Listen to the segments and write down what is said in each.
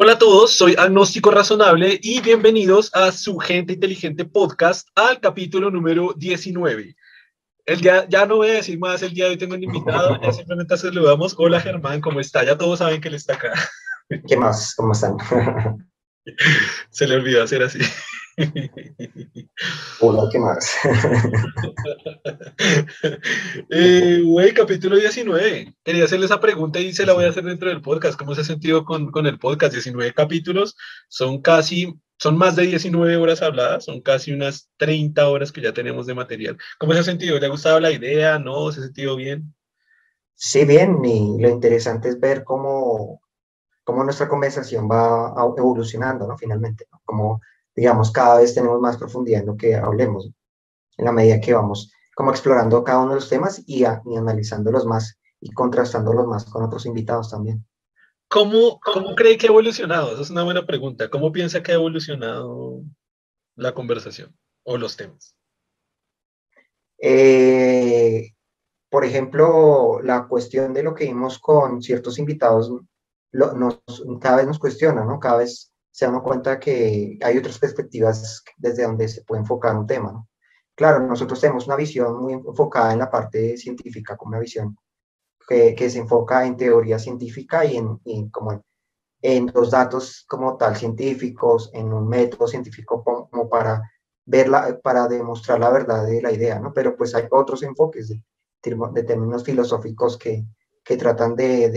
Hola a todos, soy Agnóstico Razonable y bienvenidos a su Gente Inteligente Podcast al capítulo número 19. Ya no voy a decir más, el día de hoy tengo un invitado, ya simplemente saludamos. Hola Germán, ¿cómo está? Ya todos saben que él está acá. ¿Qué más? ¿Cómo están? Se le olvidó hacer así. Hola, ¿qué más? Güey, capítulo 19. Quería hacerle esa pregunta y se la voy a hacer dentro del podcast. ¿Cómo se ha sentido con el podcast? 19 capítulos, son más de 19 horas habladas, son casi unas 30 horas que ya tenemos de material. ¿Cómo se ha sentido? ¿Le ha gustado la idea? ¿No? ¿Se ha sentido bien? Sí, bien, y lo interesante es ver cómo nuestra conversación va evolucionando, ¿no? Finalmente, ¿no? Como, digamos, cada vez tenemos más profundidad en lo que hablemos, ¿no? En la medida que vamos como explorando cada uno de los temas y analizándolos más y contrastándolos más con otros invitados también. ¿Cómo cree que ha evolucionado? Esa es una buena pregunta. ¿Cómo piensa que ha evolucionado la conversación o los temas? Eh, por ejemplo, la cuestión de lo que vimos con ciertos invitados cada vez nos cuestiona, ¿no? Cada vez se da uno cuenta que hay otras perspectivas desde donde se puede enfocar un tema, ¿no? Claro, nosotros tenemos una visión muy enfocada en la parte científica, como una visión que se enfoca en teoría científica y como en los datos como tal científicos, en un método científico como para verla, para demostrar la verdad de la idea, ¿no? Pero pues hay otros enfoques de términos filosóficos que tratan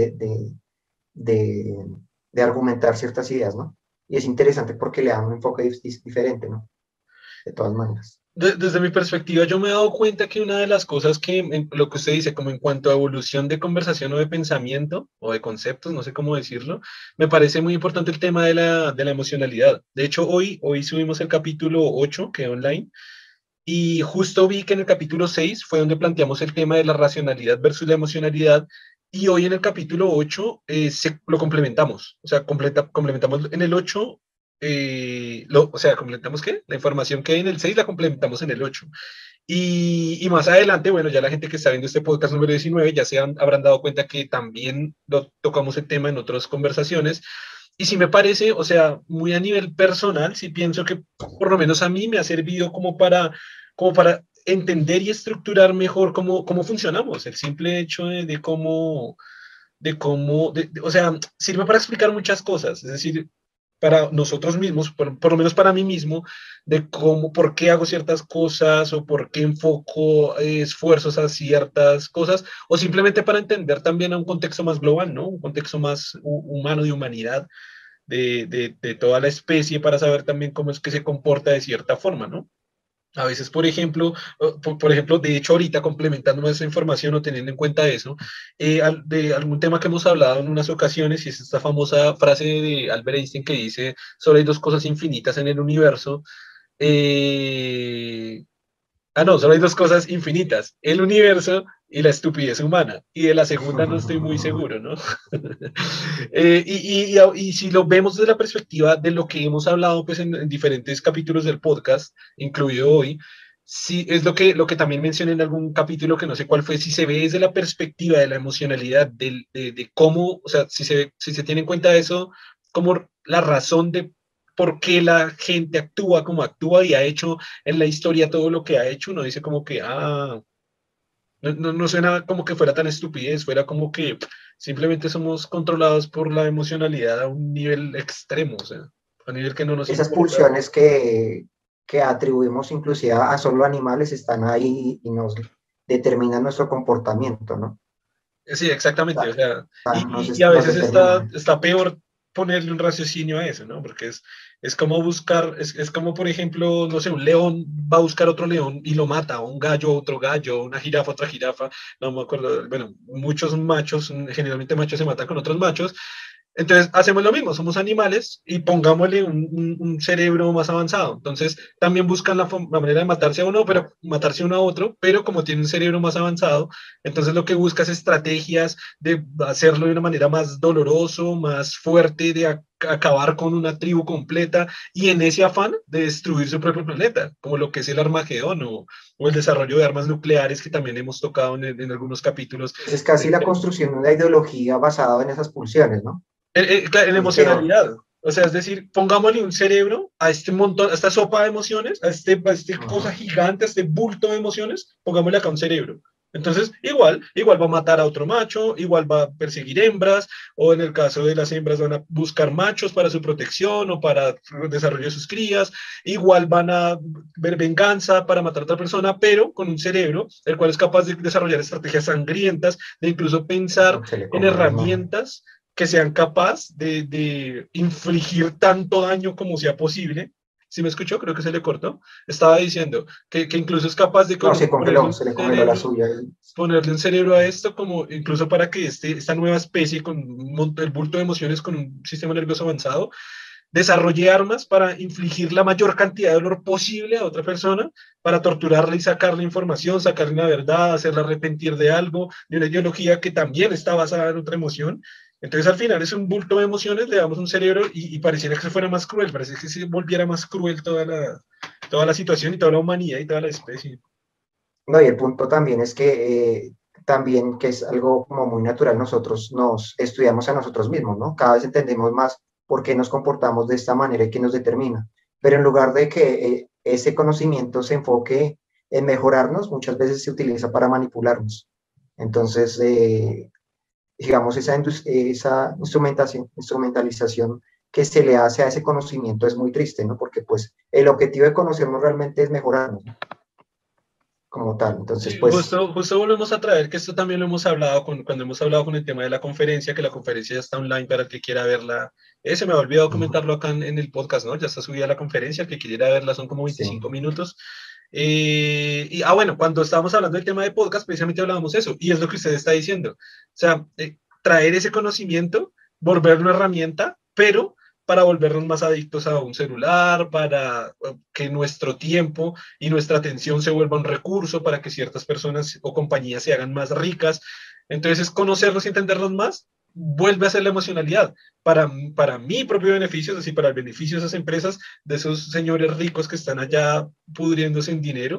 de, de argumentar ciertas ideas, ¿no? Y es interesante porque le dan un enfoque diferente, ¿no? De todas maneras. Desde mi perspectiva, yo me he dado cuenta que una de las cosas lo que usted dice, como en cuanto a evolución de conversación o de pensamiento o de conceptos, no sé cómo decirlo, me parece muy importante el tema de la emocionalidad. De hecho, hoy subimos el capítulo 8 que online, y justo vi que en el capítulo 6 fue donde planteamos el tema de la racionalidad versus la emocionalidad, y hoy en el capítulo 8 lo complementamos, o sea, complementamos en el 8, o sea, complementamos qué, la información que hay en el 6 la complementamos en el 8. Y más adelante, bueno, ya la gente que está viendo este podcast número 19 ya habrán dado cuenta que también lo tocamos el tema en otras conversaciones. Y sí me parece, o sea, muy a nivel personal, sí pienso que por lo menos a mí me ha servido como para entender y estructurar mejor cómo funcionamos. El simple hecho o sea, sirve para explicar muchas cosas. Es decir, para nosotros mismos, por lo menos para mí mismo, de por qué hago ciertas cosas o por qué enfoco esfuerzos a ciertas cosas, o simplemente para entender también a un contexto más global, ¿no? Un contexto más humano, de humanidad, de toda la especie, para saber también cómo es que se comporta de cierta forma, ¿no? A veces, por ejemplo, de hecho, ahorita complementando esa información o teniendo en cuenta eso, de algún tema que hemos hablado en unas ocasiones, y es esta famosa frase de Albert Einstein que dice: solo hay dos cosas infinitas en el universo. eh, no, solo hay dos cosas infinitas: el universo y la estupidez humana. Y de la segunda no estoy muy seguro, ¿no? Y si lo vemos desde la perspectiva de lo que hemos hablado pues, en diferentes capítulos del podcast, incluido hoy, sí es lo que también mencioné en algún capítulo que no sé cuál fue. Si se ve desde la perspectiva de la emocionalidad, de cómo, o sea, si se tiene en cuenta eso, como la razón de por qué la gente actúa como actúa y ha hecho en la historia todo lo que ha hecho, uno dice como que, no suena como que fuera tan estupidez, fuera como que simplemente somos controlados por la emocionalidad a un nivel extremo, o sea, a un nivel que no nos Esas importa. pulsiones que atribuimos inclusive a solo animales están ahí y nos determinan nuestro comportamiento, ¿no? Sí, exactamente, o sea, y a Nos veces está, determinan. está peor ponerle un raciocinio a eso, ¿no? Porque es como buscar, es como, por ejemplo, no sé, un león va a buscar otro león y lo mata, o un gallo a otro gallo, una jirafa a otra jirafa, no me acuerdo, bueno, muchos machos, generalmente machos se matan con otros machos. Entonces hacemos lo mismo, somos animales y pongámosle un cerebro más avanzado. Entonces también buscan la manera de matarse a uno, pero matarse uno a otro, pero como tiene un cerebro más avanzado, entonces lo que busca es estrategias de hacerlo de una manera más doloroso, más fuerte, de acabar con una tribu completa, y en ese afán de destruir su propio planeta, como lo que es el Armagedón, o el desarrollo de armas nucleares que también hemos tocado en algunos capítulos. Pues es casi la construcción de una ideología basada en esas pulsiones, ¿no? En El que emocionalidad. O sea, es decir, pongámosle un cerebro a este montón, a esta sopa de emociones, a este cosa Ajá. gigante, a este bulto de emociones, pongámosle acá un cerebro. Entonces, igual va a matar a otro macho, igual va a perseguir hembras, o en el caso de las hembras van a buscar machos para su protección o para el desarrollo de sus crías, igual van a ver venganza para matar a otra persona, pero con un cerebro, el cual es capaz de desarrollar estrategias sangrientas, de incluso pensar Se le en come la mano. herramientas que sean capaz de infligir tanto daño como sea posible. Si me escuchó, creo que se le cortó. Estaba diciendo que incluso es capaz de No, ponerle un se le congeló la cerebro, suya. ponerle un cerebro a esto, como incluso para que esta nueva especie con el bulto de emociones, con un sistema nervioso avanzado, desarrolle armas para infligir la mayor cantidad de dolor posible a otra persona, para torturarla y sacarle información, sacarle la verdad, hacerla arrepentir de algo, de una ideología que también está basada en otra emoción. Entonces al final es un bulto de emociones, le damos un cerebro y pareciera que se fuera más cruel, parece que se volviera más cruel toda la situación y toda la humanidad y toda la especie. No, y el punto también es que también que es algo como muy natural, nosotros nos estudiamos a nosotros mismos, ¿no? Cada vez entendemos más por qué nos comportamos de esta manera y qué nos determina. Pero en lugar de que ese conocimiento se enfoque en mejorarnos, muchas veces se utiliza para manipularnos. Entonces, digamos, esa instrumentalización que se le hace a ese conocimiento es muy triste, ¿no? Porque pues el objetivo de conocernos realmente es mejorarnos, ¿no? Como tal. Entonces, Sí, pues, justo volvemos a traer que esto también lo hemos hablado cuando hemos hablado con el tema de la conferencia, que la conferencia ya está online para el que quiera verla. Ese me ha olvidado uh-huh, comentarlo acá en el podcast, ¿no? Ya está subida la conferencia, el que quiera verla son como sí. 25 minutos. Bueno, cuando estábamos hablando del tema de podcast, precisamente hablábamos eso, y es lo que usted está diciendo. O sea, traer ese conocimiento, volverlo una herramienta, pero para volvernos más adictos a un celular, para que nuestro tiempo y nuestra atención se vuelva un recurso para que ciertas personas o compañías se hagan más ricas. Entonces, conocerlos y entenderlos más vuelve a ser la emocionalidad para mi propio beneficio, es decir, para el beneficio de esas empresas, de esos señores ricos que están allá pudriéndose en dinero,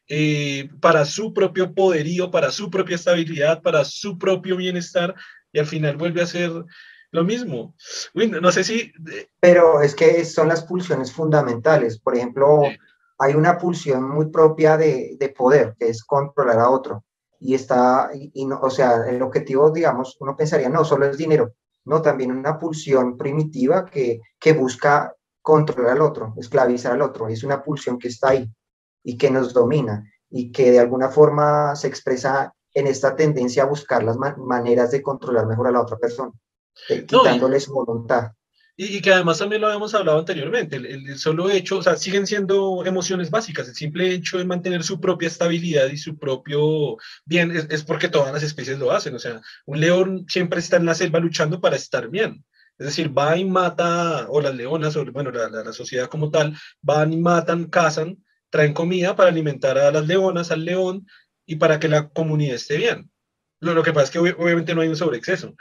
para su propio poderío, para su propia estabilidad, para su propio bienestar, y al final vuelve a ser lo mismo. Uy, no sé si... Pero es que son las pulsiones fundamentales. Por ejemplo, hay una pulsión muy propia de poder, que es controlar a otro. Y está, y no, o sea, el objetivo, digamos, uno pensaría, no, solo es dinero. No, también una pulsión primitiva que busca controlar al otro, esclavizar al otro. Es una pulsión que está ahí y que nos domina y que de alguna forma se expresa en esta tendencia a buscar las maneras de controlar mejor a la otra persona, no, quitándole su voluntad. y que además también lo habíamos hablado anteriormente, el solo hecho, o sea, siguen siendo emociones básicas, el simple hecho de mantener su propia estabilidad y su propio bien es porque todas las especies lo hacen, o sea, un león siempre está en la selva luchando para estar bien. Es decir, va y mata, o las leonas, o bueno, la sociedad como tal, van y matan, cazan, traen comida para alimentar a las leonas, al león, y para que la comunidad esté bien. Lo que pasa es que obviamente no hay un sobreexceso.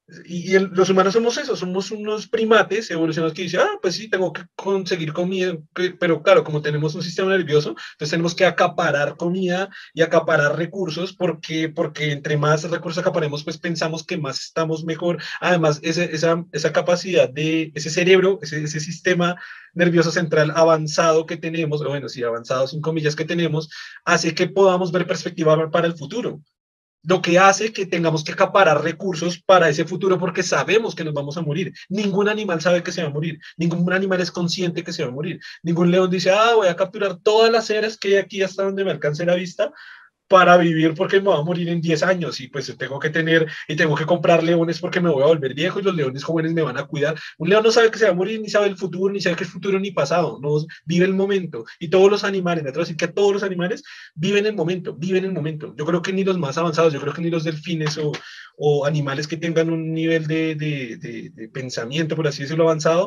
Los humanos somos eso, somos unos primates evolucionados que dicen, pues sí, tengo que conseguir comida, pero claro, como tenemos un sistema nervioso, entonces tenemos que acaparar comida y acaparar recursos porque entre más recursos acaparemos, pues pensamos que más estamos mejor. Además, esa capacidad de ese cerebro, ese sistema nervioso central avanzado que tenemos, o bueno, sí, avanzado sin comillas que tenemos, hace que podamos ver perspectiva para el futuro, lo que hace que tengamos que acaparar recursos para ese futuro porque sabemos que nos vamos a morir. Ningún animal sabe que se va a morir, ningún animal es consciente que se va a morir. Ningún león dice, voy a capturar todas las ceras que hay aquí hasta donde me alcance la vista para vivir porque me voy a morir en 10 años y pues tengo que tener y tengo que comprar leones porque me voy a volver viejo y los leones jóvenes me van a cuidar. Un león no sabe que se va a morir, ni sabe el futuro, ni sabe que es futuro ni pasado, no vive el momento. Y todos los animales, me atrevo a decir que todos los animales viven el momento, viven el momento. Yo creo que ni los más avanzados, yo creo que ni los delfines o animales que tengan un nivel de pensamiento, por así decirlo, avanzado,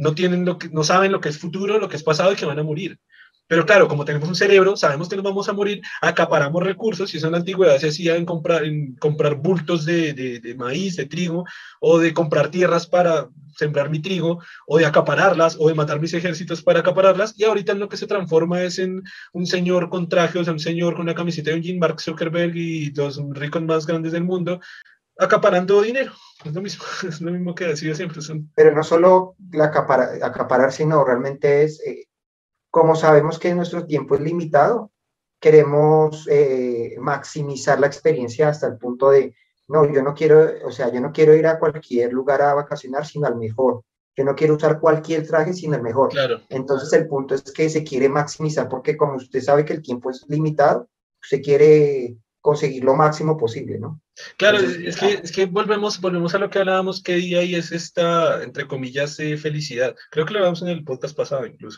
no saben lo que es futuro, lo que es pasado y que van a morir. Pero claro, como tenemos un cerebro, sabemos que nos vamos a morir, acaparamos recursos, y eso en la antigüedad se hacía en comprar bultos de maíz, de trigo, o de comprar tierras para sembrar mi trigo, o de acapararlas, o de matar mis ejércitos para acapararlas, y ahorita en lo que se transforma es en un señor con traje, o sea, un señor con una camiseta de un Jean Mark Zuckerberg y los ricos más grandes del mundo, acaparando dinero. Es lo mismo, es lo mismo que ha sido siempre. Pero no solo acaparar, sino realmente es, como sabemos que nuestro tiempo es limitado, queremos maximizar la experiencia hasta el punto de, no, yo no quiero, o sea, yo no quiero ir a cualquier lugar a vacacionar, sino al mejor. Yo no quiero usar cualquier traje, sino el mejor. Claro. Entonces el punto es que se quiere maximizar porque como usted sabe que el tiempo es limitado, usted quiere conseguir lo máximo posible, ¿no? Claro, Entonces, es que volvemos a lo que hablábamos qué día y es esta, entre comillas, felicidad. Creo que lo hablamos en el podcast pasado incluso.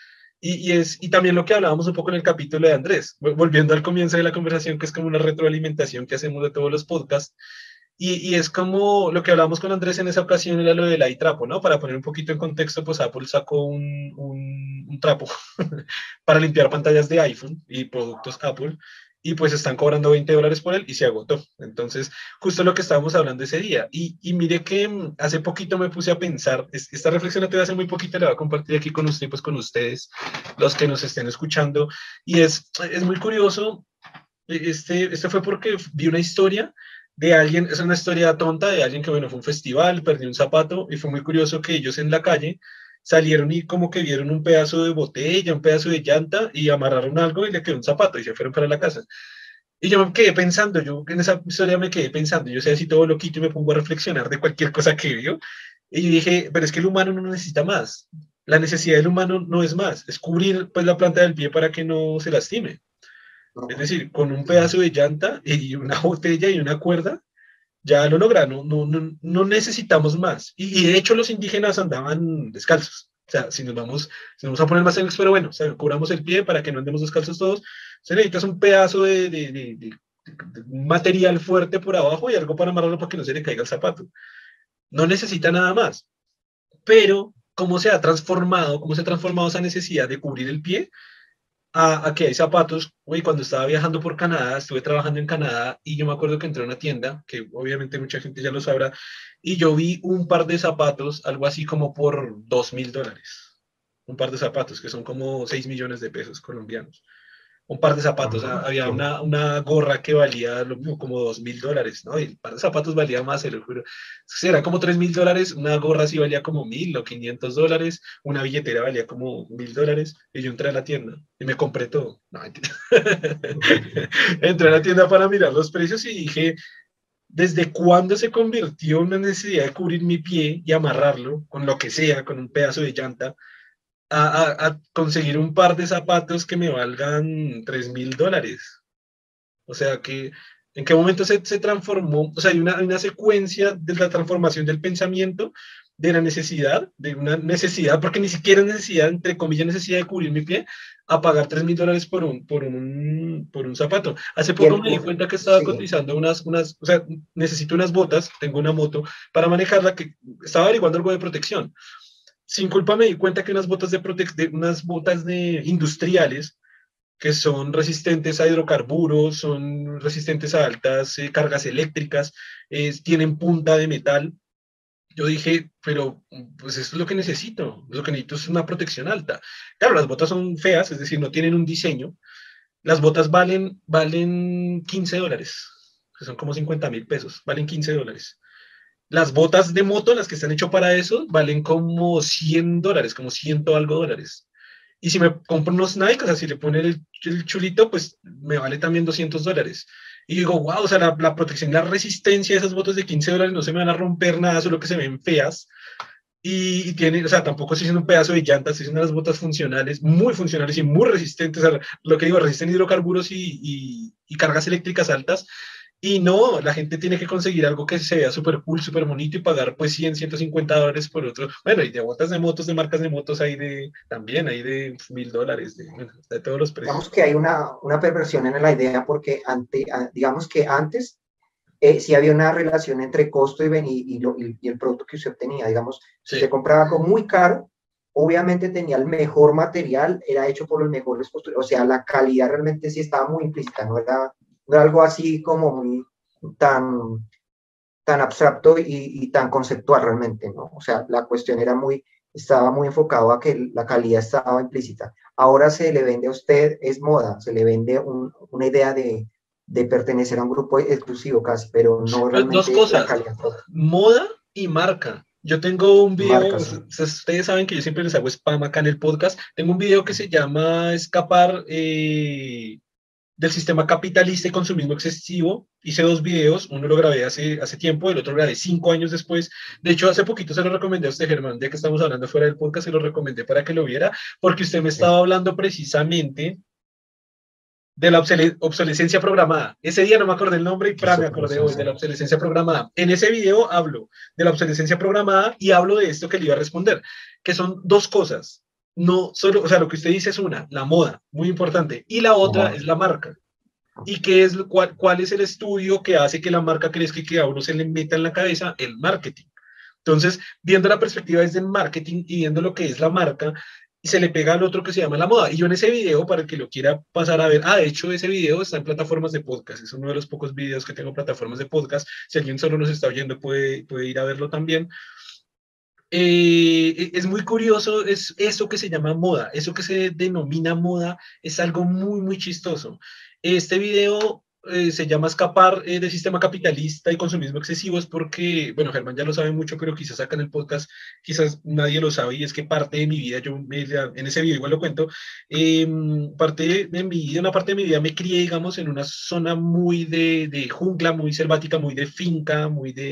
Y también lo que hablábamos un poco en el capítulo de Andrés, volviendo al comienzo de la conversación, que es como una retroalimentación que hacemos de todos los podcasts. Y es como lo que hablamos con Andrés en esa ocasión era lo del iTrapo, ¿no? Para poner un poquito en contexto, pues Apple sacó un trapo para limpiar pantallas de iPhone y productos Apple y pues están cobrando $20 por él y se agotó. Entonces, justo lo que estábamos hablando ese día. Y mire que hace poquito me puse a pensar, esta reflexión la tuve hace muy poquito, la voy a compartir aquí con usted, pues con ustedes, los que nos estén escuchando. Y es muy curioso, este fue porque vi una historia de alguien, es una historia tonta de alguien que, bueno, fue a un festival, perdió un zapato y fue muy curioso que ellos en la calle salieron y como que vieron un pedazo de botella, un pedazo de llanta y amarraron algo y le quedó un zapato y se fueron para la casa. Y yo me quedé pensando, yo en esa historia me quedé pensando, yo sé así todo loquito y me pongo a reflexionar de cualquier cosa que vio. Y yo dije, pero es que el humano no necesita más. La necesidad del humano no es más, es cubrir pues la planta del pie para que no se lastime. Es no, decir, con un pedazo de llanta y una botella y una cuerda, ya lo logra, no necesitamos más. Y de hecho los indígenas andaban descalzos. O sea, si nos vamos a poner más en pero bueno, o sea, cubramos el pie para que no andemos descalzos todos. Se necesita un pedazo de material fuerte por abajo y algo para amarrarlo para que no se le caiga el zapato. No necesita nada más. Pero, ¿cómo se ha transformado esa necesidad de cubrir el pie a que hay zapatos? Uy, cuando estaba viajando por Canadá, estuve trabajando en Canadá y yo me acuerdo que entré a una tienda, que obviamente mucha gente ya lo sabrá, y yo vi un par de zapatos, algo así como por $2.000. Un par de zapatos, que son como 6 millones de pesos colombianos. Un par de zapatos, había una gorra que valía lo mismo, como $2.000, ¿no? Y el par de zapatos valía más, se lo juro. Sí, era como $3.000, una gorra sí valía como 1.000 o $500, una billetera valía como $1.000, y yo entré a la tienda y me compré todo. No, entré a la tienda para mirar los precios y dije, ¿desde cuándo se convirtió en una necesidad de cubrir mi pie y amarrarlo con lo que sea, con un pedazo de llanta? A conseguir un par de zapatos que me valgan $3.000. O sea, ¿en qué momento se transformó? O sea, hay una secuencia de la transformación del pensamiento, de la necesidad, de una necesidad, porque ni siquiera es necesidad, entre comillas, necesidad de cubrir mi pie, a pagar $3.000 por un zapato. Hace y poco me di cuenta que estaba sí, cotizando o sea, necesito unas botas, tengo una moto para manejarla, que estaba averiguando algo de protección. Sin culpa me di cuenta que unas botas de industriales que son resistentes a hidrocarburos, son resistentes a altas cargas eléctricas, tienen punta de metal. Yo dije, pero pues eso es lo que necesito. Lo que necesito es una protección alta. Claro, las botas son feas, es decir, no tienen un diseño. Las botas valen $15, que son como 50.000 pesos, valen $15. Las botas de moto, las que están hechas para eso, valen como $100, como ciento algo dólares. Y si me compro unos Nike, o sea, si le pone el chulito, pues me vale también $200. Y digo, wow, o sea, la protección, la resistencia de esas botas de $15 no se me van a romper nada, solo que se ven feas. Y tiene, o sea, tampoco estoy haciendo un pedazo de llantas, estoy haciendo unas botas funcionales y muy resistentes a lo que digo, resisten hidrocarburos y cargas eléctricas altas. Y no, la gente tiene que conseguir algo que se vea súper cool, súper bonito y pagar pues 100, $150 por otro. Bueno, y de botas de motos, de marcas de motos también hay de $1.000, bueno, de todos los digamos precios. que hay una perversión en la idea porque digamos que antes sí había una relación entre costo y el producto que usted obtenía. Digamos, si Sí, usted compraba algo muy caro, obviamente tenía el mejor material, era hecho por los mejores constructores, o sea, la calidad realmente sí estaba muy implícita, no era algo así como muy tan, tan abstracto y tan conceptual realmente, ¿no? O sea, la cuestión estaba muy enfocado a que la calidad estaba implícita. Ahora se le vende a usted, es moda, se le vende una idea de pertenecer a un grupo exclusivo casi, pero no Dos realmente la cosas, calidad propia. moda y marca. Yo tengo un video, Marcas, sí. ustedes saben que yo siempre les hago spam acá en el podcast. Tengo un video que se llama Escapar del sistema capitalista y consumismo excesivo. Hice dos videos, uno lo grabé hace tiempo, el otro lo grabé 5 años después. De hecho, hace poquito se lo recomendé a usted, Germán, ya que estamos hablando fuera del podcast, se lo recomendé para que lo viera, porque usted me estaba hablando precisamente de la obsolescencia programada. Ese día no me acordé el nombre y Eso, me pero acordé sí, hoy sí. de la obsolescencia programada. En ese video hablo de la obsolescencia programada y hablo de esto que le iba a responder, que son dos cosas. No solo, o sea, lo que usted dice es una, la moda, muy importante, y la otra No, es la marca. ¿Y qué es, cuál es el estudio que hace que la marca crezca y que a uno se le meta en la cabeza? El marketing. Entonces, viendo la perspectiva desde el marketing y viendo lo que es la marca, y se le pega al otro que se llama la moda. Y yo en ese video, para el que lo quiera pasar a ver, de hecho, ese video está en plataformas de podcast. Es uno de los pocos videos que tengo en plataformas de podcast. Si alguien solo nos está oyendo, puede ir a verlo también. Es muy curioso, es eso que se llama moda, eso que se denomina moda, es algo muy, muy chistoso. Este video se llama Escapar del sistema capitalista y consumismo excesivo, es porque, bueno, Germán ya lo sabe mucho, pero quizás acá en el podcast, quizás nadie lo sabe, y es que parte de mi vida, en ese video igual lo cuento, parte de mi vida, una parte de mi vida me crié, digamos, en una zona muy de jungla, muy selvática, muy de finca,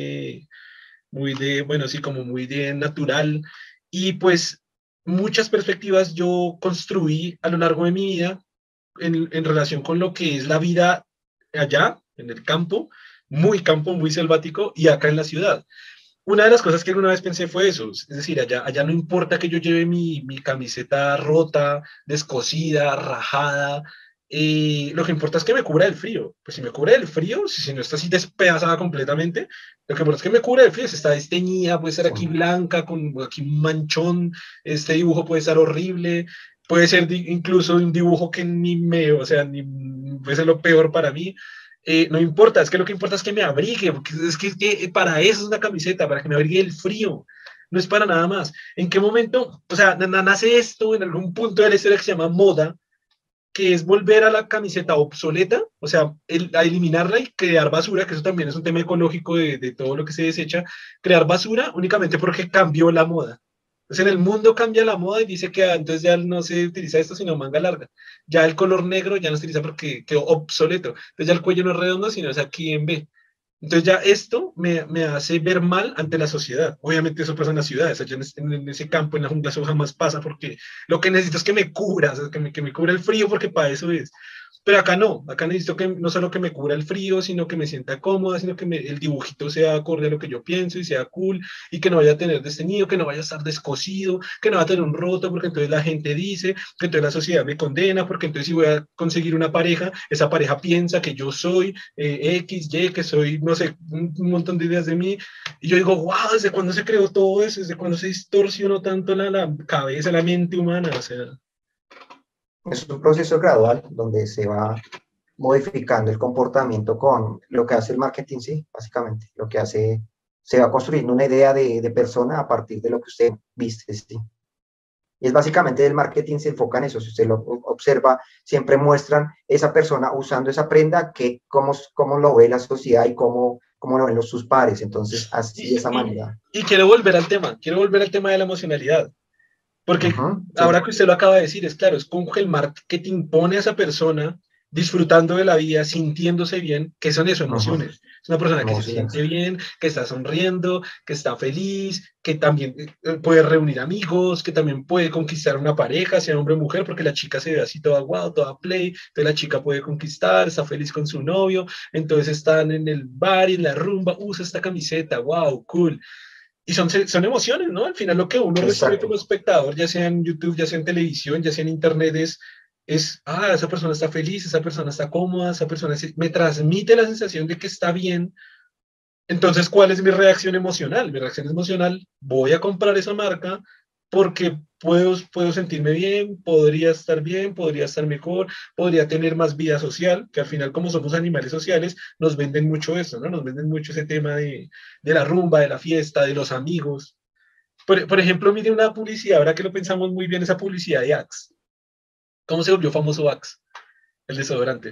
bueno, sí, como muy de natural. Y pues muchas perspectivas yo construí a lo largo de mi vida en relación con lo que es la vida allá, en el campo, muy selvático, y acá en la ciudad. Una de las cosas que alguna vez pensé fue eso, es decir, allá no importa que yo lleve mi camiseta rota, descosida, rajada, lo que importa es que me cubra el frío. Pues si me cubre el frío, si no está así despedazada completamente, lo que importa es que me cubra el frío, si está desteñida, puede estar sí. aquí blanca, con aquí un manchón, este dibujo puede estar horrible, puede ser incluso un dibujo que ni me, o sea, ni puede ser lo peor para mí, no importa, es que lo que importa es que me abrigue, porque es que para eso es una camiseta, para que me abrigue el frío, no es para nada más. ¿En qué momento, o sea, nace esto en algún punto de la historia que se llama moda, que es volver a la camiseta obsoleta, o sea, a eliminarla y crear basura, que eso también es un tema ecológico de todo lo que se desecha, crear basura únicamente porque cambió la moda. Entonces en el mundo cambia la moda y dice que entonces ya no se utiliza esto sino manga larga. Ya el color negro ya no se utiliza porque quedó obsoleto. Entonces ya el cuello no es redondo sino es aquí en B. Entonces ya esto me hace ver mal ante la sociedad. Obviamente eso pasa en las ciudades, allá en ese campo, en la jungla, eso jamás pasa porque lo que necesito es que me cubra, o sea, que me cubra el frío porque para eso es. Pero acá no, acá necesito que no solo que me cubra el frío, sino que me sienta cómoda, sino que el dibujito sea acorde a lo que yo pienso y sea cool y que no vaya a tener desteñido, que no vaya a estar descosido, que no vaya a tener un roto porque entonces la gente dice, que entonces la sociedad me condena, porque entonces si voy a conseguir una pareja, esa pareja piensa que yo soy X, Y, que soy, no sé, un montón de ideas de mí. Y yo digo, wow, ¿desde cuándo se creó todo eso? ¿Desde cuándo se distorsionó tanto la cabeza, la mente humana? O sea, Es un proceso gradual donde se va modificando el comportamiento con lo que hace el marketing, sí, básicamente. Lo que hace, se va construyendo una idea de persona a partir de lo que usted viste, sí. Y es básicamente el marketing se enfoca en eso. Si usted lo observa, siempre muestran esa persona usando esa prenda, que cómo lo ve la sociedad y cómo lo ven sus pares. Entonces, así de y, esa y, manera. y quiero volver al tema de la emocionalidad. Porque Sí, ahora que usted lo acaba de decir, es claro, es como que el marketing pone a esa persona disfrutando de la vida, sintiéndose bien, que son eso, emociones. Es una persona que se emociones. siente bien, que está sonriendo, que está feliz, que también puede reunir amigos, que también puede conquistar una pareja, sea hombre o mujer, porque la chica se ve así toda guau, toda play, entonces la chica puede conquistar, está feliz con su novio, entonces están en el bar y en la rumba, usa esta camiseta, wow, cool. Y son emociones, ¿no? Al final lo que uno recibe como Exacto. espectador, ya sea en YouTube, ya sea en televisión, ya sea en Internet, esa persona está feliz, esa persona está cómoda, esa persona me transmite la sensación de que está bien. Entonces, ¿cuál es mi reacción emocional? Mi reacción emocional, voy a comprar esa marca porque puedo sentirme bien, podría estar mejor, podría tener más vida social, que al final como somos animales sociales, nos venden mucho eso, ¿no? Nos venden mucho ese tema de la rumba, de la fiesta, de los amigos. Por ejemplo, mire una publicidad, ahora que lo pensamos muy bien, esa publicidad de Axe. ¿Cómo se volvió famoso Axe? El desodorante.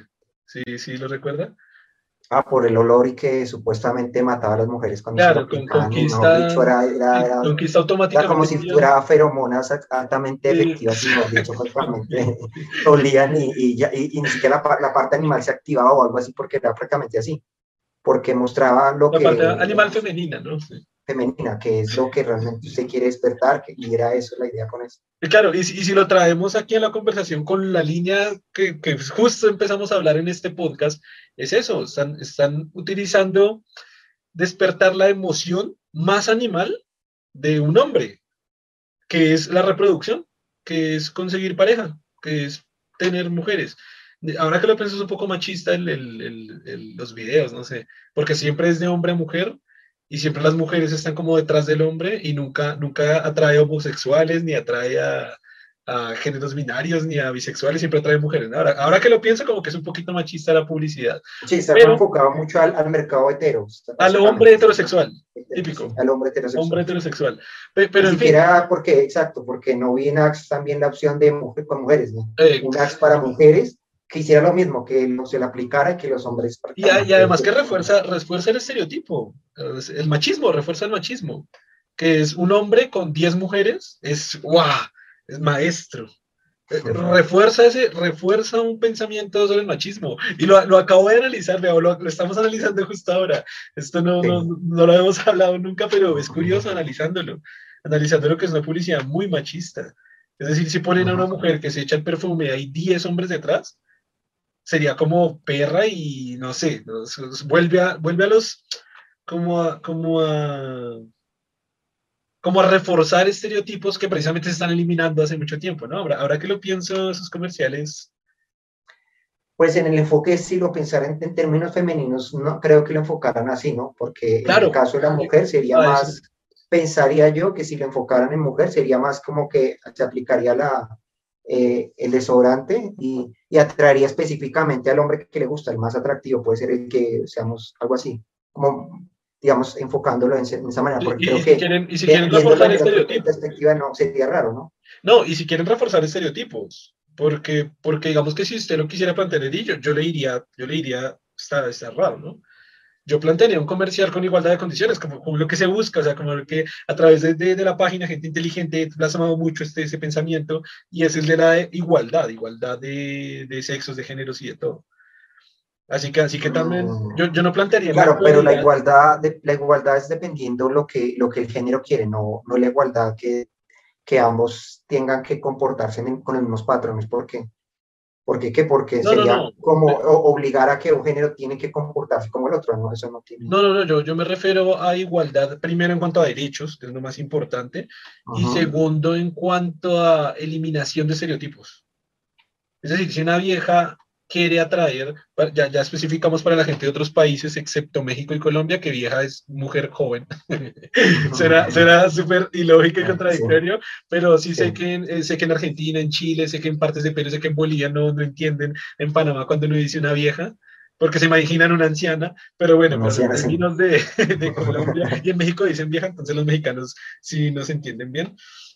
Sí, sí, ¿lo recuerda? Ah, por el olor y que supuestamente mataba a las mujeres cuando se lo Claro, aplicaban, y mejor dicho, conquista, sí, conquista era como automáticamente si tíos. fuera feromonas altamente efectivas y mejor dicho, prácticamente Exactamente. olían y ni siquiera la parte animal se activaba o algo así porque era prácticamente así, porque mostraba lo La parte que, animal femenina, ¿no? Sí. femenina, que es lo que realmente usted quiere despertar, y era eso la idea con eso. Y claro, y si lo traemos aquí a la conversación con la línea que justo empezamos a hablar en este podcast, es eso, están utilizando despertar la emoción más animal de un hombre, que es la reproducción, que es conseguir pareja, que es tener mujeres. Ahora que lo pienso es un poco machista los videos, no sé, porque siempre es de hombre a mujer y siempre las mujeres están como detrás del hombre y nunca atrae a homosexuales ni atrae a géneros binarios ni a bisexuales, siempre atrae mujeres. Ahora que lo pienso como que es un poquito machista la publicidad, Sí, está pero enfocado mucho al mercado hetero, al hombre básicamente. heterosexual, Sí, típico, al hombre hombre heterosexual. heterosexual. Ni Pero en fin, siquiera porque, exacto, porque no vi en Axe también la opción de mujer con mujeres, ¿no? eh, Un Axe para mujeres que hiciera lo mismo, que no se le aplicara y que los hombres y prácticamente. además que refuerza el estereotipo, el machismo, refuerza el machismo, que es un hombre con 10 mujeres, es ¡guau! Es maestro. Refuerza un pensamiento sobre el machismo. Y lo acabo de analizar, veo, lo estamos analizando justo ahora. Esto Sí. no lo hemos hablado nunca, pero es curioso analizándolo que es una publicidad muy machista. Es decir, si ponen a una mujer que se echa el perfume y hay 10 hombres detrás, sería como perra y no sé, vuelve a los, como a reforzar estereotipos que precisamente se están eliminando hace mucho tiempo, ¿no? Ahora que lo pienso, esos comerciales, Pues en el enfoque, si lo pensara en términos femeninos, no creo que lo enfocaran así, ¿no? Porque en el claro, caso de la mujer sería a eso, más, pensaría yo que si lo enfocaran en mujer sería más como que se aplicaría el desodorante y atraería específicamente al hombre que le gusta, el más atractivo puede ser el que seamos algo así, como digamos enfocándolo en esa manera, porque creo que y si quieren viéndolo reforzar en otra estereotipos, perspectiva no sería raro, ¿no? no, y si quieren reforzar estereotipos, porque digamos que si usted lo quisiera plantear, yo le diría, está raro, ¿no? Yo plantearía un comercial con igualdad de condiciones, como lo que se busca, o sea, como lo que a través de la página Gente Inteligente plasmado mucho ese pensamiento, y ese es el de la igualdad de sexos, de géneros y de todo. Así que también, Mm. yo no plantearía en la Claro, pero actualidad. la igualdad es dependiendo lo que el género quiere, no la igualdad que ambos tengan que comportarse con los mismos patrones. ¿Por qué? ¿Por qué? Porque No, no, sería no. como obligar a que un género tiene que comportarse como el otro, ¿no? Eso no tiene. No, no, no, yo me refiero a igualdad, primero en cuanto a derechos, que es lo más importante, y Ujú. segundo en cuanto a eliminación de estereotipos. Es decir, si una vieja quiere atraer, ya especificamos para la gente de otros países, excepto México y Colombia, que vieja es mujer joven. Será súper ilógico y Sí, contradictorio, pero sí sí. sé que en Argentina, en Chile, sé que en partes de Perú, sé que en Bolivia no entienden, en Panamá cuando uno dice una vieja, porque se imaginan una anciana, pero bueno, No pero en sean así. términos de Colombia y en México dicen vieja, entonces los mexicanos sí nos entienden bien.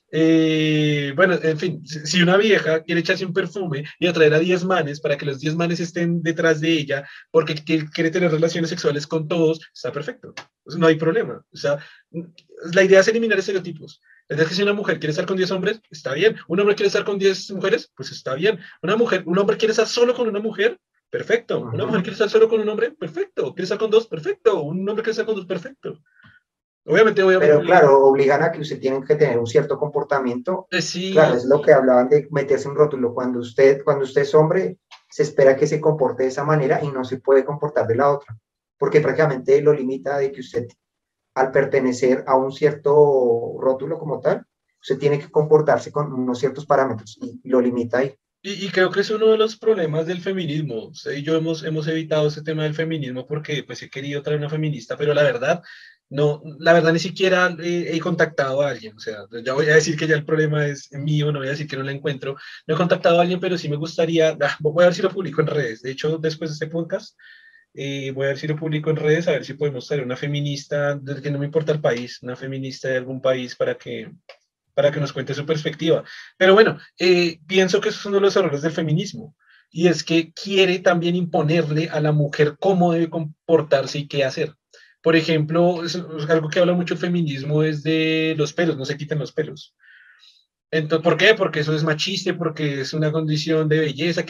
Bueno, en fin, si una vieja quiere echarse un perfume y atraer a 10 manes para que los 10 manes estén detrás de ella porque quiere tener relaciones sexuales con todos, está perfecto. Pues no hay problema. O sea, la idea es eliminar estereotipos. Es decir, que si una mujer quiere estar con 10 hombres, está bien. Un hombre quiere estar con 10 mujeres, pues está bien. Un hombre quiere estar solo con una mujer, perfecto. Una mujer Ujú. quiere estar solo con un hombre, perfecto. Quiere estar con dos, perfecto. Un hombre quiere estar con dos, perfecto. Obviamente, Pero claro, obligan a que usted tiene que tener un cierto comportamiento. Claro, sí. es lo que hablaban de meterse un rótulo. Cuando usted es hombre, se espera que se comporte de esa manera y no se puede comportar de la otra, porque prácticamente lo limita de que usted, al pertenecer a un cierto rótulo como tal, usted tiene que comportarse con unos ciertos parámetros y lo limita ahí. Y creo que es uno de los problemas del feminismo. Usted y yo hemos evitado ese tema del feminismo porque pues he querido traer una feminista, pero la verdad, no, la verdad ni siquiera he contactado a alguien. O sea, ya voy a decir que ya el problema es mío, no voy a decir que no la encuentro. No he contactado a alguien, pero sí me gustaría, voy a ver si lo publico en redes. De hecho, después de este podcast, voy a ver si lo publico en redes, a ver si podemos traer una feminista, que no me importa el país, una feminista de algún país para que nos cuente su perspectiva. Pero bueno, pienso que esos son uno de los errores del feminismo. y es que quiere también imponerle a la mujer cómo debe comportarse y qué hacer. Por ejemplo, es algo que habla mucho el feminismo es de los pelos, no se quiten los pelos. Entonces, ¿por qué? Porque eso es machista, porque es una condición de belleza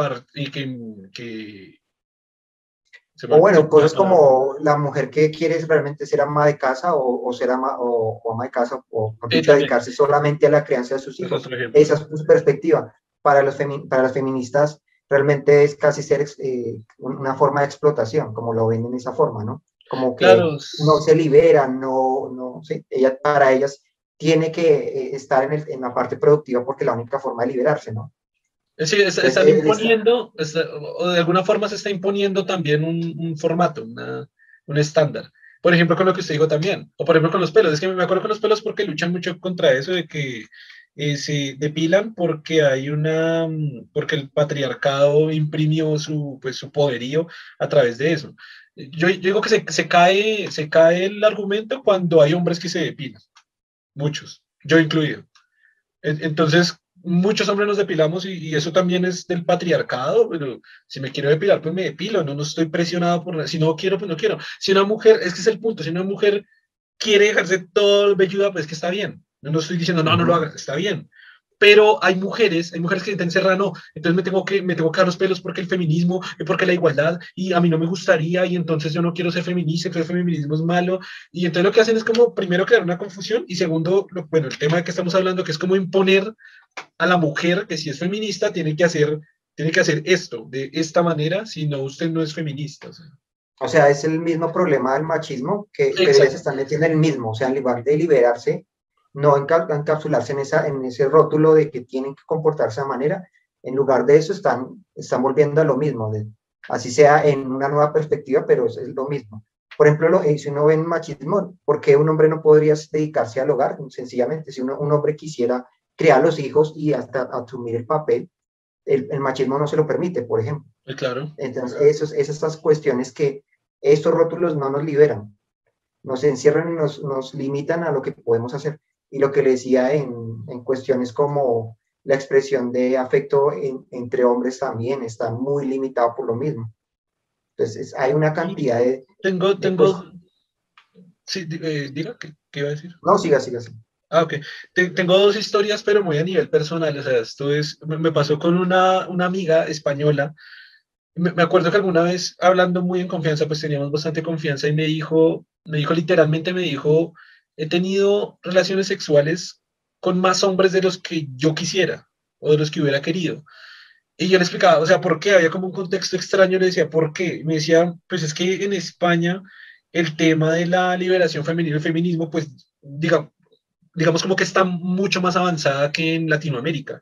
que O se bueno, me fue la cosas palabra. como la mujer que quiere realmente ser ama de casa o ser o ama de casa, o por dicho, También, dedicarse solamente a la crianza de sus es hijos. otro ejemplo. Esa es su perspectiva. Para para las feministas realmente es casi ser una forma de explotación, como lo ven en esa forma, ¿no? Como que Claro, no se libera, no, sí, para ellas tiene que estar en la parte productiva porque es la única forma de liberarse, ¿no? sí, Entonces, están imponiendo, o de alguna forma se está imponiendo también un formato, un estándar. Por ejemplo, con lo que usted dijo también, o por ejemplo con los pelos. Es que me acuerdo con los pelos porque luchan mucho contra eso de que se depilan porque hay porque el patriarcado imprimió pues, su poderío a través de eso. Yo digo que se cae el argumento cuando hay hombres que se depilan, muchos, yo incluido. Entonces, muchos hombres nos depilamos y eso también es del patriarcado, pero si me quiero depilar, pues me depilo, no estoy presionado por nada. Si no quiero, pues no quiero. Si una mujer, es que es el punto, si una mujer quiere dejarse todo el velluda, pues que está bien. No estoy diciendo, no, no lo uh-huh. haga, está bien. Pero hay mujeres que intentan encerrar, no, entonces me tengo que dar los pelos porque el feminismo, y porque la igualdad, y a mí no me gustaría, y entonces yo no quiero ser feminista, entonces el feminismo es malo, y entonces lo que hacen es como, primero, crear una confusión, y segundo, bueno, el tema de que estamos hablando, que es como imponer a la mujer que si es feminista tiene que hacer esto, de esta manera, si no, usted no es feminista. O sea. O sea, es el mismo problema del machismo, pero ellas se Exacto. están metiendo en el mismo, o sea, en lugar de liberarse, no encapsularse en ese rótulo de que tienen que comportarse de manera, en lugar de eso están volviendo a lo mismo, así sea en una nueva perspectiva, pero es lo mismo. Por ejemplo, si uno ve en machismo, ¿por qué un hombre no podría dedicarse al hogar? Sencillamente, si un hombre quisiera crear los hijos y hasta asumir el papel, el machismo no se lo permite, por ejemplo. Claro. Entonces, esas cuestiones que estos rótulos no nos liberan, nos encierran y nos limitan a lo que podemos hacer. Y lo que le decía en cuestiones como la expresión de afecto entre hombres también está muy limitado por lo mismo. Entonces, hay una Y cantidad tengo, sí, diga, ¿qué iba a decir? No, siga, siga. Ah, ok. Tengo dos historias, pero muy a nivel personal. O sea, me pasó con una amiga española. Me acuerdo que alguna vez, hablando muy en confianza, pues teníamos bastante confianza y literalmente me dijo, he tenido relaciones sexuales con más hombres de los que yo quisiera o de los que hubiera querido. Y yo le explicaba, o sea, ¿por qué? Había como un contexto extraño, le decía, ¿por qué? Y me decía, pues es que en España el tema de la liberación femenina, el feminismo, pues digamos como que está mucho más avanzada que en Latinoamérica.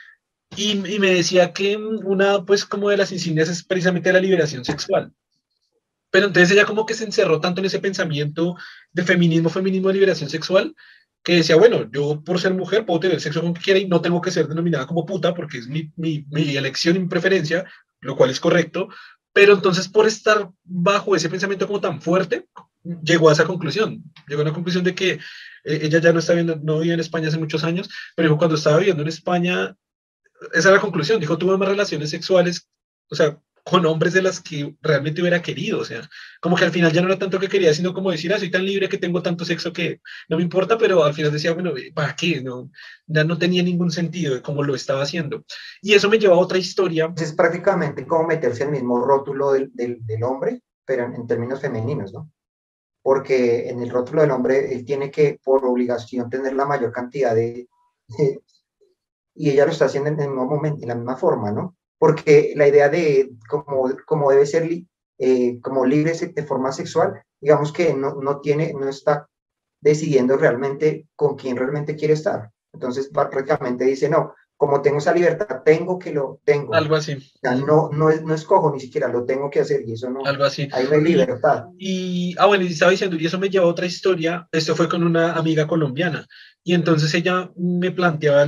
Y me decía que una, pues como de las insignias es precisamente la liberación sexual. Pero entonces ella como que se encerró tanto en ese pensamiento de feminismo, feminismo de liberación sexual, que decía, bueno, yo por ser mujer puedo tener sexo con quien quiera y no tengo que ser denominada como puta porque es mi elección y mi preferencia, lo cual es correcto. Pero entonces por estar bajo ese pensamiento como tan fuerte, llegó a esa conclusión. Llegó a la conclusión de que ella ya no está viendo, no vive en España hace muchos años, pero dijo, cuando estaba viviendo en España, esa es la conclusión. Dijo, tuve más relaciones sexuales, o sea, con hombres de las que realmente hubiera querido. O sea, como que al final ya no era tanto que quería, sino como decir, ah, soy tan libre que tengo tanto sexo que no me importa, pero al final decía, bueno, ¿para qué? No, ya no tenía ningún sentido de cómo lo estaba haciendo. Y eso me lleva a otra historia. Es prácticamente como meterse en el mismo rótulo del hombre, pero en términos femeninos, ¿no? Porque en el rótulo del hombre él tiene que, por obligación, tener la mayor cantidad de y ella lo está haciendo en el mismo momento, en la misma forma, ¿no? Porque la idea de como debe ser como libre de forma sexual, digamos que no está decidiendo realmente con quién realmente quiere estar. Entonces, prácticamente dice, no, como tengo esa libertad, tengo que lo tengo. Algo así, O sea, no escojo ni siquiera, lo tengo que hacer y eso no, algo así. ahí no hay Y, libertad. bueno, y estaba diciendo, y eso me lleva a otra historia. Esto fue con una amiga colombiana. Y entonces ella me planteaba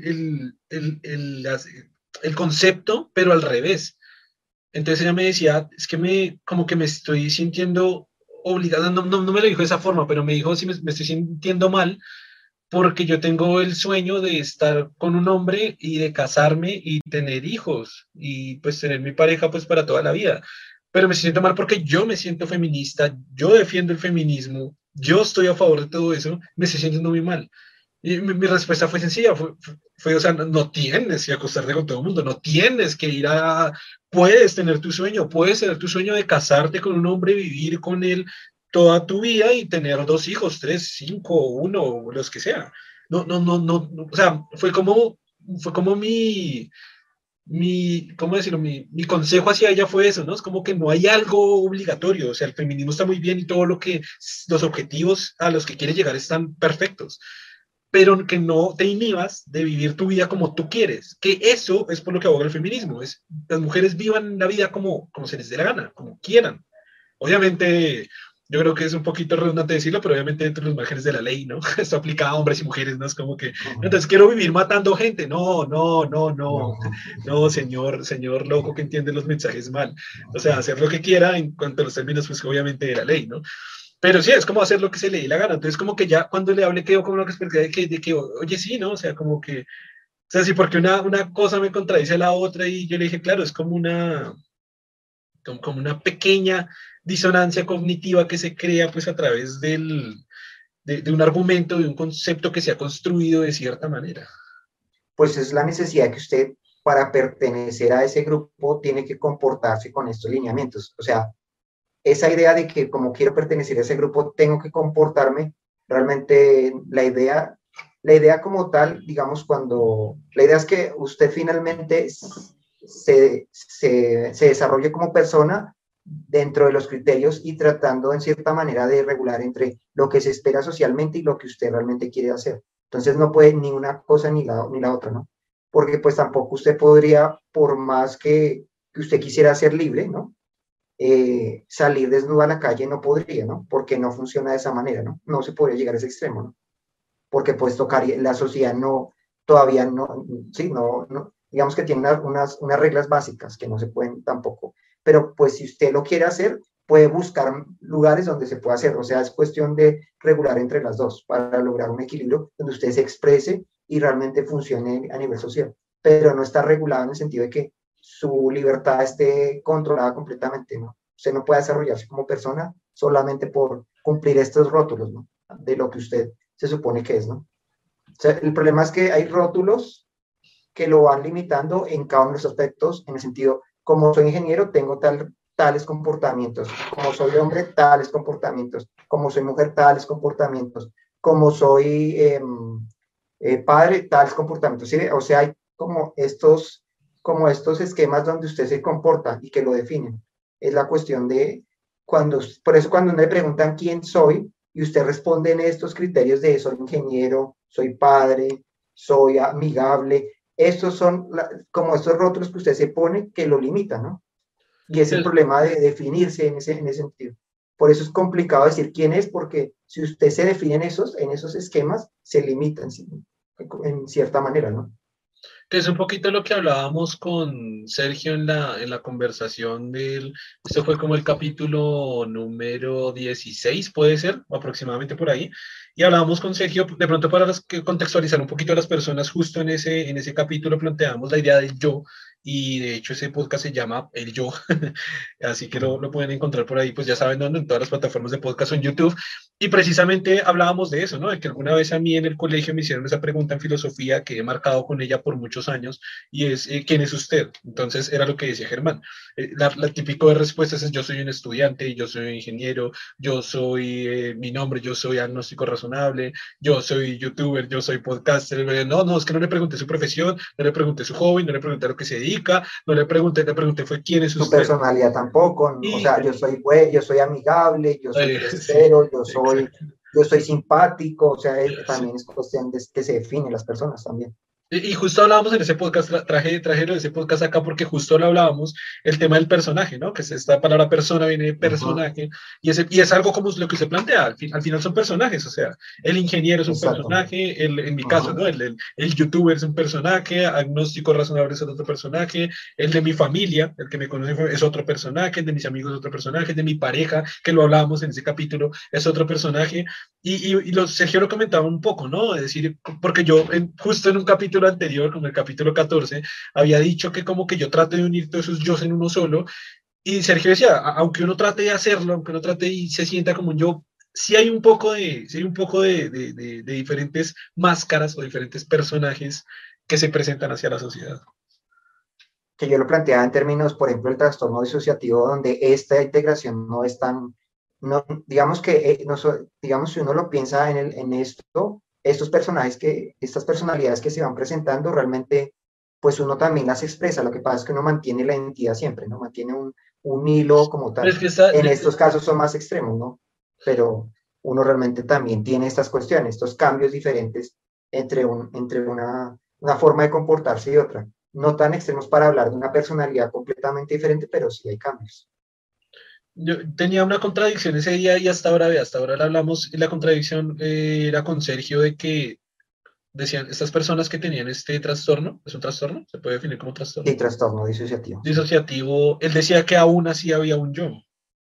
el concepto, pero al revés. Entonces ella me decía, es que como que me estoy sintiendo obligada, no me lo dijo de esa forma, pero me dijo, sí, me estoy sintiendo mal porque yo tengo el sueño de estar con un hombre y de casarme y tener hijos y pues tener mi pareja pues para toda la vida. Pero me siento mal porque yo me siento feminista, yo defiendo el feminismo, yo estoy a favor de todo eso, me estoy sintiendo muy mal. Y mi respuesta fue sencilla, o sea, no tienes que acostarte con todo el mundo, no tienes que ir a, puedes tener tu sueño de casarte con un hombre, vivir con él toda tu vida y tener dos hijos, tres, cinco, uno, los que sea. O sea, fue como ¿cómo decirlo? Mi consejo hacia ella fue eso, ¿no? Es como que no hay algo obligatorio, o sea, el feminismo está muy bien y todo lo que, los objetivos a los que quiere llegar están perfectos, pero que no te inhibas de vivir tu vida como tú quieres, que eso es por lo que aboga el feminismo, es las mujeres vivan la vida como se les dé la gana, como quieran. Obviamente, yo creo que es un poquito redundante decirlo, pero obviamente dentro de los márgenes de la ley, ¿no? Esto aplica a hombres y mujeres, ¿no? Es como que, entonces quiero vivir matando gente. No, No. no, señor loco que entiende los mensajes mal. O sea, hacer lo que quiera en cuanto a los términos, pues obviamente de la ley, ¿no? Pero sí, es como hacer lo que se le dé la gana. Entonces, como que ya cuando le hablé, quedó como una perspectiva de que, oye, sí, ¿no? O sea, como que, o sea, sí, porque una cosa me contradice a la otra y yo le dije, claro, es como una pequeña disonancia cognitiva que se crea pues a través de un argumento, de un concepto que se ha construido de cierta manera. Pues es la necesidad que usted, para pertenecer a ese grupo, tiene que comportarse con estos lineamientos. O sea, esa idea de que como quiero pertenecer a ese grupo, tengo que comportarme, realmente la idea como tal, digamos, la idea es que usted finalmente se desarrolle como persona dentro de los criterios y tratando en cierta manera de regular entre lo que se espera socialmente y lo que usted realmente quiere hacer. Entonces no puede ni una cosa ni la otra, ¿no? Porque pues tampoco usted podría, por más que usted quisiera ser libre, ¿no? Salir desnudo a la calle no podría, ¿no? Porque no funciona de esa manera, ¿no? No se podría llegar a ese extremo, ¿no? Porque pues tocaría, la sociedad no, todavía no, sí, no digamos que tiene unas reglas básicas que no se pueden tampoco, pero pues si usted lo quiere hacer, puede buscar lugares donde se pueda hacer, o sea, es cuestión de regular entre las dos para lograr un equilibrio donde usted se exprese y realmente funcione a nivel social, pero no está regulado en el sentido de que su libertad esté controlada completamente, ¿no? Usted no puede desarrollarse como persona solamente por cumplir estos rótulos, ¿no? De lo que usted se supone que es, ¿no? O sea, el problema es que hay rótulos que lo van limitando en cada uno de los aspectos, en el sentido, como soy ingeniero, tengo tales comportamientos, como soy hombre, tales comportamientos, como soy mujer, tales comportamientos, como soy padre, tales comportamientos, ¿sí? O sea, hay como estos esquemas donde usted se comporta y que lo definen. Es la cuestión de por eso cuando le preguntan quién soy y usted responde en estos criterios de soy ingeniero, soy padre, soy amigable, estos son como estos rótulos que usted se pone que lo limitan, ¿no? Y es el Entonces, problema de definirse en ese sentido. Por eso es complicado decir quién es, porque si usted se define en esos esquemas, se limitan en cierta manera, ¿no? que es un poquito lo que hablábamos con Sergio en la conversación esto fue como el capítulo número 16 puede ser, aproximadamente por ahí, y hablábamos con Sergio, de pronto para contextualizar un poquito a las personas, justo en ese capítulo planteamos la idea del yo, y de hecho ese podcast se llama El Yo, así que lo pueden encontrar por ahí, pues ya saben dónde, en todas las plataformas de podcast o en YouTube, y precisamente hablábamos de eso, ¿no? De que alguna vez a mí en el colegio me hicieron esa pregunta en filosofía que he marcado con ella por muchos años y es, ¿quién es usted? Entonces era lo que decía Germán. La típico de respuestas es yo soy un estudiante, yo soy un ingeniero, yo soy mi nombre, yo soy agnóstico razonable, yo soy youtuber, yo soy podcaster. No, es que no le pregunté su profesión, no le pregunté su hobby, no le pregunté a lo que se dedica, no le pregunté fue quién es Su usted. personalidad tampoco, o Y sea, yo soy amigable, yo soy sí, fiestero, exacto. yo soy simpático, o sea, también es cuestión de que se definen las personas también. Y justo hablábamos en ese podcast, traje ese podcast acá porque justo lo hablábamos, el tema del personaje, ¿no? Que es esta palabra persona viene de Ujú, personaje, y es algo como lo que se plantea, al final son personajes, o sea, el ingeniero es un exacto. personaje, en mi caso, Ujú. ¿no? El youtuber es un personaje, agnóstico razonable es otro personaje, el de mi familia, el que me conoce es otro personaje, el de mis amigos es otro personaje, el de mi pareja, que lo hablábamos en ese capítulo, es otro personaje, Sergio lo comentaba un poco, ¿no? Es decir, porque yo justo en un capítulo anterior, como el capítulo 14, había dicho que como que yo trate de unir todos esos yo en uno solo, y Sergio decía, aunque uno trate de hacerlo, aunque uno trate y se sienta como un yo, sí hay un poco de diferentes máscaras o diferentes personajes que se presentan hacia la sociedad. Que yo lo planteaba en términos, por ejemplo, el trastorno disociativo, donde esta integración no es tan, no, digamos que, no digamos, si uno lo piensa en esto, estos personajes estas personalidades que se van presentando, realmente, pues uno también las expresa. Lo que pasa es que uno mantiene la identidad siempre, ¿no? Mantiene un hilo como Pero tal. es que está, En estos casos son más extremos, ¿no? Pero uno realmente también tiene estas cuestiones, estos cambios diferentes entre una forma de comportarse y otra, no tan extremos para hablar de una personalidad completamente diferente, pero sí hay cambios. yo tenía una contradicción ese día y hasta ahora, hasta ahora la hablamos, y la contradicción era con Sergio de que decían, estas personas que tenían este trastorno, ¿es un trastorno? ¿Se puede definir como Sí, trastorno? trastorno disociativo, sí. Disociativo, él decía que aún así había un yo.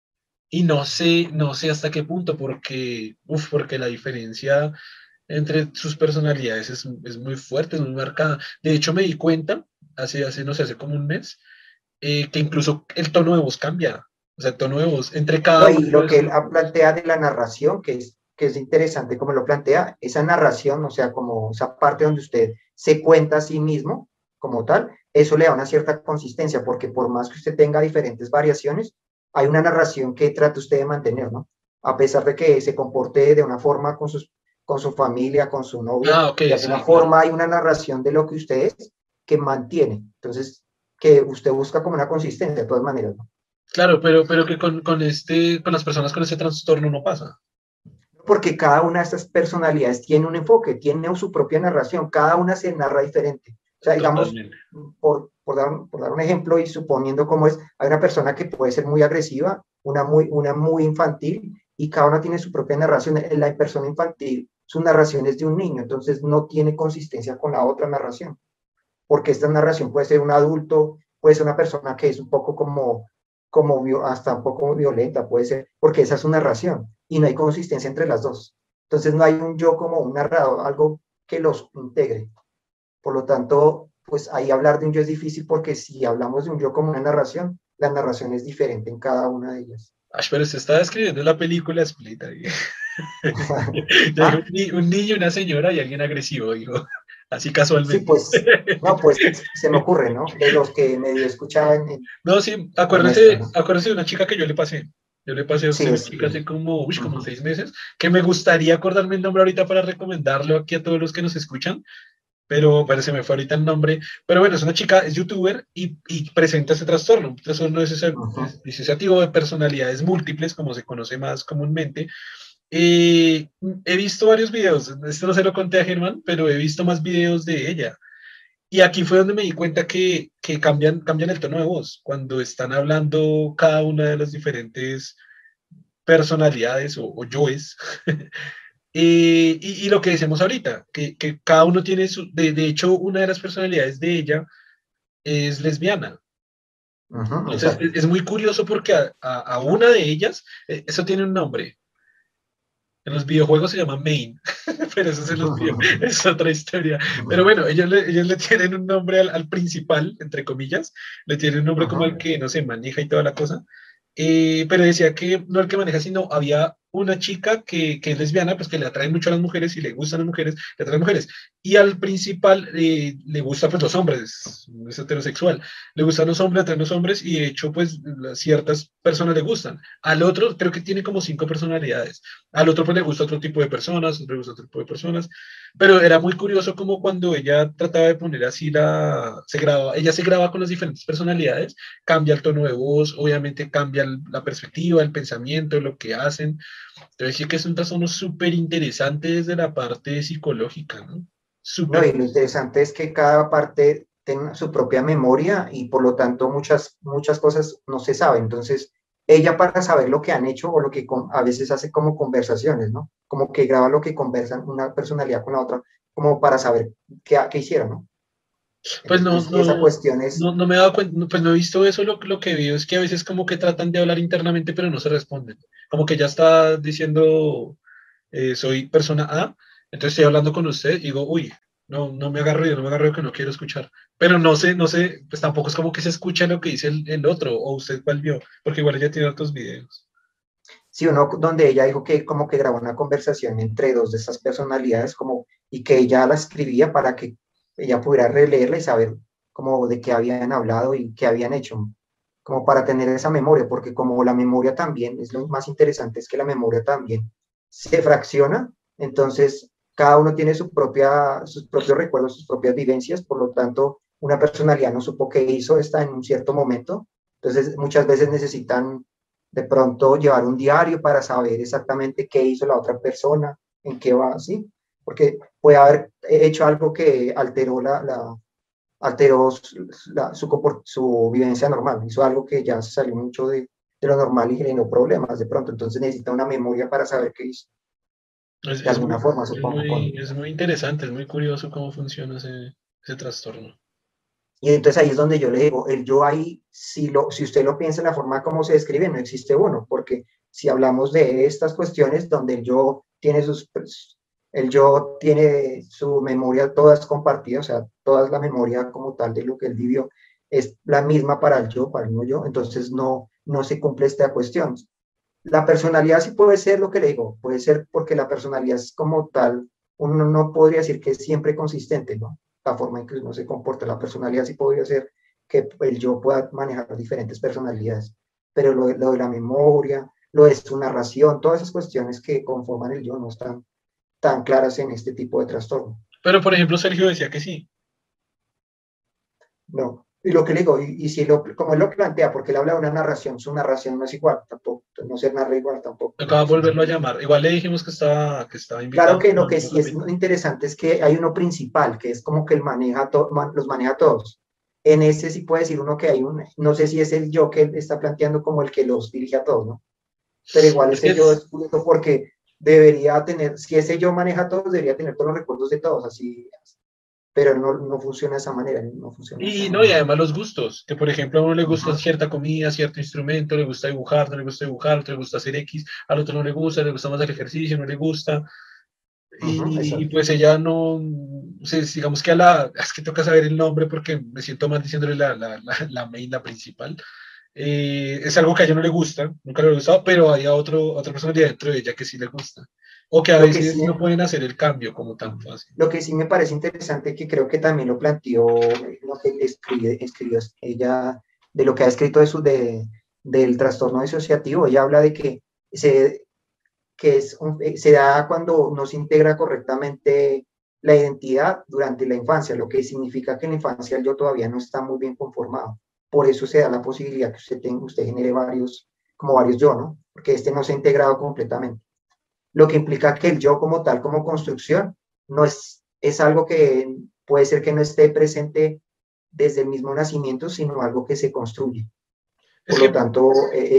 Y no sé hasta qué punto, porque la diferencia entre sus personalidades es muy fuerte, es muy marcada. De hecho, me di cuenta, no sé, hace como un mes, que incluso el tono de voz cambia. O sea, el tono de voz entre cada No, uno y de lo que los... él plantea de la narración, que es interesante como lo plantea, esa narración, o sea, como esa parte donde usted se cuenta a sí mismo como tal, eso le da una cierta consistencia, porque por más que usted tenga diferentes variaciones, hay una narración que trata usted de mantener, ¿no? A pesar de que se comporte de una forma con su familia, con su novia, Ah, ok, de alguna sí, claro. forma hay una narración de lo que usted es que mantiene. Entonces, que usted busca como una consistencia de todas maneras, ¿no? Claro, pero que con las personas con ese trastorno no pasa. Porque cada una de estas personalidades tiene un enfoque, tiene su propia narración, cada una se narra diferente. O sea, digamos, Totalmente. por dar un ejemplo y suponiendo cómo es, hay una persona que puede ser muy agresiva, una muy infantil, y cada una tiene su propia narración. La persona infantil, su narración es de un niño, entonces no tiene consistencia con la otra narración, porque esta narración puede ser un adulto, puede ser una persona que es un poco hasta un poco violenta, puede ser, porque esa es su narración y no hay consistencia entre las dos. Entonces no hay un yo como un narrador, algo que los integre. Por lo tanto, pues ahí hablar de un yo es difícil porque si hablamos de un yo como una narración, la narración es diferente en cada una de ellas. Ay, pero se estaba escribiendo la película Split ahí. Ya dijo, ¿Ah? un niño, una señora y alguien agresivo, dijo, así Sí, casualmente. pues, no, pues se me ocurre, ¿no? De los que medio escuchaban No, sí, en esto, ¿no? acuérdese de una chica que yo le pasé. Yo le pasé a Sí, usted una chica hace como uh-huh. 6 meses, que me gustaría acordarme el nombre ahorita para recomendarlo aquí a todos los que nos escuchan, pero se me fue ahorita el nombre. Pero bueno, es una chica, es youtuber y presenta ese trastorno. Un trastorno Uh-huh. disociativo de personalidades múltiples, como se conoce más comúnmente. He visto varios videos, esto no se lo conté a Germán, pero he visto más videos de ella. Y aquí fue donde me di cuenta que cambian el tono de voz cuando están hablando cada una de las diferentes personalidades o yoes. Y lo que decimos ahorita, que cada uno tiene de hecho, una de las personalidades de ella es lesbiana. Uh-huh. Entonces, Exacto. es muy curioso porque a una de ellas, eso tiene un nombre. En los videojuegos se llama main, pero eso es, es otra historia. Pero bueno, ellos le tienen un nombre al principal, entre comillas, le tienen un nombre como el Uh-huh. que, no sé, maneja y toda la cosa. Pero decía que no el que maneja, sino había una chica que es lesbiana, pues que le atrae mucho a las mujeres y le gustan las mujeres, le atraen mujeres. Y al principal le gustan pues los hombres, es heterosexual, le gustan los hombres, atraen los hombres y de hecho pues ciertas personas le gustan. Al otro creo que tiene como 5 personalidades. Al otro pues le gusta otro tipo de personas, otro le gusta otro tipo de personas, pero era muy curioso como cuando ella trataba de poner así ella se graba con las diferentes personalidades, cambia el tono de voz, obviamente cambia la perspectiva, el pensamiento, lo que hacen. Entonces sí que es un trastorno súper interesante desde la parte psicológica, ¿no? No, súper. y lo interesante es que cada parte tiene su propia memoria y por lo tanto muchas cosas no se saben. Entonces, ella para saber lo que han hecho o lo que a veces hace como conversaciones, ¿no? Como que graba lo que conversan una personalidad con la otra, como para saber qué hicieron, ¿no? Pues Entonces, esa cuestión es, no me he dado cuenta, pues no he visto eso, lo que veo es que a veces como que tratan de hablar internamente, pero no se responden. Como que ya está diciendo, soy persona A, entonces estoy hablando con usted y digo, uy, no me agarro yo, no me agarro yo que no quiero escuchar. Pero no sé, pues tampoco es como que se escucha lo que dice el otro, o usted cuál vio, porque igual ella tiene otros videos. sí, uno donde ella dijo que como que grabó una conversación entre dos de esas personalidades, como, y que ella la escribía para que ella pudiera releerla y saber como de qué habían hablado y qué habían hecho, como para tener esa memoria, porque como la memoria también, es lo más interesante, es que la memoria también se fracciona, entonces cada uno tiene sus propios recuerdos, sus propias vivencias, por lo tanto, una personalidad no supo qué hizo esta en un cierto momento, entonces muchas veces necesitan de pronto llevar un diario para saber exactamente qué hizo la otra persona, en qué va, ¿sí? Porque puede haber hecho algo que alteró su vivencia normal, hizo algo que ya se salió mucho de lo normal y generó problemas de pronto, entonces necesita una memoria para saber qué hizo, de alguna forma, supongo, Es muy interesante, es muy curioso cómo funciona ese trastorno. y entonces ahí es donde yo le digo, el yo ahí, si usted lo piensa en la forma como se describe, no existe uno, porque si hablamos de estas cuestiones donde el yo tiene su memoria todas compartidas, o sea, toda la memoria como tal de lo que él vivió es la misma para el yo, para el no yo, entonces no se cumple esta cuestión. La personalidad sí puede ser lo que le digo, puede ser porque la personalidad es como tal, uno no podría decir que es siempre consistente, ¿no? La forma en que uno se comporta, la personalidad sí podría ser que el yo pueda manejar diferentes personalidades, pero lo de la memoria, lo de su narración, todas esas cuestiones que conforman el yo no están tan claras en este tipo de trastorno. Pero, por ejemplo, Sergio decía que sí. No. Y lo que le digo, y si como él lo plantea, porque él habla de una narración, su narración no es igual tampoco, no se narra igual tampoco. Acaba de volverlo a llamar. Igual le dijimos que estaba Claro invitado que para lo un que nuevo sí es capítulo. muy interesante es que hay uno principal, que es como que él los maneja a todos. En ese sí puede decir uno que hay no sé si es el yo que él está planteando como el que los dirige a todos, ¿no? Pero igual Es que ese yo es curioso porque debería tener, si ese yo maneja a todos, debería tener todos los recuerdos de todos, así, pero no funciona de esa manera, no funciona de esa y no, y manera. además los gustos, que por ejemplo a uno le gusta Ajá, cierta comida, cierto instrumento, le gusta dibujar, no le gusta dibujar, otro le gusta hacer X, al otro no le gusta más el ejercicio, no le gusta, ajá, y exacto. pues ella no, digamos que a la, es que toca saber el nombre porque me siento mal diciéndole la main, la principal, es algo que a ella no le gusta, nunca le ha gustado, pero hay otra personalidad dentro de ella que sí le gusta, o que a Lo que sí veces no pueden hacer el cambio como tan fácil. Lo que sí me parece interesante, que creo que también lo planteó, lo que escribió ella, de lo que ha escrito del trastorno disociativo, ella habla de que se, se da cuando no se integra correctamente la identidad durante la infancia, lo que significa que en la infancia el yo todavía no está muy bien conformado. Por eso se da la posibilidad que usted genere como varios yo, ¿no? Porque este no se ha integrado completamente, lo que implica que el yo como tal, como construcción, no es algo que puede ser que no esté presente desde el mismo nacimiento, sino algo que se construye. Es Por lo que tanto,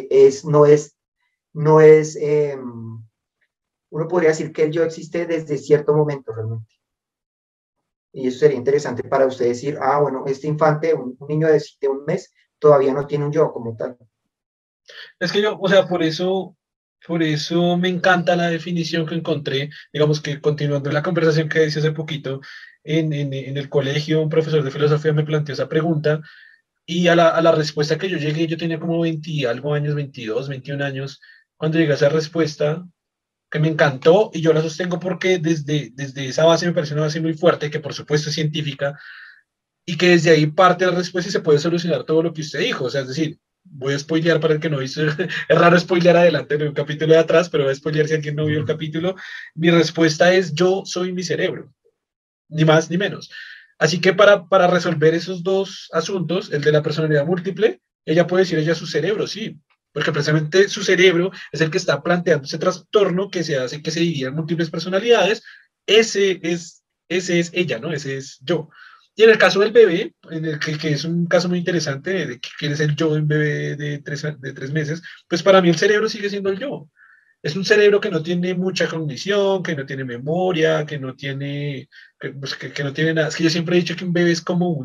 no es uno podría decir que el yo existe desde cierto momento realmente. Y eso sería interesante para usted decir, ah, bueno, este infante, un niño de un mes, todavía no tiene un yo como tal. Es que yo, o sea, por eso me encanta la definición que encontré, digamos que continuando la conversación que hice hace poquito, en el colegio, un profesor de filosofía me planteó esa pregunta y a la respuesta que yo llegué, yo tenía como 20 y algo años, 22 21 años, cuando llegué a esa respuesta, que me encantó y yo la sostengo porque desde esa base me parece una base muy fuerte, que por supuesto es científica, y que desde ahí parte la respuesta y se puede solucionar todo lo que usted dijo. O sea, es decir, voy a spoilear para el que no hizo, es raro spoilear adelante de un capítulo de atrás, pero voy a spoilear si alguien no vio el capítulo. Mi respuesta es yo soy mi cerebro, ni más ni menos. Así que para resolver esos dos asuntos, el de la personalidad múltiple, ella puede decir ella su cerebro, sí, porque precisamente su cerebro es el que está planteando ese trastorno que se hace que se divida en múltiples personalidades. Ese es ese es ella, ¿no? Ese es yo. Y en el caso del bebé, en el que es un caso muy interesante de que quiere ser yo en bebé de 3 meses, pues para mí el cerebro sigue siendo el yo. Es un cerebro que no tiene mucha cognición, que no tiene memoria, que no tiene, que no tiene nada. Es que yo siempre he dicho que un bebé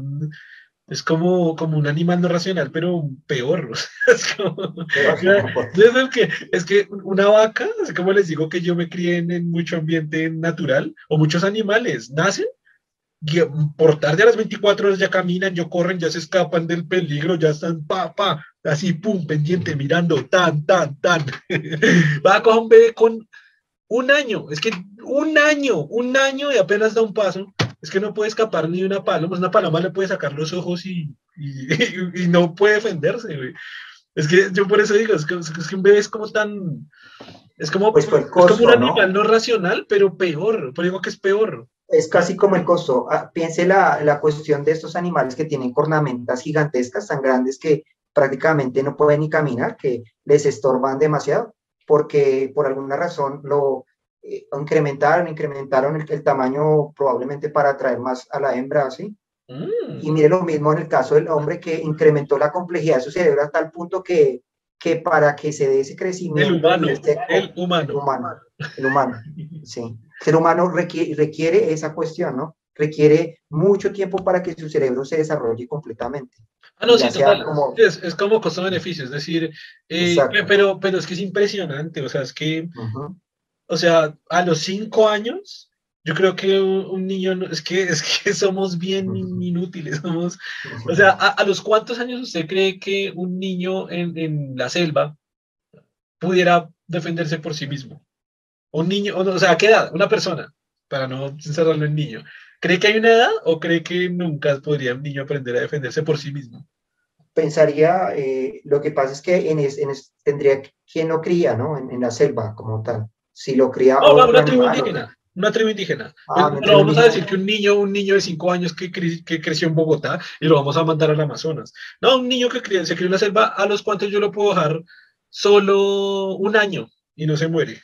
es como un animal no racional, pero peor. O sea, Pero, es que una vaca, así como les digo que yo me crié en mucho ambiente natural, o muchos animales, nacen por tarde a las 24 horas ya caminan, ya corren, ya se escapan del peligro, ya están así, pum, pendiente, mirando, tan. Va a coger un bebé con 1 año, es que 1 año y apenas da un paso, es que no puede escapar ni una paloma le puede sacar los ojos y no puede defenderse, güey. Es que yo por eso digo, es que un bebé es como tan, es como, pues fue el es como un costo, animal ¿no? no racional, pero peor, por digo que es peor. Es casi como el costo. Piense la cuestión de estos animales que tienen cornamentas gigantescas, tan grandes que prácticamente no pueden ni caminar, que les estorban demasiado, porque por alguna razón lo incrementaron el tamaño probablemente para atraer más a la hembra, ¿sí? Y Mm. mire lo mismo en el caso del hombre que incrementó la complejidad de su cerebro a tal punto que para que se dé ese El crecimiento y humano, este el el humano. humano, el humano, sí. El ser humano requiere esa cuestión, ¿no? Requiere mucho tiempo para que su cerebro se desarrolle completamente. Ah, no, Y ya sí, sea total. como, Es como costo-beneficio, es decir, exacto. pero es que es impresionante, o sea, es que, Uh-huh. o sea, a los 5 años, yo creo que un niño, es que somos bien inútiles, o sea, ¿a los cuántos años usted cree que un niño en la selva pudiera defenderse por sí mismo? Un niño, o sea, ¿a qué edad? Una persona, para no encerrarlo en niño. ¿Cree que hay una edad o cree que nunca podría un niño aprender a defenderse por sí mismo? Pensaría, lo que pasa es que tendría quien lo cría, ¿no? En la selva como tal. Si lo cría No, otro una tribu animal, indígena. Una tribu indígena. Pues, me bueno, tribu vamos a indígena. decir que un niño de 5 años que creció en Bogotá y lo vamos a mandar al Amazonas. No, un niño se crió en la selva, ¿a los cuantos yo lo puedo dejar solo 1 año y no se muere?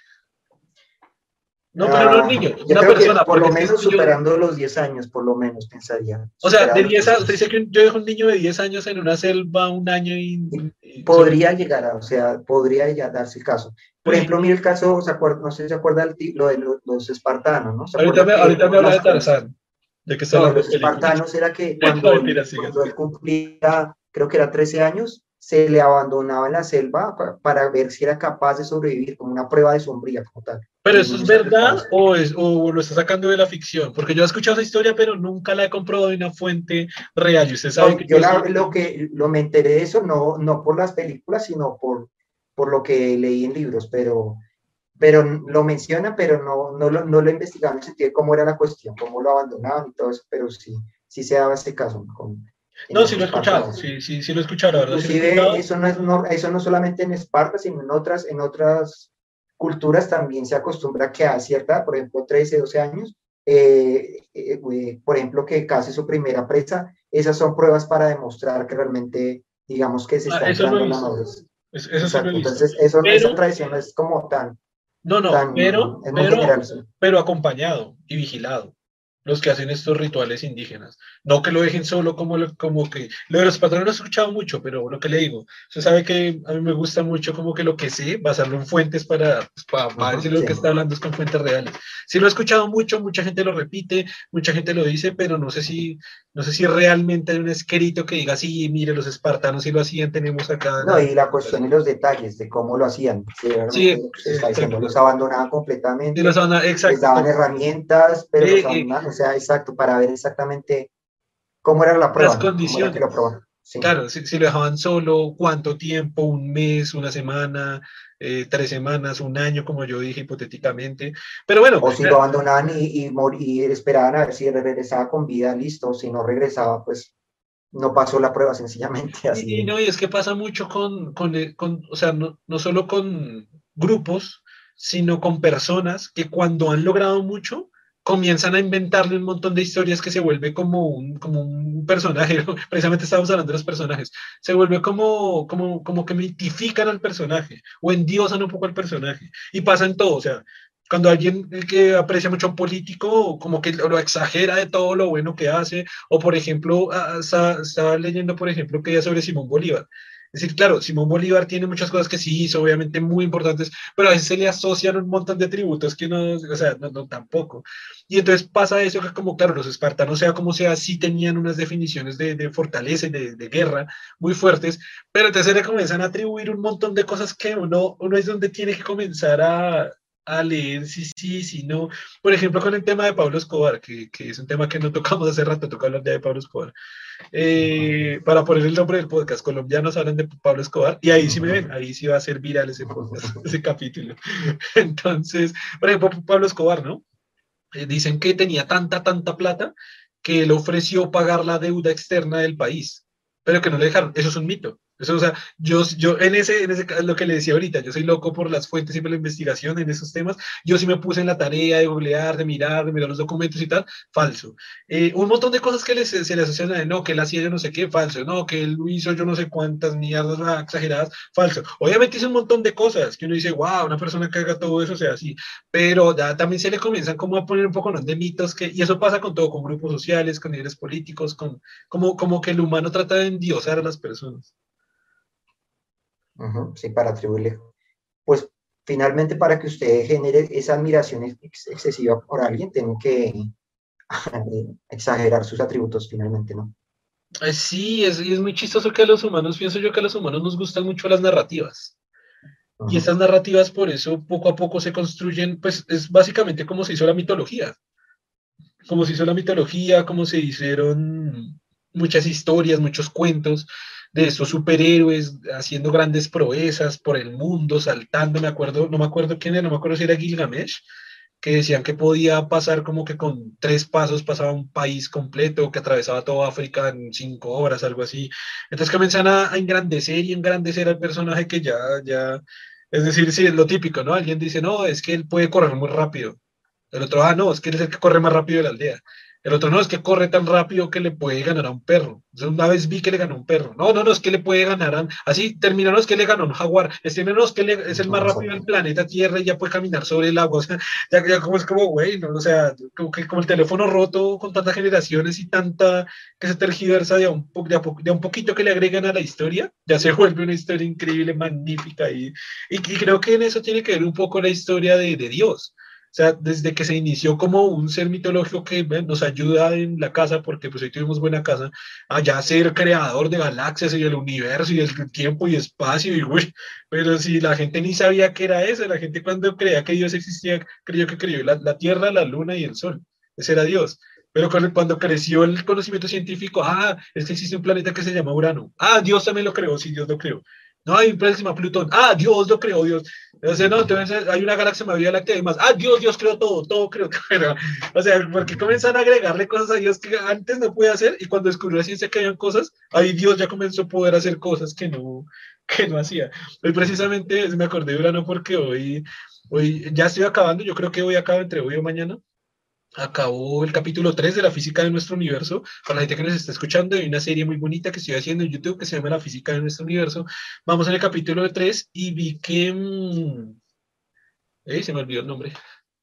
No, pero no un niño, Yo una creo que persona, por porque lo es que menos yo, superando los 10 años, por lo menos pensaría, o sea, de superando 10 a, los usted 10. dice que yo dejo un niño de 10 años en una selva 1 año Y y solo. podría llegar o sea, podría ya darse el caso. Por Uy, ejemplo, mire el caso, no sé si se acuerda lo de los espartanos, ¿no? ¿Se ahorita acuerda me, que ahorita me habla de las pruebas? Tarzán, de que está No, hablando los de películas. espartanos era que No, mentira, sigue, cuando sigue. él cumplía, creo que era 13 años, se le abandonaba en la selva para ver si era capaz de sobrevivir, como una prueba de sombría, como tal. Pero Y eso no es se arriesgaba. verdad o lo está sacando de la ficción, porque yo he escuchado esa historia, pero nunca la he comprobado de una fuente real. Y usted sabe No, que yo yo soy. lo me enteré de eso, no por las películas, sino por lo que leí en libros, pero lo menciona, pero no lo investigaron en el sentido de cómo era la cuestión, cómo lo abandonaban y todo eso, pero sí se daba ese caso en No, sí los lo he escuchado, espartanos. sí lo he escuchado, la verdad, sí lo he Inclusive escuchado. eso no solamente en Esparta, sino en otras culturas también se acostumbra que a cierta edad, por ejemplo, 13 12 años, por ejemplo, que case su primera presa, esas son pruebas para demostrar que realmente, digamos que se Ah, está eso lo he entrando en la visto, madurez. eso sí lo he Exacto, visto. entonces esa Pero, tradición no es como no, es muy general. Sí. pero acompañado y vigilado. Los que hacen estos rituales indígenas. No que lo dejen solo como que. Lo de los patrones lo he escuchado mucho, pero lo que le digo, usted sabe que a mí me gusta mucho como que lo que sé, basarlo en fuentes para Ujú, decir lo sí. que está hablando es con fuentes reales. Sí lo he escuchado mucho, mucha gente lo repite, mucha gente lo dice, pero no sé si realmente hay un escrito que diga, sí, mire, los espartanos sí lo hacían, tenemos acá No, la y la cuestión y documentación. los detalles de cómo lo hacían, si Sí, realmente lo que usted está diciendo, exacto. los abandonaban Sí, los completamente, van a- les exacto. daban herramientas, pero los Eh, abandonaban, o sea, exacto, para ver exactamente cómo era la las prueba, ¿no? Cómo era que lo condiciones. probaban. Sí. Claro, si lo dejaban solo, cuánto tiempo, 1 mes, una semana, 3 semanas, 1 año, como yo dije hipotéticamente. Pero bueno, O si lo abandonaban y esperaban a ver si regresaba con vida, listo, si no regresaba, pues no pasó la prueba, sencillamente y así. no, y es que pasa mucho o sea, no solo con grupos, sino con personas que cuando han logrado mucho, comienzan a inventarle un montón de historias que se vuelve como un personaje. Precisamente estábamos hablando de los personajes. Se vuelve como que mitifican al personaje o endiosan un poco al personaje. Y pasa en todo, o sea. Cuando alguien que aprecia mucho a un político, como que lo exagera de todo lo bueno que hace, o por ejemplo, estaba leyendo, por ejemplo, que ya sobre Simón Bolívar. Es decir, claro, Simón Bolívar tiene muchas cosas que sí hizo, obviamente muy importantes, pero a veces se le asocian un montón de atributos que no, o sea, no, no tampoco. Y entonces pasa eso que como, claro, los espartanos, sea como sea, sí tenían unas definiciones de fortaleza y de guerra muy fuertes, pero entonces le comienzan a atribuir un montón de cosas que uno es donde tiene que comenzar a leer si sí, si no. Por ejemplo, con el tema de Pablo Escobar, que es un tema que no tocamos hace rato, toca hablar ya de Pablo Escobar. Para poner el nombre del podcast, colombianos hablan de Pablo Escobar, y ahí sí me ven, ahí sí va a ser viral ese podcast, ese capítulo. Entonces, por ejemplo, Pablo Escobar, ¿no? Dicen que tenía tanta plata que él ofreció pagar la deuda externa del país, pero que no le dejaron. Eso es un mito. Eso, o sea, yo en ese lo que le decía ahorita, yo soy loco por las fuentes y por la investigación en esos temas. Yo sí me puse en la tarea de googlear, de mirar los documentos y tal, falso. Un montón de cosas que se le asocian a él, no, que él hacía yo no sé qué, falso, no, que él hizo yo no sé cuántas mierdas exageradas, falso. Obviamente hizo un montón de cosas que uno dice, wow, una persona que haga todo eso, o sea, así, pero ya también se le comienzan como a poner un poco, ¿no?, de mitos, y eso pasa con todo, con grupos sociales, con líderes políticos, como que el humano trata de endiosar a las personas. Sí, para atribuirle. Pues finalmente para que usted genere esa admiración excesiva por alguien, tiene que exagerar sus atributos finalmente, ¿no? Sí, y es muy chistoso que a los humanos, pienso yo que a los humanos nos gustan mucho las narrativas. Y Ujú. estas narrativas por eso poco a poco se construyen, pues es básicamente como se hizo la mitología, como se hizo la mitología, como se hicieron muchas historias, muchos cuentos de estos superhéroes haciendo grandes proezas por el mundo, saltando, no me acuerdo quién era, no me acuerdo si era Gilgamesh, que decían que podía pasar como que con 3 pasos pasaba un país completo, que atravesaba toda África en 5 horas, algo así. Entonces comienzan a engrandecer y engrandecer al personaje que es decir, sí, es lo típico, ¿no? Alguien dice, no, es que él puede correr muy rápido. El otro, no, es que él es el que corre más rápido de la aldea. El otro, no, es que corre tan rápido que le puede ganar a un perro. Entonces, una vez vi que le ganó a un perro. No, no, no, es que le puede ganar a... Así terminó, no, es que le ganó a un jaguar. No, es que es el más rápido del planeta Tierra y ya puede caminar sobre el agua. O sea, ya como es como, güey, ¿no? O sea, como el teléfono roto con tantas generaciones y tanta que se tergiversa de un poquito que le agregan a la historia, ya se vuelve una historia increíble, magnífica. Y creo que en eso tiene que ver un poco la historia de Dios. O sea, desde que se inició como un ser mitológico que nos ayuda en la casa, porque pues hoy tuvimos buena casa, a ya ser creador de galaxias y del universo y del tiempo y espacio, y uy, pero si la gente ni sabía qué era eso, la gente cuando creía que Dios existía, creyó que creyó la Tierra, la Luna y el Sol, ese era Dios. Pero cuando creció el conocimiento científico, es que existe un planeta que se llama Urano. Dios también lo creó, sí, Dios lo creó. No, hay un planeta que se llama Plutón. Dios lo creó, Dios. Entonces, no, entonces hay una galaxia más Vía Láctea y más. Dios creó todo creó. Pero, o sea, porque comienzan a agregarle cosas a Dios que antes no podía hacer y cuando descubrió la ciencia que habían cosas, ahí Dios ya comenzó a poder hacer cosas que no hacía. Hoy precisamente me acordé de Urano porque hoy ya estoy acabando, yo creo que hoy acabo entre hoy o mañana. Acabó el capítulo 3 de la física de nuestro universo. Para la gente que nos está escuchando, hay una serie muy bonita que estoy haciendo en YouTube que se llama La física de nuestro universo. Vamos en el capítulo 3 y vi que... se me olvidó el nombre.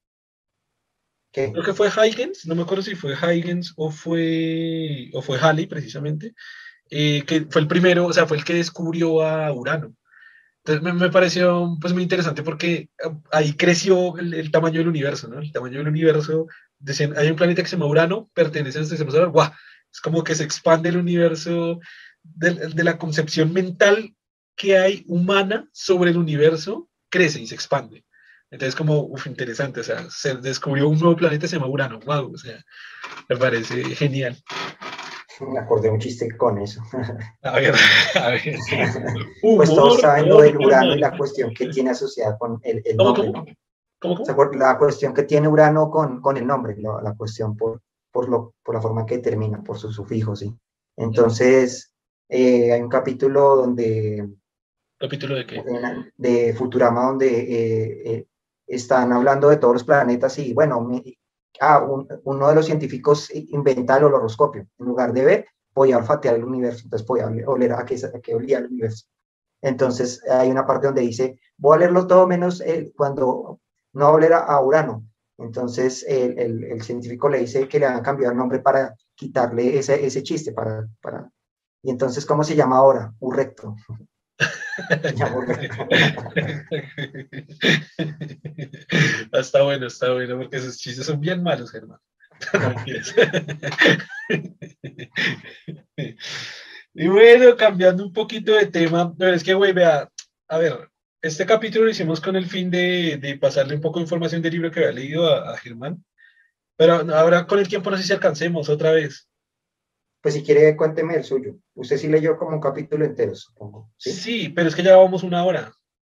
¿Qué? Creo que fue Huygens, no me acuerdo si fue Huygens o fue Halley precisamente, que fue el primero, o sea, fue el que descubrió a Urano. Entonces me pareció pues muy interesante porque ahí creció el tamaño del universo, ¿no? El tamaño del universo, decían, hay un planeta que se llama Urano, pertenece a este sistema solar, ¡guau! Es como que se expande el universo de la concepción mental que hay humana sobre el universo, crece y se expande. Entonces como, interesante, o sea, se descubrió un nuevo planeta, se llama Urano, wow, o sea, me parece genial. Me acordé un chiste con eso. A ver, a ver. Pues todos Humor saben lo por del Urano y canal. la cuestión que tiene asociada con el ¿Cómo, nombre, cómo? ¿no? ¿Cómo, cómo? La cuestión que tiene Urano con el nombre, la cuestión por la forma que termina, por su sufijo, ¿sí? Entonces, hay un capítulo ¿Capítulo de qué? de Futurama donde están hablando de todos los planetas y bueno, uno de los científicos inventa el horoscopio. En lugar de ver, podía olfatear el universo, entonces podía oler a qué olía el universo. Entonces hay una parte donde dice, voy a leerlo todo menos cuando no va a volver a Urano. Entonces el científico le dice que le van a cambiar el nombre para quitarle ese chiste, y entonces, ¿cómo se llama ahora? Urrecto. Se llama Urrecto. Está bueno, porque esos chistes son bien malos, Germán. No mentiras. Y bueno, cambiando un poquito de tema, pero es que, güey, vea, a ver, este capítulo lo hicimos con el fin de pasarle un poco de información del libro que había leído a Germán, pero ahora con el tiempo no sé si alcancemos otra vez. Pues si quiere, cuénteme el suyo. Usted sí leyó como un capítulo entero, supongo, ¿sí? Sí, pero es que ya vamos una hora.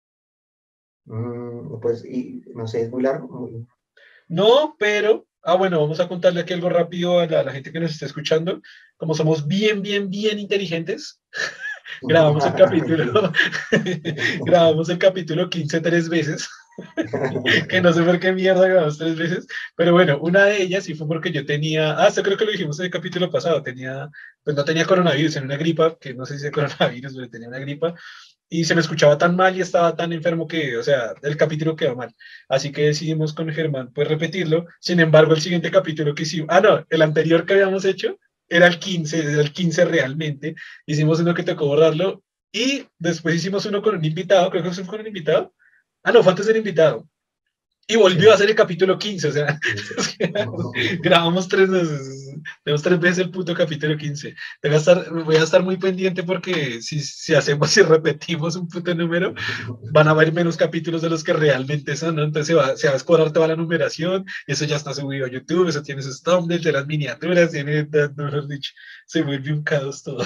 Pues, y no sé, es muy largo. No, pero, bueno, vamos a contarle aquí algo rápido a la gente que nos está escuchando. Como somos bien inteligentes, grabamos el capítulo, grabamos el capítulo 15 3 veces, que no sé por qué mierda grabamos 3 veces, pero bueno, una de ellas sí fue porque yo tenía, esto creo que lo dijimos en el capítulo pasado, pues no tenía coronavirus, en una gripa, que no sé si es coronavirus, pero tenía una gripa, y se me escuchaba tan mal y estaba tan enfermo que, o sea, el capítulo quedó mal. Así que decidimos con Germán, pues repetirlo. Sin embargo, el siguiente capítulo que hicimos, no, el anterior que habíamos hecho era el 15 realmente. Hicimos uno que tocó borrarlo y después hicimos uno con un invitado, creo que fue con un invitado. No, fue antes del invitado. Y volvió a Sí. ser el capítulo 15, o sea, grabamos 3 veces, tenemos 3 veces el puto capítulo 15. Voy a estar muy pendiente porque si hacemos y repetimos un puto número, van a haber menos capítulos de los que realmente son, ¿no? Entonces se va a escuadrar toda la numeración, y eso ya está subido a YouTube, eso tiene sus thumbnails de las miniaturas, mejor dicho, se vuelve un caos todo.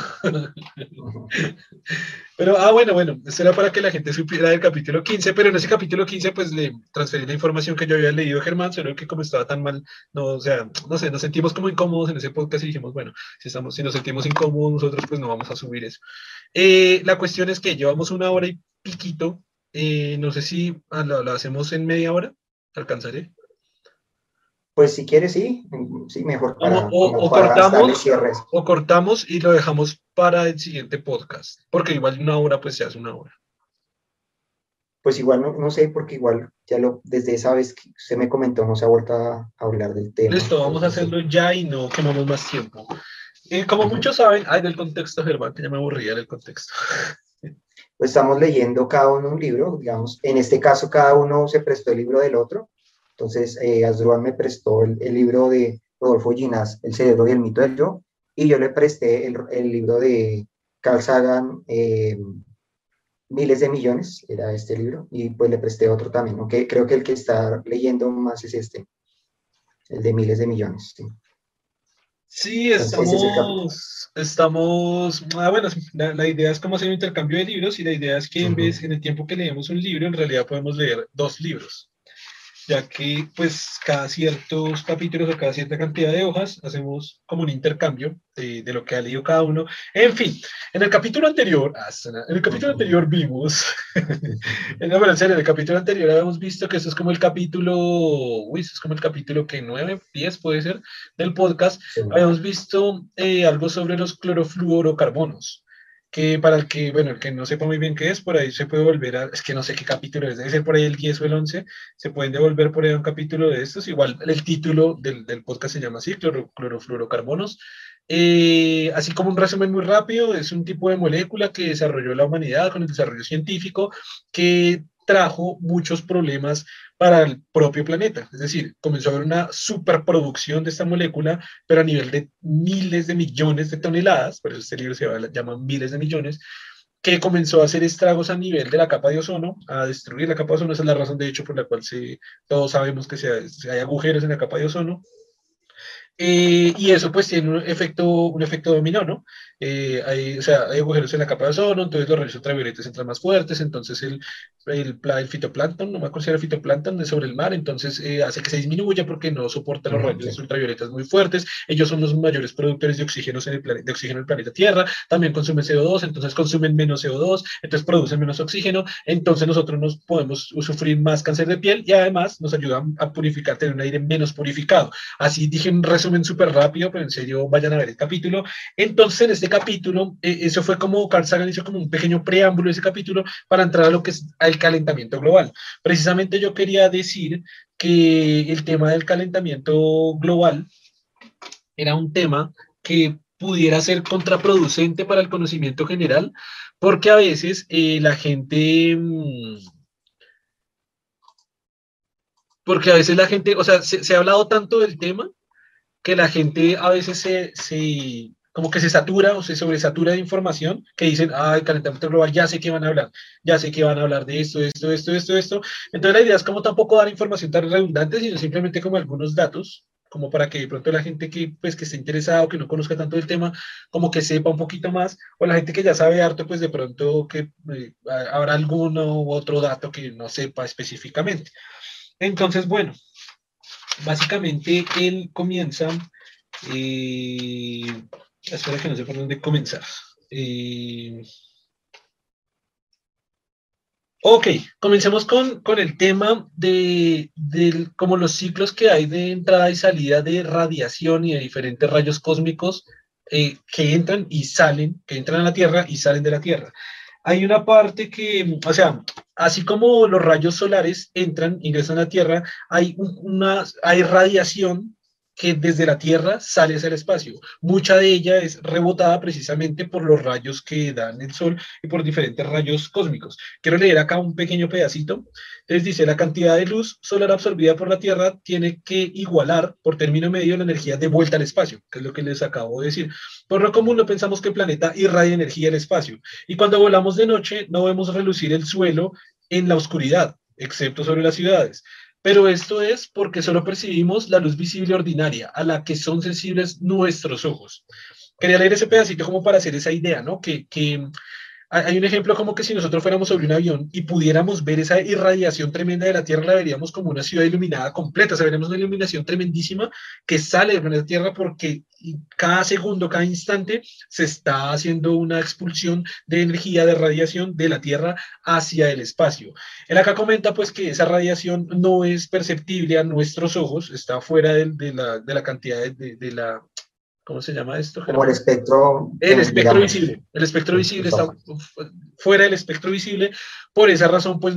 Pero, bueno, esto era para que la gente supiera del capítulo 15, pero en ese capítulo 15 pues le transferí la información que yo había leído a Germán, solo que como estaba tan mal, no, o sea, no sé, nos sentimos como incómodos en ese podcast y dijimos, bueno, si nos sentimos incómodos nosotros, pues no vamos a subir eso. La cuestión es que llevamos una hora y piquito, no sé si lo hacemos en media hora, alcanzaré. Pues si quiere, sí, sí, mejor como O para darle cortamos, cierres. o cortamos y lo dejamos para el siguiente podcast, porque igual una hora pues se hace una hora. Pues igual no sé, porque igual desde esa vez que usted me comentó, no se ha vuelto a hablar del tema, Listo, vamos entonces a no sé. hacerlo ya y no quemamos más tiempo. Como muchos saben, del contexto, Germán, que ya me aburría del contexto. Pues estamos leyendo cada uno un libro, digamos, en este caso cada uno se prestó el libro del otro. Entonces, Asdrúbal me prestó el libro de Rodolfo Ginás, El cerebro y el mito del yo, y yo le presté el libro de Carl Sagan, Miles de millones, era este libro, y pues le presté otro también, aunque creo que el que está leyendo más es este, el de miles de millones. Sí. Sí, Entonces, ese es el capítulo. bueno, la idea es como hacer un intercambio de libros y la idea es que Uh en el tiempo que leemos un libro, en realidad podemos leer 2 libros, ya que pues cada ciertos capítulos o cada cierta cantidad de hojas hacemos como un intercambio de lo que ha leído cada uno. En fin, en el capítulo -huh. anterior vimos, no, pero en serio, en el capítulo anterior habíamos visto que eso es como el capítulo, eso es como el capítulo que 9, 10 puede ser, del podcast. Sí. Habíamos visto algo sobre los clorofluorocarbonos, que para bueno, el que no sepa muy bien qué es, por ahí se puede volver es que no sé qué capítulo es, debe ser por ahí el 10 o el 11, se pueden devolver por ahí un capítulo de estos. Igual el título del podcast se llama así, clorofluorocarbonos. Así como un resumen muy rápido, es un tipo de molécula que desarrolló la humanidad con el desarrollo científico, que trajo muchos problemas para el propio planeta. Es decir, comenzó a haber una superproducción de esta molécula, pero a nivel de miles de millones de toneladas, por eso este libro llama Miles de Millones, que comenzó a hacer estragos a nivel de la capa de ozono, a destruir la capa de ozono. Esa es la razón, de hecho, por la cual todos sabemos que hay agujeros en la capa de ozono. Y eso pues tiene un efecto dominó, ¿no? O sea, hay agujeros en la capa de ozono, entonces los rayos ultravioletas entran más fuertes, entonces el fitoplancton, no me acuerdo si era fitoplancton de sobre el mar, entonces hace que se disminuya porque no soporta los Uh -huh, rayos ultravioletas muy fuertes. Ellos son los mayores productores de oxígeno de oxígeno en el planeta Tierra, también consumen CO2, entonces consumen menos CO2, entonces producen menos oxígeno, entonces nosotros nos podemos sufrir más cáncer de piel y además nos ayudan a purificar, tener un aire menos purificado. Así dije en resumen resumen súper rápido, pero en serio vayan a ver el capítulo. Entonces, en este capítulo, eso fue como Carl Sagan hizo como un pequeño preámbulo de ese capítulo para entrar a lo que es el calentamiento global. Precisamente yo quería decir que el tema del calentamiento global era un tema que pudiera ser contraproducente para el conocimiento general, porque a veces la gente, porque a veces la gente, o sea, se ha hablado tanto del tema que la gente a veces como que se satura o se sobresatura de información que dicen, ah, el calentamiento global, ya sé que van a hablar, ya sé que van a hablar de esto, esto, esto, esto, esto. Entonces la idea es como tampoco dar información tan redundante, sino simplemente como algunos datos, como para que de pronto la gente que, pues, que esté interesada o que no conozca tanto el tema, como que sepa un poquito más, o la gente que ya sabe harto, pues de pronto que habrá alguno u otro dato que no sepa específicamente. Entonces, bueno, básicamente él comienza, eh, espera que no sé por dónde comenzar. Eh, ok, comencemos con el tema como los ciclos que hay de entrada y salida de radiación y de diferentes rayos cósmicos que entran y salen, que entran a la Tierra y salen de la Tierra. Hay una parte que, o sea, así como los rayos solares entran, ingresan a la Tierra, hay radiación que desde la Tierra sale hacia el espacio. Mucha de ella es rebotada precisamente por los rayos que dan el Sol y por diferentes rayos cósmicos. Quiero leer acá un pequeño pedacito. Entonces dice, la cantidad de luz solar absorbida por la Tierra tiene que igualar por término medio la energía de vuelta al espacio, que es lo que les acabo de decir. Por lo común no pensamos que el planeta irradia energía al espacio. Y cuando volamos de noche no vemos relucir el suelo en la oscuridad, excepto sobre las ciudades. Pero esto es porque solo percibimos la luz visible ordinaria, a la que son sensibles nuestros ojos. Quería leer ese pedacito como para hacer esa idea, ¿no? Que hay un ejemplo como que si nosotros fuéramos sobre un avión y pudiéramos ver esa irradiación tremenda de la Tierra, la veríamos como una ciudad iluminada completa, o sea, veremos una iluminación tremendísima que sale de la Tierra porque cada segundo, cada instante se está haciendo una expulsión de energía, de radiación de la Tierra hacia el espacio. Él acá comenta pues que esa radiación no es perceptible a nuestros ojos, está fuera de la cantidad de la... ¿Cómo se llama esto, Como el Germán? espectro, El digamos, espectro visible está exacto. fuera del espectro visible, por esa razón pues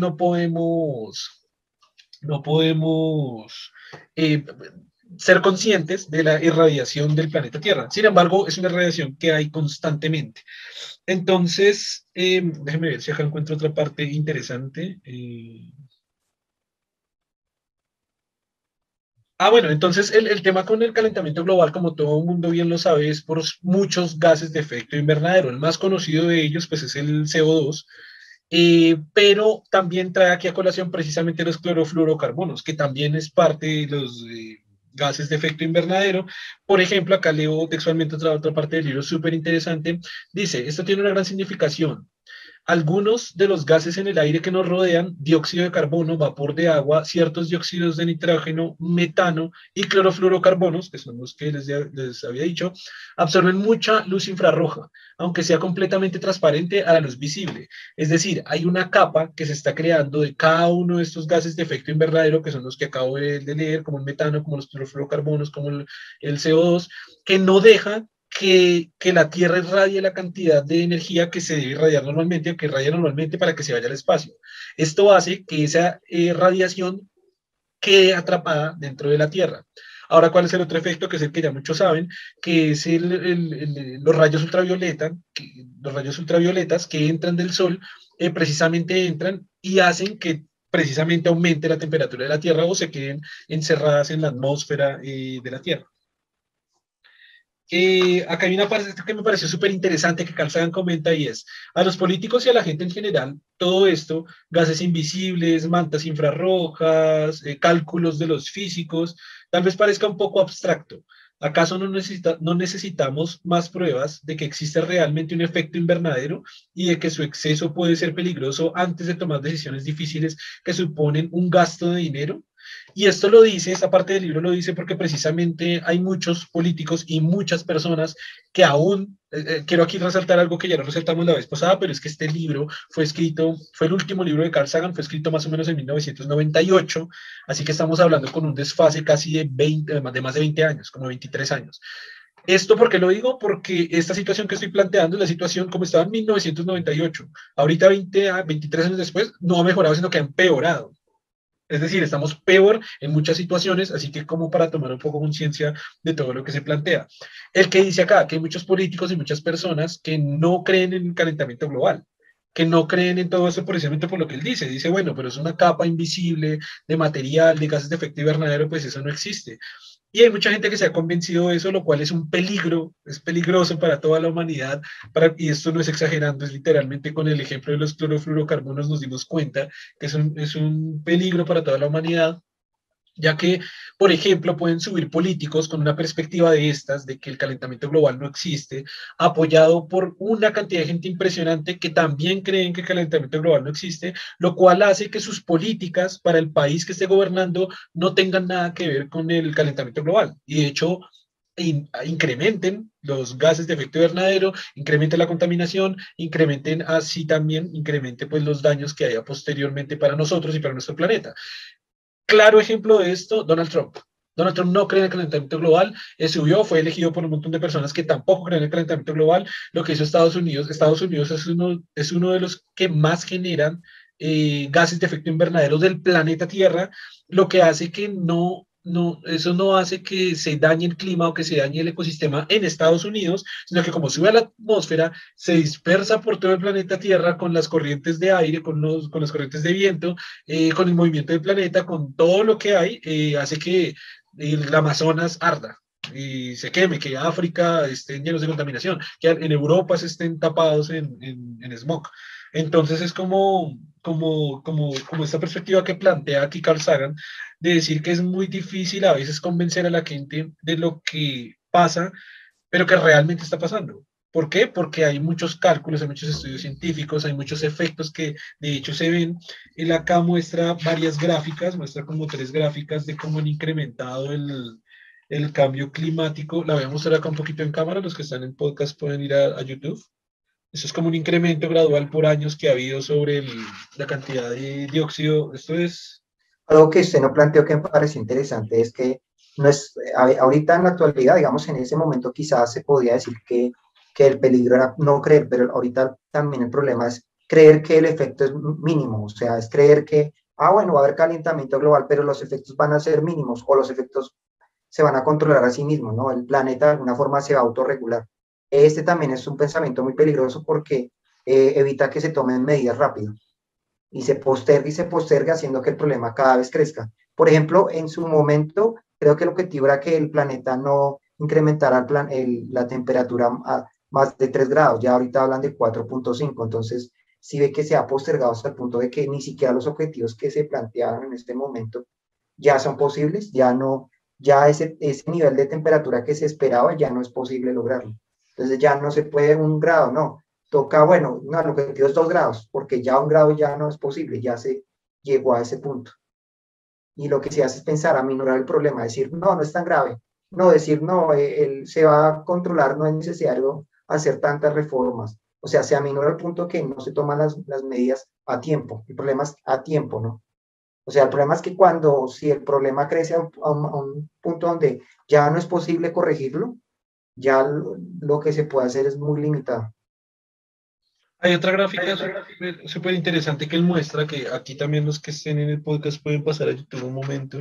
no podemos eh, ser conscientes de la irradiación del planeta Tierra. Sin embargo, es una irradiación que hay constantemente. Entonces, déjeme ver si acá encuentro otra parte interesante. Bueno, entonces el tema con el calentamiento global, como todo el mundo bien lo sabe, es por muchos gases de efecto invernadero. El más conocido de ellos, pues, es el CO2, pero también trae aquí a colación precisamente los clorofluorocarbonos, que también es parte de los gases de efecto invernadero. Por ejemplo, acá leo textualmente otra parte del libro súper interesante. Dice, esto tiene una gran significación. Algunos de los gases en el aire que nos rodean, dióxido de carbono, vapor de agua, ciertos dióxidos de nitrógeno, metano y clorofluorocarbonos, que son los que les había dicho, absorben mucha luz infrarroja, aunque sea completamente transparente a la luz visible. Es decir, hay una capa que se está creando de cada uno de estos gases de efecto invernadero, que son los que acabo de leer, como el metano, como los clorofluorocarbonos, como el CO2, que no deja que la Tierra irradie la cantidad de energía que se debe irradiar normalmente o que irradia normalmente para que se vaya al espacio. Esto hace que esa radiación quede atrapada dentro de la Tierra. Ahora, ¿cuál es el otro efecto? Que es el que ya muchos saben, que es los rayos ultravioleta, los rayos ultravioletas que entran del Sol, precisamente entran y hacen que precisamente aumente la temperatura de la Tierra o se queden encerradas en la atmósfera de la Tierra. Acá hay una parte que me pareció súper interesante que Carl Sagan comenta y es, a los políticos y a la gente en general, todo esto, gases invisibles, mantas infrarrojas, cálculos de los físicos, tal vez parezca un poco abstracto. ¿Acaso no necesitamos más pruebas de que existe realmente un efecto invernadero y de que su exceso puede ser peligroso antes de tomar decisiones difíciles que suponen un gasto de dinero? Y esto lo dice, esta parte del libro lo dice porque precisamente hay muchos políticos y muchas personas que aún quiero aquí resaltar algo que ya lo resaltamos la vez pasada, pero es que este libro fue escrito, fue el último libro de Carl Sagan, fue escrito más o menos en 1998, así que estamos hablando con un desfase casi de 20, de más de 20 años, como 23 años. ¿Esto por qué lo digo? Porque esta situación que estoy planteando es la situación como estaba en 1998. Ahorita, 23 años después, no ha mejorado, sino que ha empeorado. Es decir, estamos peor en muchas situaciones, así que como para tomar un poco conciencia de todo lo que se plantea. El que dice acá que hay muchos políticos y muchas personas que no creen en el calentamiento global, que no creen en todo eso precisamente por lo que él dice. Dice, bueno, pero es una capa invisible de material, de gases de efecto invernadero, pues eso no existe. Y hay mucha gente que se ha convencido de eso, lo cual es un peligro, es peligroso para toda la humanidad. Y esto no es exagerando, es literalmente con el ejemplo de los clorofluorocarbonos nos dimos cuenta que es un peligro para toda la humanidad, ya que, por ejemplo, pueden subir políticos con una perspectiva de estas, de que el calentamiento global no existe, apoyado por una cantidad de gente impresionante que también creen que el calentamiento global no existe, lo cual hace que sus políticas para el país que esté gobernando no tengan nada que ver con el calentamiento global. Y de hecho, incrementen los gases de efecto invernadero, incrementen la contaminación, incrementen así también, incremente pues los daños que haya posteriormente para nosotros y para nuestro planeta. Claro ejemplo de esto, Donald Trump. Donald Trump no cree en el calentamiento global, subió, fue elegido por un montón de personas que tampoco creen en el calentamiento global. Lo que hizo Estados Unidos es uno de los que más generan gases de efecto invernadero del planeta Tierra, lo que hace que eso no hace que se dañe el clima o que se dañe el ecosistema en Estados Unidos, sino que como sube a la atmósfera, se dispersa por todo el planeta Tierra con las corrientes de aire, con las corrientes de viento, con el movimiento del planeta, con todo lo que hay, hace que el Amazonas arda y se queme, que África estén llenos de contaminación, que en Europa se estén tapados en smog. Entonces es como esta perspectiva que plantea aquí Carl Sagan, de decir que es muy difícil a veces convencer a la gente de lo que pasa, pero que realmente está pasando. ¿Por qué? Porque hay muchos cálculos, hay muchos estudios científicos, hay muchos efectos que de hecho se ven. Él acá muestra varias gráficas, muestra como tres gráficas de cómo han incrementado el cambio climático. La voy a mostrar acá un poquito en cámara, los que están en podcast pueden ir a YouTube. Eso es como un incremento gradual por años que ha habido sobre la cantidad de dióxido. Esto es... Algo que usted no planteó que me pareció interesante es que no es, ahorita en la actualidad, digamos, en ese momento quizás se podía decir que el peligro era no creer, pero ahorita también el problema es creer que el efecto es mínimo, o sea, es creer que, bueno, va a haber calentamiento global, pero los efectos van a ser mínimos o los efectos se van a controlar a sí mismos, ¿no? El planeta de alguna forma se va a autorregular. Este también es un pensamiento muy peligroso porque evita que se tomen medidas rápido y se posterga haciendo que el problema cada vez crezca. Por ejemplo, en su momento, creo que el objetivo era que el planeta no incrementara la temperatura a más de 3 grados, ya ahorita hablan de 4.5, entonces sí ve que se ha postergado hasta el punto de que ni siquiera los objetivos que se plantearon en este momento ya son posibles, ya no, ya ese nivel de temperatura que se esperaba ya no es posible lograrlo. Entonces ya no se puede 1 grado, no, toca, bueno, no, el objetivo es 2 grados, porque ya 1 grado ya no es posible, ya se llegó a ese punto. Y lo que se hace es pensar a minorar el problema, decir, no, no es tan grave. No, decir, no, se va a controlar, no es necesario hacer tantas reformas. O sea, se aminora el punto que no se toman las medidas a tiempo. El problema es a tiempo, ¿no? O sea, el problema es que si el problema crece a un punto donde ya no es posible corregirlo, ya lo que se puede hacer es muy limitado. Hay otra gráfica súper interesante que él muestra, que aquí también los que estén en el podcast pueden pasar a YouTube un momento.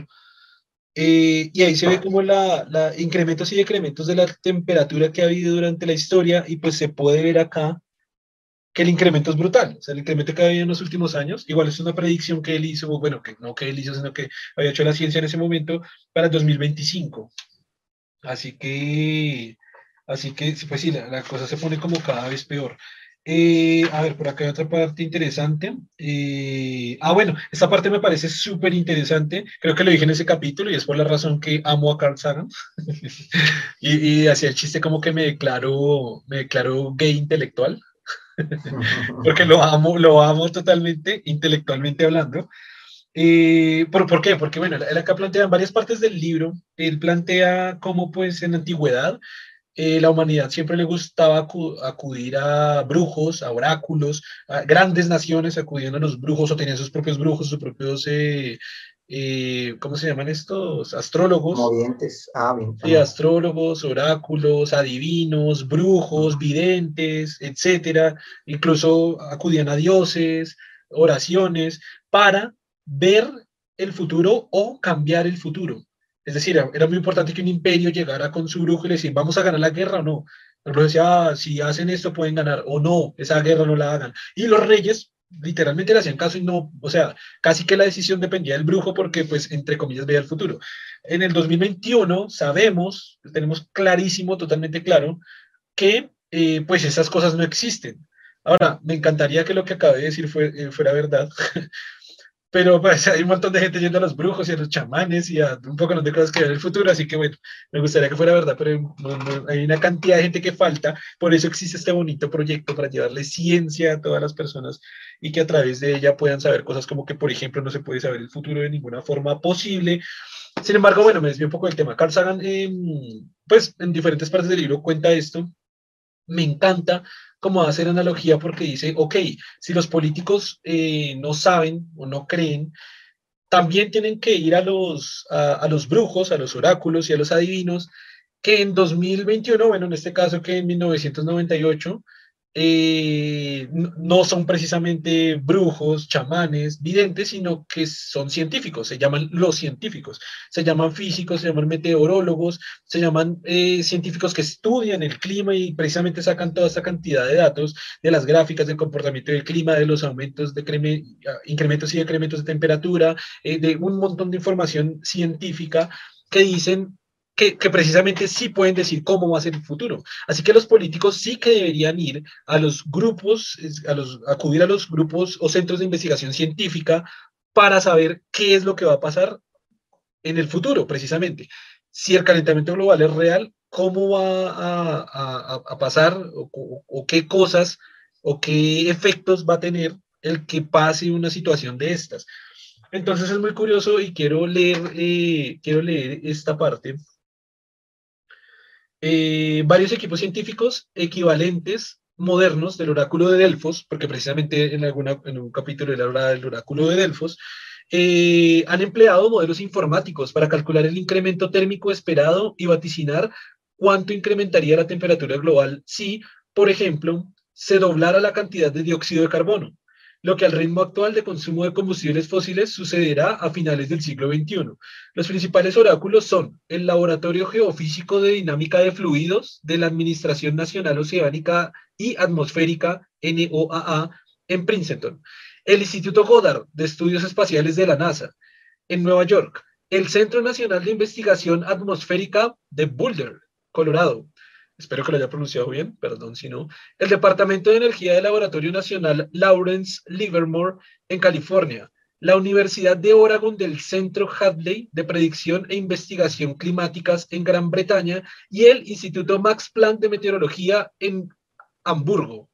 Y ahí se ve como la incrementos y decrementos de la temperatura que ha habido durante la historia y pues se puede ver acá que el incremento es brutal. O sea, el incremento que ha habido en los últimos años, igual es una predicción que él hizo, bueno, que no que él hizo, sino que había hecho la ciencia en ese momento para el 2025. Así que, pues sí, la cosa se pone como cada vez peor. A ver, por acá hay otra parte interesante. Bueno, esta parte me parece súper interesante. Creo que lo dije en ese capítulo y es por la razón que amo a Carl Sagan. Y hacía el chiste como que me declaro gay intelectual, porque lo amo totalmente, intelectualmente hablando. ¿Por qué? Porque, bueno, él acá plantea en varias partes del libro, él plantea cómo, pues, en la antigüedad, La humanidad siempre le gustaba acudir a brujos, a oráculos, a grandes naciones acudían a los brujos o tenían sus propios brujos, sus propios, ¿cómo se llaman estos? Astrólogos. Movientes, bien, Sí, también. astrólogos, oráculos, adivinos, brujos, videntes, etcétera. Incluso acudían a dioses, oraciones, para ver el futuro o cambiar el futuro. Es decir, era muy importante que un imperio llegara con su brujo y le decía, ¿vamos a ganar la guerra o no? El brujo decía, si hacen esto pueden ganar, o no, esa guerra no la hagan. Y los reyes literalmente le hacían caso y no, o sea, casi que la decisión dependía del brujo porque, pues, entre comillas, veía el futuro. En el 2021 sabemos, tenemos clarísimo, totalmente claro, que pues esas cosas no existen. Ahora, me encantaría que lo que acabé de decir fuera verdad, pero pues hay un montón de gente yendo a los brujos y a los chamanes y a un poco de cosas que ven el futuro, así que bueno, me gustaría que fuera verdad, pero hay una cantidad de gente que falta, por eso existe este bonito proyecto para llevarle ciencia a todas las personas y que a través de ella puedan saber cosas como que, por ejemplo, no se puede saber el futuro de ninguna forma posible. Sin embargo, bueno, me desvío un poco del tema. Carl Sagan, pues en diferentes partes del libro cuenta esto. Me encanta cómo hacer analogía porque dice, ok, si los políticos no saben o no creen, también tienen que ir a los brujos, a los oráculos y a los adivinos, que en 2021, bueno, en este caso que en 1998, no son precisamente brujos, chamanes, videntes, sino que son científicos, se llaman los científicos, se llaman físicos, se llaman meteorólogos, se llaman científicos que estudian el clima y precisamente sacan toda esta cantidad de datos de las gráficas del comportamiento del clima, de los aumentos de incrementos y decrementos de temperatura, de un montón de información científica que dicen que precisamente sí pueden decir cómo va a ser el futuro. Así que los políticos sí que deberían ir a los grupos, acudir a los grupos o centros de investigación científica para saber qué es lo que va a pasar en el futuro, precisamente. Si el calentamiento global es real, cómo va a pasar o qué cosas o qué efectos va a tener el que pase una situación de estas. Entonces es muy curioso y quiero leer esta parte. Varios equipos científicos equivalentes modernos del oráculo de Delfos, porque precisamente en un capítulo él habla del oráculo de Delfos, han empleado modelos informáticos para calcular el incremento térmico esperado y vaticinar cuánto incrementaría la temperatura global si, por ejemplo, se doblara la cantidad de dióxido de carbono, lo que al ritmo actual de consumo de combustibles fósiles sucederá a finales del siglo XXI. Los principales oráculos son el Laboratorio Geofísico de Dinámica de Fluidos de la Administración Nacional Oceánica y Atmosférica, NOAA, en Princeton, el Instituto Goddard de Estudios Espaciales de la NASA, en Nueva York, el Centro Nacional de Investigación Atmosférica de Boulder, Colorado. Espero que lo haya pronunciado bien, perdón si no. El Departamento de Energía del Laboratorio Nacional Lawrence Livermore en California, la Universidad de Oregon del Centro Hadley de Predicción e Investigación Climáticas en Gran Bretaña y el Instituto Max Planck de Meteorología en Hamburgo,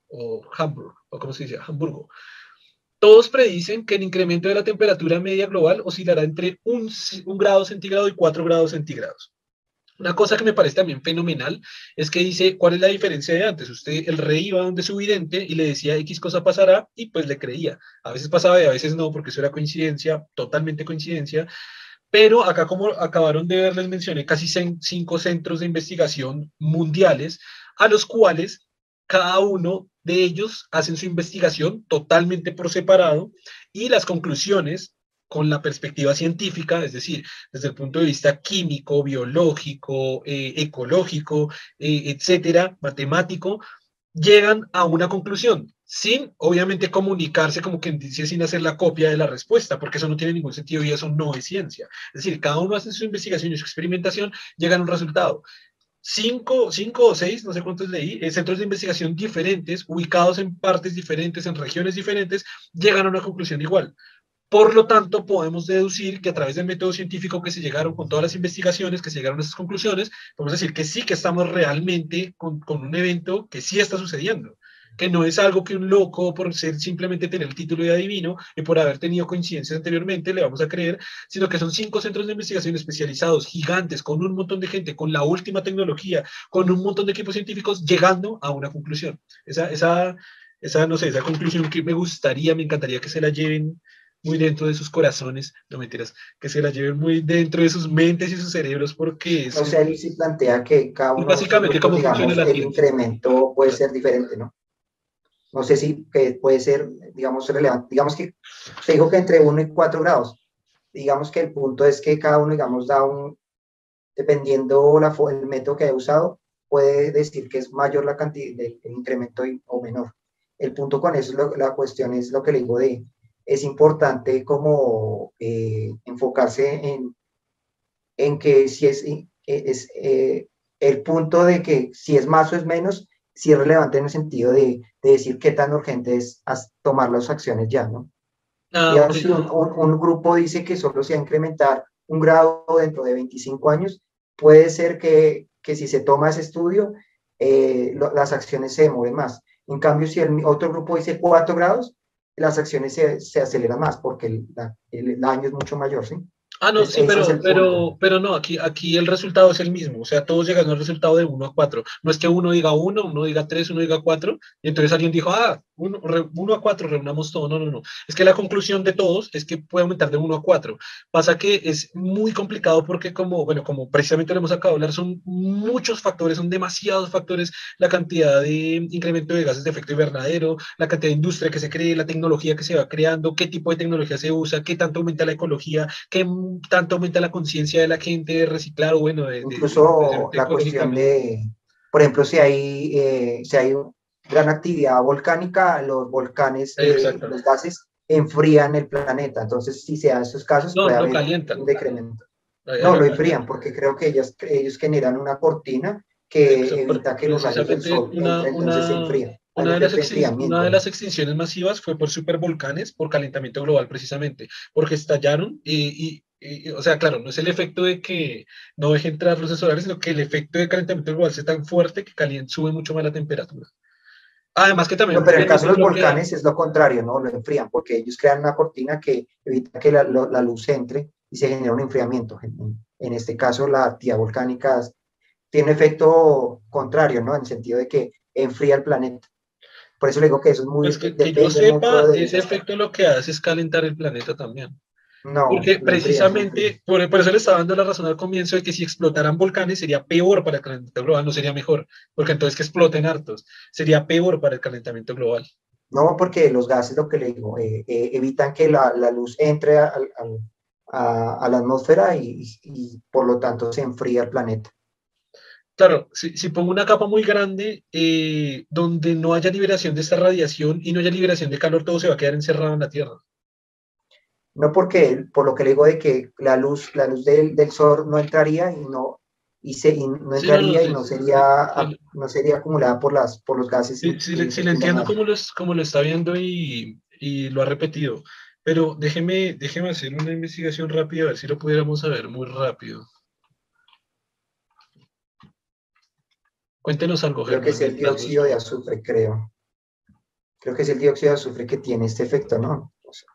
o como se dice, Hamburgo. Todos predicen que el incremento de la temperatura media global oscilará entre un grado centígrado y 4 grados centígrados. Una cosa que me parece también fenomenal es que dice, ¿cuál es la diferencia de antes? Usted, el rey iba donde su vidente y le decía X cosa pasará y pues le creía. A veces pasaba y a veces no, porque eso era coincidencia, totalmente coincidencia. Pero acá, como acabaron de ver, les mencioné casi 5 centros de investigación mundiales, a los cuales cada uno de ellos hacen su investigación totalmente por separado y las conclusiones con la perspectiva científica, es decir, desde el punto de vista químico, biológico, ecológico, etcétera, matemático, llegan a una conclusión, sin obviamente comunicarse como quien dice, sin hacer la copia de la respuesta, porque eso no tiene ningún sentido y eso no es ciencia. Es decir, cada uno hace su investigación y su experimentación, llegan a un resultado. Cinco o seis, no sé cuántos leí, centros de investigación diferentes, ubicados en partes diferentes, en regiones diferentes, llegan a una conclusión igual. Por lo tanto, podemos deducir que a través del método científico que se llegaron con todas las investigaciones, que se llegaron a esas conclusiones, podemos decir que sí que estamos realmente con un evento que sí está sucediendo. que no es algo que un loco, por ser simplemente tener el título de adivino y por haber tenido coincidencias anteriormente, le vamos a creer, sino que son 5 centros de investigación especializados, gigantes, con un montón de gente, con la última tecnología, con un montón de equipos científicos, llegando a una conclusión. No sé, esa conclusión que me gustaría, me encantaría que se la lleven muy dentro de sus corazones, no mentiras, que se la lleven muy dentro de sus mentes y sus cerebros, porque No sé, ahí sí plantea que cada es uno de estos básicamente grupos, cómo funciona digamos, la el ciencia. incremento puede Claro. ser diferente, ¿no? No sé si que puede ser, digamos, relevante. Digamos que se dijo que entre 1 y 4 grados. Digamos que el punto es que cada uno, digamos, da un, dependiendo el método que haya usado, puede decir que es mayor la cantidad del incremento o menor. El punto con eso, la cuestión es lo que le digo de, es importante como enfocarse en que si el punto de que si es más o es menos, si es relevante en el sentido de decir qué tan urgente es tomar las acciones ya, ¿no? Ah, ok. Digamos, si un grupo dice que solo se va a incrementar 1 grado dentro de 25 años, puede ser que si se toma ese estudio, las acciones se demoren más. En cambio, si el otro grupo dice 4 grados, las acciones se aceleran más porque el daño es mucho mayor, ¿sí? Ah, no, Entonces, sí, ese es el punto. pero no, aquí el resultado es el mismo. O sea, todos llegan al resultado de 1 a 4. No es que uno diga 1, uno diga 3, uno diga 4, y entonces alguien dijo, 1 a 4, reunamos todo. No, no, no. Es que la conclusión de todos es que puede aumentar de 1 a 4. Pasa que es muy complicado porque como precisamente lo hemos acabado de hablar, son muchos factores, son demasiados factores, la cantidad de incremento de gases de efecto invernadero, la cantidad de industria que se cree, la tecnología que se va creando, qué tipo de tecnología se usa, qué tanto aumenta la ecología, qué tanto aumenta la conciencia de la gente de reciclar o bueno, Incluso especialmente la cuestión ecológicamente. de, por ejemplo, si hay gran actividad volcánica, los volcanes, Exacto. los gases enfrían el planeta. Entonces, si se dan esos casos, No, puede lo haber calientan. un decremento. Allá No, lo lo calientan. enfrían porque creo que ellos generan una cortina que evita que los rayos del Precisamente sol entren, entonces se enfría. Hay un efecto de una enfriamiento de ahí. las extinciones masivas fue por supervolcanes, por calentamiento global precisamente, porque estallaron o sea, claro, no es el efecto de que no deje entrar luces solares, sino que el efecto de calentamiento global es tan fuerte que sube mucho más la temperatura. Además que No, también pero en el caso de permiten los bloquear. volcanes es lo contrario, ¿no? Lo enfrían porque ellos crean una cortina que evita que la luz entre y se genera un enfriamiento. En este caso, la actividad volcánica tiene un efecto contrario, ¿no? En el sentido de que enfría el planeta. Por eso le digo que eso es Pues muy, que yo depende mucho sepa, de ese ese efecto aspecto. lo que hace es calentar el planeta también. No, Porque lo enfría, eso enfría. precisamente, por eso le estaba dando la razón al comienzo de que si explotaran volcanes sería peor para el calentamiento global, no sería mejor, porque entonces que exploten hartos, sería peor para el calentamiento global. No, porque los gases, lo que le digo, evitan que la luz entre a la atmósfera y por lo tanto se enfría el planeta. Claro, si pongo una capa muy grande donde no haya liberación de esta radiación y no haya liberación de calor, todo se va a quedar encerrado en la Tierra. No porque, por lo que le digo de que la luz del sol no entraría y no Sí, no, no, entraría y sí, no sí, sería, sí, no sería acumulada por los gases sí le entiendo invernadero. cómo lo está viendo y lo ha repetido, pero déjeme hacer una investigación rápida, a ver si lo pudiéramos saber muy rápido. Cuéntenos algo, Creo que Germán, es el mientras dióxido de busco. azufre, creo. Creo que es el dióxido de azufre que tiene este efecto, ¿no? O sea,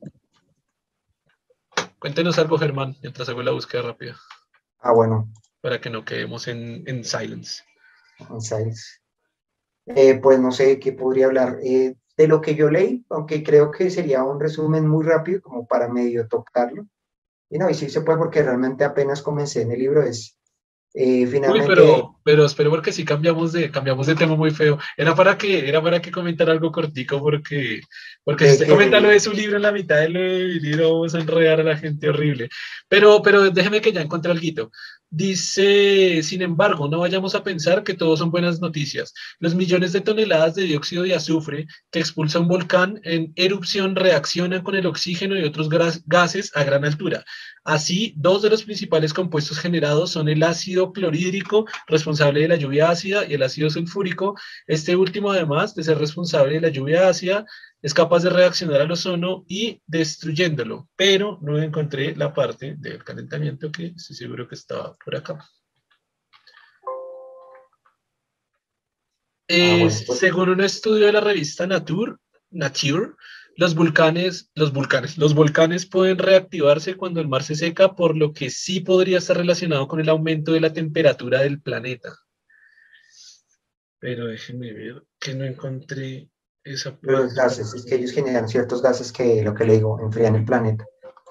Cuéntenos algo, Germán, mientras hago la búsqueda rápida, bueno, para que no quedemos en silence. insights. Pues no sé qué podría hablar. De lo que yo leí, aunque creo que sería un resumen muy rápido como para medio tocarlo. Y no, y sí se puede porque realmente apenas comencé en el libro, Uy, finalmente pero espero porque sí cambiamos de tema muy feo. Era para que comentara algo cortico porque si de usted que comenta lo de su libro en la mitad de lo de mi libro, vamos a enredar a la gente horrible. Pero déjeme que ya encontré algo. Dice, sin embargo, no vayamos a pensar que todo son buenas noticias. Los millones de toneladas de dióxido de azufre que expulsa un volcán en erupción reaccionan con el oxígeno y otros gases a gran altura. Así, dos de los principales compuestos generados son el ácido clorhídrico, responsable de la lluvia ácida, y el ácido sulfúrico. Este último, además de ser responsable de la lluvia ácida, es capaz de reaccionar al ozono y destruyéndolo, pero no encontré la parte del calentamiento que estoy seguro que estaba por acá. Bueno, Según un estudio de la revista Nature, los volcanes pueden reactivarse cuando el mar se seca, por lo que sí podría estar relacionado con el aumento de la temperatura del planeta. Pero déjenme ver que no encontré esa los parte. gases, es que ellos generan ciertos gases que, lo que le digo, enfrían el planeta.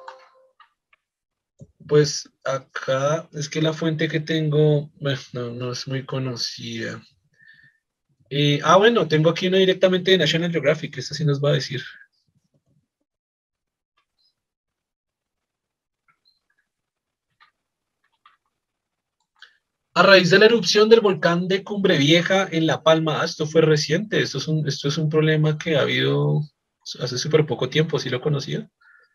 Pues acá es que la fuente que tengo, bueno, no es muy conocida. Bueno, tengo aquí una directamente de National Geographic, esta sí nos va a decir. A raíz de la erupción del volcán de Cumbre Vieja en La Palma, esto fue reciente, esto es un problema que ha habido hace súper poco tiempo, ¿sí lo conocía?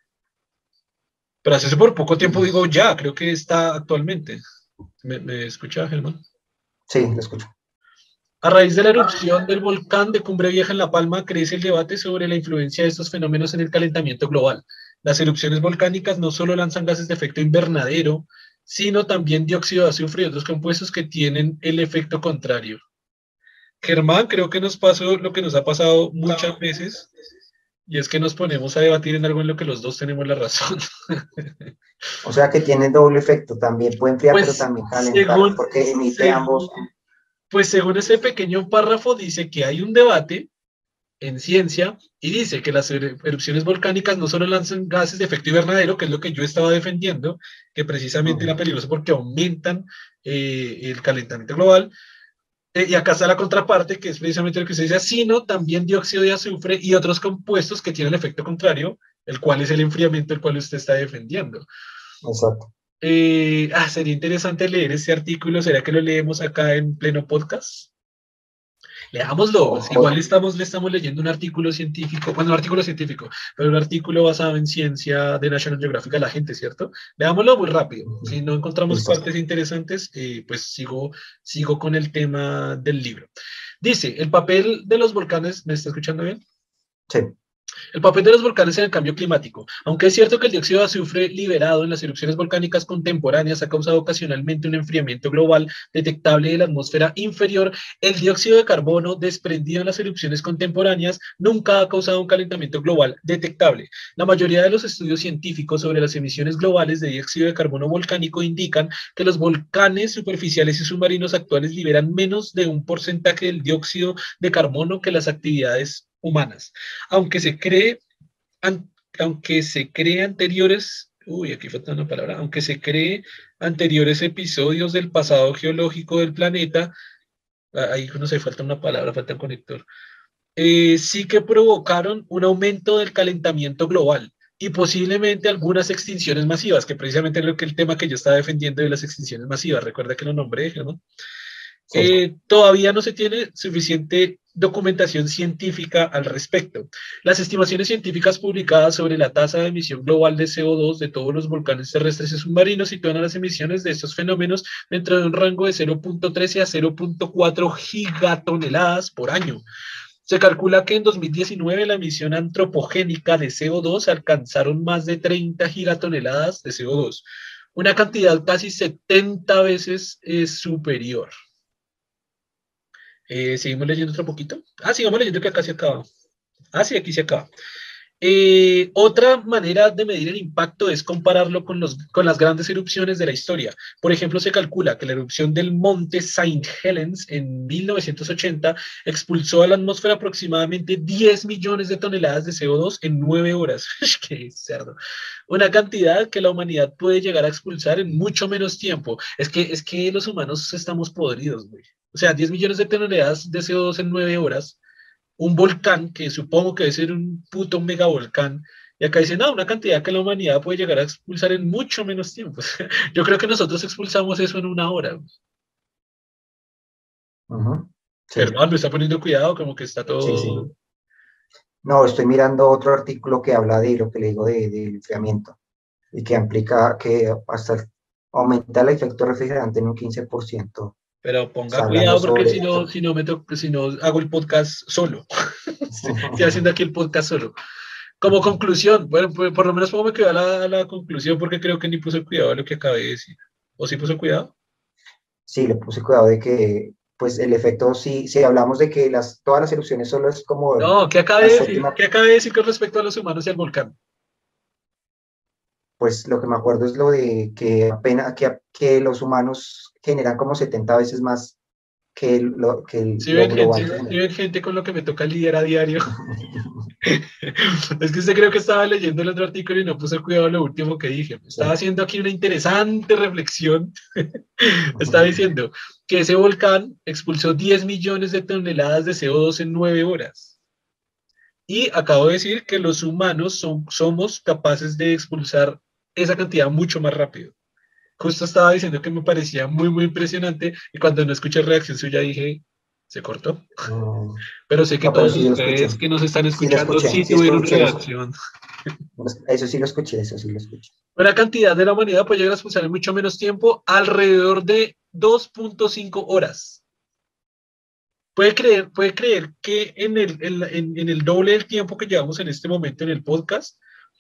Pero hace súper poco tiempo digo ya, creo que está actualmente. ¿Me escucha, Germán? Sí, lo escucho. A raíz de la erupción del volcán de Cumbre Vieja en La Palma, crece el debate sobre la influencia de estos fenómenos en el calentamiento global. Las erupciones volcánicas no solo lanzan gases de efecto invernadero, sino también dióxido de azufre y otros compuestos que tienen el efecto contrario. Germán, creo que nos pasó lo que nos ha pasado muchas veces, y es que nos ponemos a debatir en algo en lo que los dos tenemos la razón. O sea que tiene doble efecto, también puede enfriar, pero Pues también calentar, según, porque emite ambos. según, pues según ese pequeño párrafo dice que hay un debate en ciencia y dice que las erupciones volcánicas no solo lanzan gases de efecto invernadero, que es lo que yo estaba defendiendo, que precisamente era peligroso porque aumentan el calentamiento global. Y acá está la contraparte, que es precisamente lo que se dice, sino también dióxido de azufre y otros compuestos que tienen el efecto contrario, el cual es el enfriamiento el cual usted está defendiendo. Exacto. Sería interesante leer este artículo. ¿Será que lo leemos acá en pleno podcast? Leámoslo, O, pues o, igual le estamos leyendo un artículo científico, bueno, un artículo científico, pero un artículo basado en ciencia de National Geographic a la gente, ¿cierto? Leámoslo muy rápido. Si no encontramos listo. partes interesantes, pues sigo con el tema del libro. Dice, el papel de los volcanes, ¿me está escuchando bien? Sí. El papel de los volcanes en el cambio climático. Aunque es cierto que el dióxido de azufre liberado en las erupciones volcánicas contemporáneas ha causado ocasionalmente un enfriamiento global detectable de la atmósfera inferior, el dióxido de carbono desprendido en las erupciones contemporáneas nunca ha causado un calentamiento global detectable. La mayoría de los estudios científicos sobre las emisiones globales de dióxido de carbono volcánico indican que los volcanes superficiales y submarinos actuales liberan menos de un porcentaje del dióxido de carbono que las actividades humanas. Aunque se cree, an, aunque se cree anteriores, aquí falta una palabra, aunque se cree anteriores episodios del pasado geológico del planeta, ahí no sé, falta una palabra, falta un conector, sí que provocaron un aumento del calentamiento global y posiblemente algunas extinciones masivas, que precisamente es lo que el tema que yo estaba defendiendo de las extinciones masivas, recuerda que lo nombré, ¿no? Sí. Todavía no se tiene suficiente documentación científica al respecto. Las estimaciones científicas publicadas sobre la tasa de emisión global de CO2 de todos los volcanes terrestres y submarinos sitúan a las emisiones de estos fenómenos dentro de un rango de 0.13 a 0.4 gigatoneladas por año. Se calcula que en 2019 la emisión antropogénica de CO2 alcanzaron más de 30 gigatoneladas de CO2, una cantidad casi 70 veces superior. Seguimos leyendo otro poquito. Sigamos leyendo que acá se acaba. Sí, aquí se acaba. Otra manera de medir el impacto es compararlo con las grandes erupciones de la historia. Por ejemplo, se calcula que la erupción del monte Saint Helens en 1980 expulsó a la atmósfera aproximadamente 10 millones de toneladas de CO2 en 9 horas. ¡Qué cerdo! Una cantidad que la humanidad puede llegar a expulsar en mucho menos tiempo. Es que los humanos estamos podridos, güey. O sea, 10 millones de toneladas de CO2 en 9 horas, un volcán que supongo que debe ser un puto megavolcán. Y acá dicen, no, una cantidad que la humanidad puede llegar a expulsar en mucho menos tiempo. Yo creo que nosotros expulsamos eso en 1 hora. Sí, Perdón, me está poniendo cuidado, como que está sí, sí. todo. No, estoy mirando otro artículo que habla de lo que le digo del enfriamiento y que implica que hasta aumenta el efecto refrigerante en un 15%. Pero Está ponga hablando cuidado porque sobre si no, eso. si no hago el podcast solo. Estoy haciendo aquí el podcast solo. Como conclusión, bueno, pues, por lo menos pongo cuidado a la conclusión porque creo que ni puse cuidado a lo que acabé de decir. ¿O sí puso cuidado? Sí, le puse cuidado de que pues el efecto, si hablamos de que todas las erupciones solo es como No, la séptima, ¿qué acaba de decir con respecto a los humanos y al volcán? pues lo que me acuerdo es lo de que apenas que los humanos generan como 70 veces más lo global que Si genera. ven gente con lo que me toca lidiar a diario. Es que usted creo que estaba leyendo el otro artículo y no puse cuidado en lo último que dije. Estaba Sí. haciendo aquí una interesante reflexión. Estaba diciendo que ese volcán expulsó 10 millones de toneladas de CO2 en 9 horas. Y acabo de decir que los humanos somos capaces de expulsar esa cantidad mucho más rápido. Justo estaba diciendo que me parecía muy, muy impresionante y cuando no escuché reacción suya dije, se cortó. Mm, Pero sé que no, pero todos sí lo escuché. ustedes que nos están Sí lo escuchando escuché, sí sí tuvieron escuché reacción. eso sí lo escuché, eso sí lo escuché. Una cantidad de la humanidad puede llegar a expulsar en mucho menos tiempo, alrededor de 2.5 horas. Puede creer que en el doble del tiempo que llevamos en este momento en el podcast,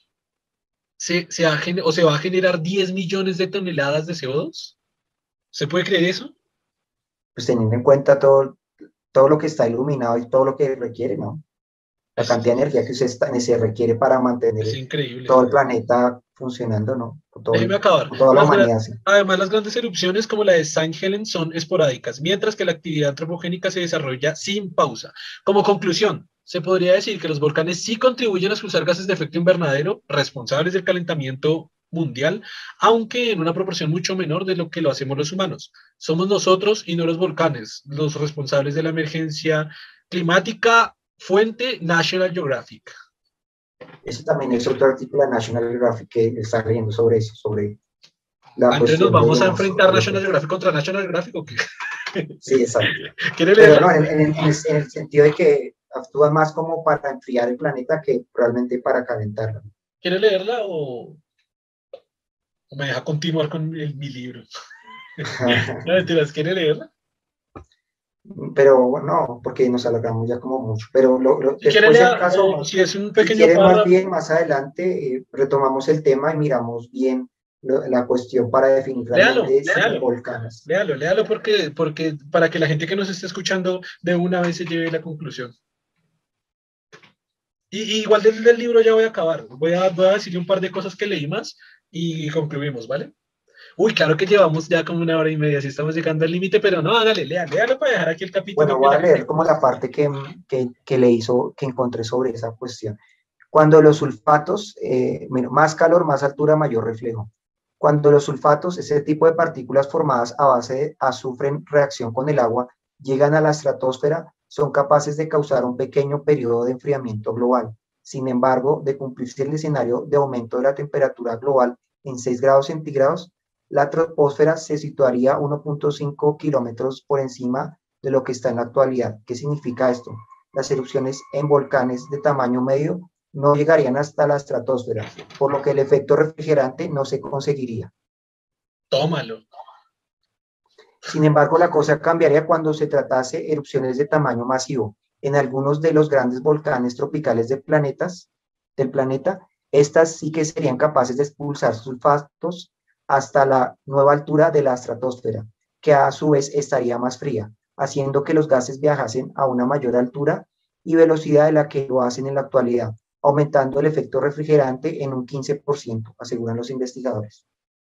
se va a generar 10 millones de toneladas de CO2. ¿Se puede creer eso? Pues teniendo en cuenta todo lo que está iluminado y todo lo que requiere, ¿no? La Es, cantidad de energía que se requiere para es mantener increíble. todo el planeta funcionando, ¿no? Déjeme acabar. Toda la humanidad, sí. Además, las grandes erupciones como la de Saint Helen son esporádicas, mientras que la actividad antropogénica se desarrolla sin pausa. Como conclusión, se podría decir que los volcanes sí contribuyen a expulsar gases de efecto invernadero responsables del calentamiento mundial, aunque en una proporción mucho menor de lo que lo hacemos los humanos. Somos nosotros y no los volcanes los responsables de la emergencia climática. Fuente National Geographic. Eso también es otro artículo de National Geographic que está leyendo sobre eso, sobre la Antes nos cuestión de vamos a los enfrentar National efectos. Geographic contra National Geographic o qué? Sí, exacto. ¿Quiere Pero leerla? no, en el sentido de que actúa más como para enfriar el planeta que realmente para calentarlo. ¿Quiere leerla o me deja continuar con mi libro? No, mentiras, ¿quiere leerla? Pero bueno, no, porque nos alargamos ya como mucho. Pero Si quiere después, si leer, acaso, o si es un si pequeño quieres más párrafo, bien, más adelante, retomamos el tema y miramos bien la cuestión para definir léalo, realmente si los volcanes. léalo porque para que la gente que nos esté escuchando de una vez se lleve la conclusión. Y igual del libro ya voy a acabar. Voy a decirle un par de cosas que leí más y concluimos, ¿vale? Uy, claro que llevamos ya como una hora y media, si estamos llegando al límite, pero no, hágale, léalo para dejar aquí el capítulo Bueno, que voy la a gente. leer como la parte que le hizo, que encontré sobre esa cuestión. Cuando los sulfatos, más calor, más altura, mayor reflejo. Cuando los sulfatos, ese tipo de partículas formadas a base de azufre en reacción con el agua, llegan a la estratosfera, son capaces de causar un pequeño periodo de enfriamiento global. Sin embargo, de cumplirse el escenario de aumento de la temperatura global en 6 grados centígrados, la troposfera se situaría 1.5 kilómetros por encima de lo que está en la actualidad. ¿Qué significa esto? Las erupciones en volcanes de tamaño medio no llegarían hasta la estratosfera, por lo que el efecto refrigerante no se conseguiría. Tómalo. Sin embargo, la cosa cambiaría cuando se tratase erupciones de tamaño masivo. En algunos de los grandes volcanes tropicales del planeta, estas sí que serían capaces de expulsar sulfatos hasta la nueva altura de la estratosfera, que a su vez estaría más fría, haciendo que los gases viajasen a una mayor altura y velocidad de la que lo hacen en la actualidad, aumentando el efecto refrigerante en un 15%, aseguran los investigadores.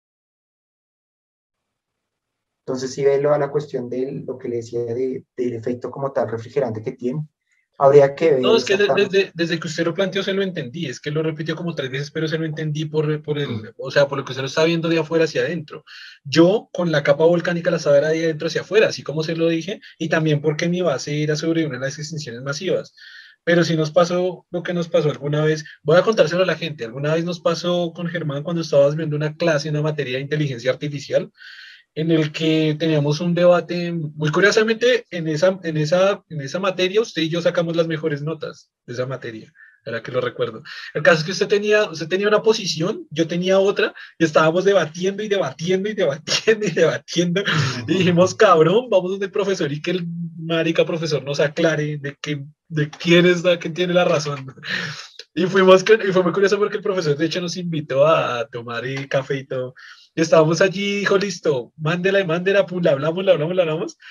Entonces, si ve a la cuestión de lo que le decía del efecto como tal refrigerante que tiene, habría que ver No, es que exactamente. desde que usted lo planteó se lo entendí, es que lo repitió como 3 veces, pero se lo entendí o sea, por lo que usted lo está viendo de afuera hacia adentro. Yo con la capa volcánica la estaba de adentro hacia afuera, así como se lo dije, y también porque mi base era sobre una de las extinciones masivas. Pero si nos pasó lo que nos pasó alguna vez, voy a contárselo a la gente, alguna vez nos pasó con Germán cuando estabas viendo una clase, una materia de inteligencia artificial, en el que teníamos un debate, muy curiosamente, en esa materia, usted y yo sacamos las mejores notas de esa materia, ahora que lo recuerdo. El caso es que usted tenía una posición, yo tenía otra, y estábamos debatiendo y debatiendo y debatiendo y debatiendo, y dijimos, cabrón, vamos donde el profesor y que el marica profesor nos aclare de quién tiene la razón. Y fue muy curioso porque el profesor, de hecho, nos invitó a tomar café y todo. Y estábamos allí, dijo, listo, mándela y mándela, pum, la hablamos, la hablamos, la hablamos.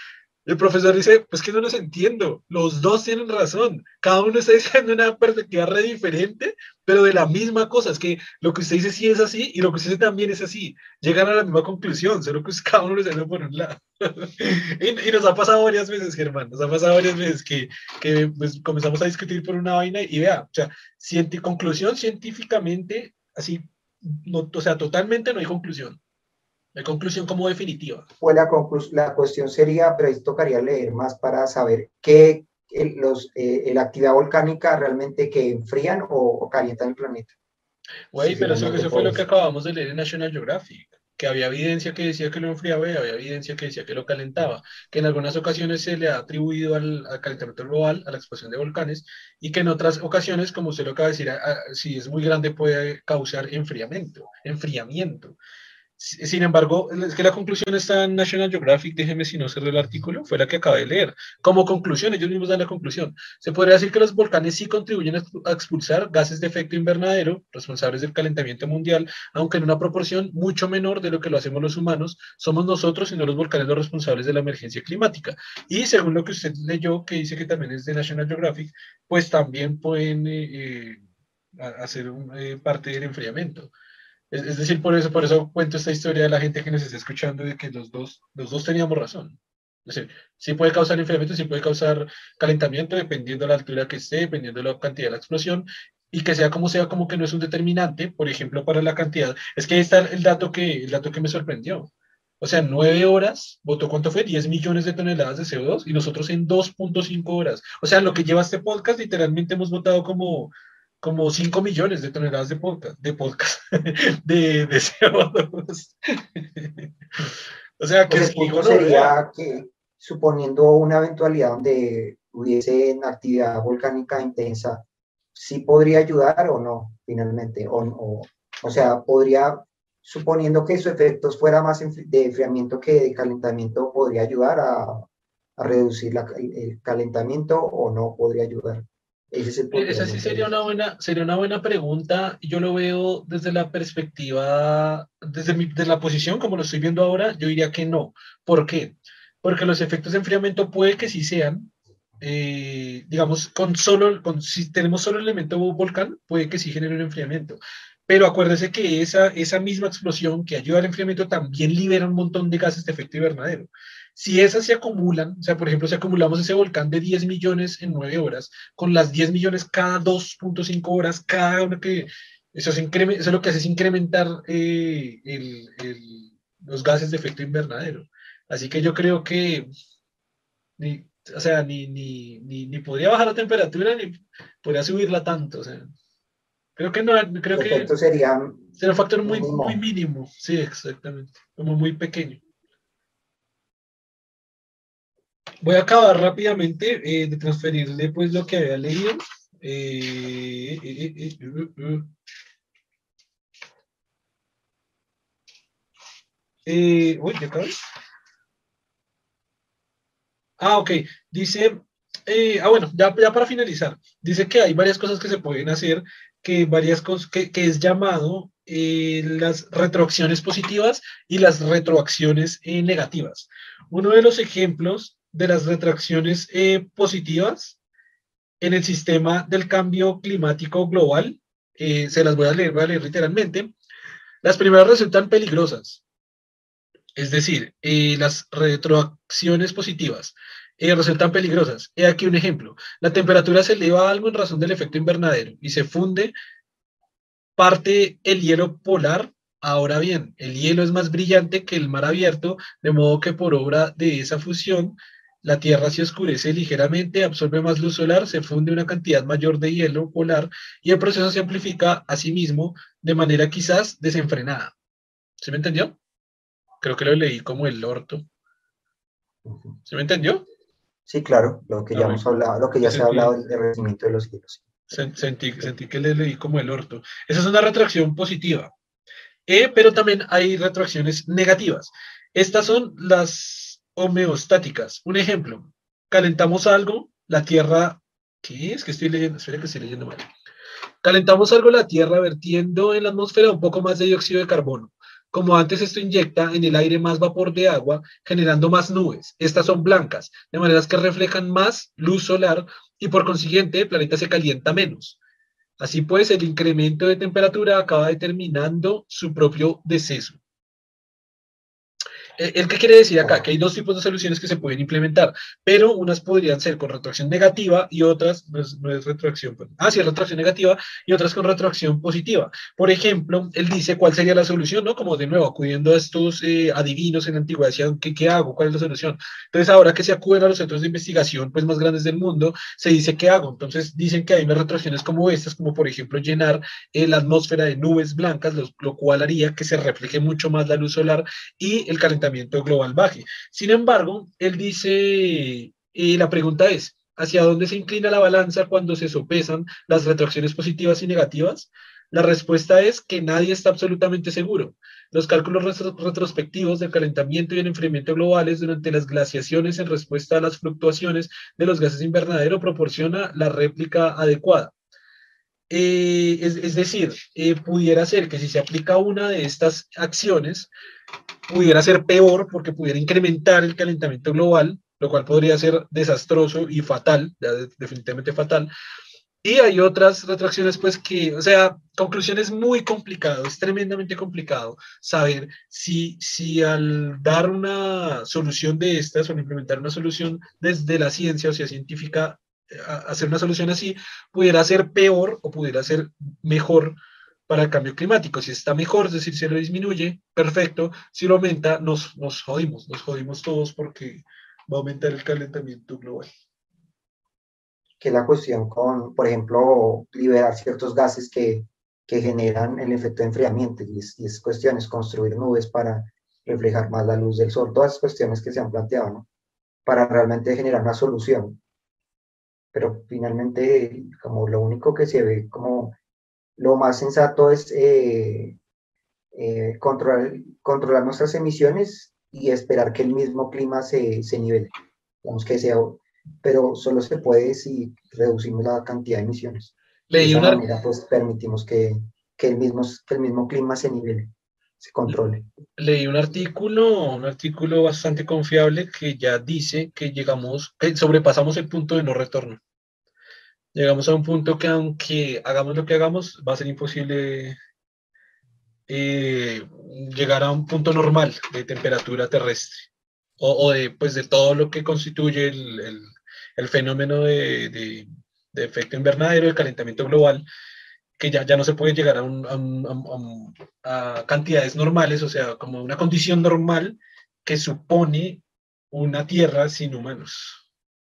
El profesor dice, pues que no los entiendo, los dos tienen razón, cada uno está diciendo una perspectiva re diferente, pero de la misma cosa, es que lo que usted dice sí es así y lo que usted dice también es así, llegan a la misma conclusión, solo que cada uno lo está haciendo por un lado. Y nos ha pasado varias veces, Germán, nos ha pasado varias veces que pues, comenzamos a discutir por una vaina y vea, o sea, conclusión científicamente, así, no, o sea, totalmente no hay conclusión. La conclusión como definitiva. Pues la cuestión sería, pero ahí tocaría leer más para saber la actividad volcánica realmente que enfrían o calientan el planeta. Güey, Sí, pero eso, finalmente eso fue por lo que eso. acabamos de leer en National Geographic, que había evidencia que decía que lo enfriaba y había evidencia que decía que lo calentaba, que en algunas ocasiones se le ha atribuido al calentamiento global, a la explosión de volcanes, y que en otras ocasiones, como usted lo acaba de decir, si es muy grande puede causar enfriamiento. Sin embargo, es que la conclusión está en National Geographic, déjeme si no cerré el artículo, fue la que acabé de leer. Como conclusión, ellos mismos dan la conclusión. Se podría decir que los volcanes sí contribuyen a expulsar gases de efecto invernadero, responsables del calentamiento mundial, aunque en una proporción mucho menor de lo que lo hacemos los humanos. Somos nosotros y no los volcanes los responsables de la emergencia climática. Y según lo que usted leyó, que dice que también es de National Geographic, pues también pueden hacer parte del enfriamiento. Es decir, por eso cuento esta historia de la gente que nos está escuchando de que los dos teníamos razón. Es decir, sí puede causar enfriamiento, sí puede causar calentamiento, dependiendo de la altura que esté, dependiendo de la cantidad de la explosión, y que sea como que no es un determinante, por ejemplo, para la cantidad. Es que ahí está el dato que me sorprendió. O sea, en 9 horas, ¿votó cuánto fue? 10 millones de toneladas de CO2 y nosotros en 2,5 horas. O sea, lo que lleva este podcast, literalmente hemos votado como 5 millones de toneladas de podcast, de CO2. O sea, que Pues es el que punto gonorrea. sería que, suponiendo una eventualidad donde hubiese una actividad volcánica intensa, ¿sí podría ayudar o no, finalmente? O sea, podría, suponiendo que su efectos fuera más de enfriamiento que de calentamiento, ¿podría ayudar a reducir el calentamiento o no podría ayudar? Ese es el punto, Esa sí digamos, de ellos. sería una buena pregunta. Yo lo veo desde la perspectiva, desde la posición como lo estoy viendo ahora, yo diría que no. ¿Por qué? Porque los efectos de enfriamiento puede que sí sean, digamos, si tenemos solo el elemento volcán, puede que sí genere un enfriamiento. Pero acuérdese que esa misma explosión que ayuda al enfriamiento también libera un montón de gases de efecto invernadero. Si esas se acumulan, o sea, por ejemplo, si acumulamos ese volcán de 10 millones en 9 horas, con las 10 millones cada 2,5 horas, cada una que eso lo que hace es incrementar los gases de efecto invernadero. Así que yo creo que, ni, o sea, ni podría bajar la temperatura, ni podría subirla tanto. O sea, creo que no, creo Los que efectos serían será un factor muy, muy mínimo. mínimo. Sí, exactamente. Como muy pequeño. Voy a acabar rápidamente de transferirle pues lo que había leído. Eh, eh, eh, eh, eh, uy, ¿qué acabé? Ok. Dice, bueno, ya para finalizar, dice que hay varias cosas que se pueden hacer, que varias cosas, que es llamado las retroacciones positivas y las retroacciones negativas. Uno de los ejemplos de las retroacciones positivas en el sistema del cambio climático global, se las voy a leer literalmente. Las primeras resultan peligrosas, es decir, las retroacciones positivas resultan peligrosas. He aquí un ejemplo. La temperatura se eleva algo en razón del efecto invernadero y se funde parte el hielo polar. Ahora bien, el hielo es más brillante que el mar abierto, de modo que por obra de esa fusión, la Tierra se oscurece ligeramente, absorbe más luz solar, se funde una cantidad mayor de hielo polar y el proceso se amplifica a sí mismo de manera quizás desenfrenada. ¿Se me entendió? Creo que lo leí como el orto. ¿Se me entendió? Sí, claro, lo que Ah, ya hemos bueno, hablado, lo que que ya se ha hablado del derretimiento de los hielos. sentí que le leí como el orto. Esa es una retracción positiva. Pero también hay retroacciones negativas. Estas son las homeostáticas. Un ejemplo, calentamos algo, la Tierra, ¿qué es? Que estoy leyendo, espera que estoy leyendo mal. Calentamos algo, la Tierra vertiendo en la atmósfera un poco más de dióxido de carbono. Como antes, esto inyecta en el aire más vapor de agua, generando más nubes. Estas son blancas, de manera que reflejan más luz solar y por consiguiente el planeta se calienta menos. Así pues, el incremento de temperatura acaba determinando su propio deceso. ¿El qué quiere decir acá? Que hay dos tipos de soluciones que se pueden implementar, pero unas podrían ser con retroacción negativa y otras, no es retroacción, sí, es retroacción negativa y otras con retroacción positiva. Por ejemplo, él dice cuál sería la solución, ¿no? Como de nuevo, acudiendo a estos adivinos en la antigüedad, decían, ¿qué hago? ¿Cuál es la solución? Entonces, ahora que se acuden a los centros de investigación pues, más grandes del mundo, se dice, ¿qué hago? Entonces, dicen que hay unas retroacciones como estas, como por ejemplo llenar la atmósfera de nubes blancas, lo cual haría que se refleje mucho más la luz solar y el calentamiento global baje. Sin embargo, él dice, la pregunta es, ¿hacia dónde se inclina la balanza cuando se sopesan las retroacciones positivas y negativas? La respuesta es que nadie está absolutamente seguro. Los cálculos retrospectivos del calentamiento y el enfriamiento globales durante las glaciaciones en respuesta a las fluctuaciones de los gases invernadero proporciona la réplica adecuada. Es decir, pudiera ser que si se aplica una de estas acciones, pudiera ser peor porque pudiera incrementar el calentamiento global, lo cual podría ser desastroso y fatal, definitivamente fatal. Y hay otras retracciones, pues que, o sea, conclusión es muy complicado, es tremendamente complicado saber si al dar una solución de estas o al implementar una solución desde la ciencia, o sea, científica, hacer una solución así, pudiera ser peor o pudiera ser mejor para el cambio climático. Si está mejor, es decir, si lo disminuye, perfecto. Si lo aumenta, nos jodimos todos porque va a aumentar el calentamiento global. Que es la cuestión con, por ejemplo, liberar ciertos gases que generan el efecto de enfriamiento, y es cuestiones, construir nubes para reflejar más la luz del sol, todas las cuestiones que se han planteado, ¿no? Para realmente generar una solución. Pero finalmente, como lo único que se ve como lo más sensato es controlar nuestras emisiones y esperar que el mismo clima se nivele. Digamos que sea, pero solo se puede si reducimos la cantidad de emisiones. De Leí esa una, manera, pues permitimos que el mismo clima se nivele, se controle. Leí un artículo bastante confiable que ya dice que que sobrepasamos el punto de no retorno. Llegamos a un punto que aunque hagamos lo que hagamos, va a ser imposible eh, llegar a un punto normal de temperatura terrestre pues, de todo lo que constituye el fenómeno de efecto invernadero, el calentamiento global, que ya no se puede llegar a cantidades normales, o sea, como una condición normal que supone una Tierra sin humanos.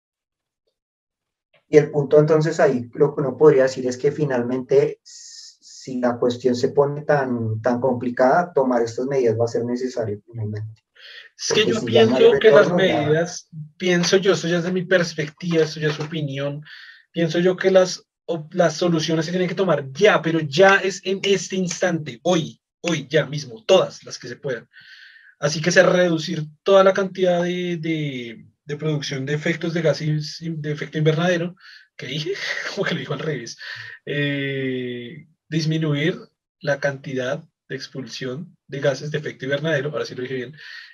Y el punto entonces ahí, lo que uno podría decir es que finalmente, si la cuestión se pone tan complicada, tomar estas medidas va a ser necesario finalmente. Es que Porque yo si ya no hay pienso que las retorno, ya. medidas, pienso yo, esto ya es de mi perspectiva, esto ya es opinión, pienso yo que las soluciones se tienen que tomar ya, pero ya es en este instante, hoy, ya mismo, todas las que se puedan. Así que se reducir toda la cantidad de producción de efectos de gases de efecto invernadero, que dije, como que lo dijo al revés, disminuir la cantidad de expulsión de gases de efecto invernadero, ahora sí lo dije bien,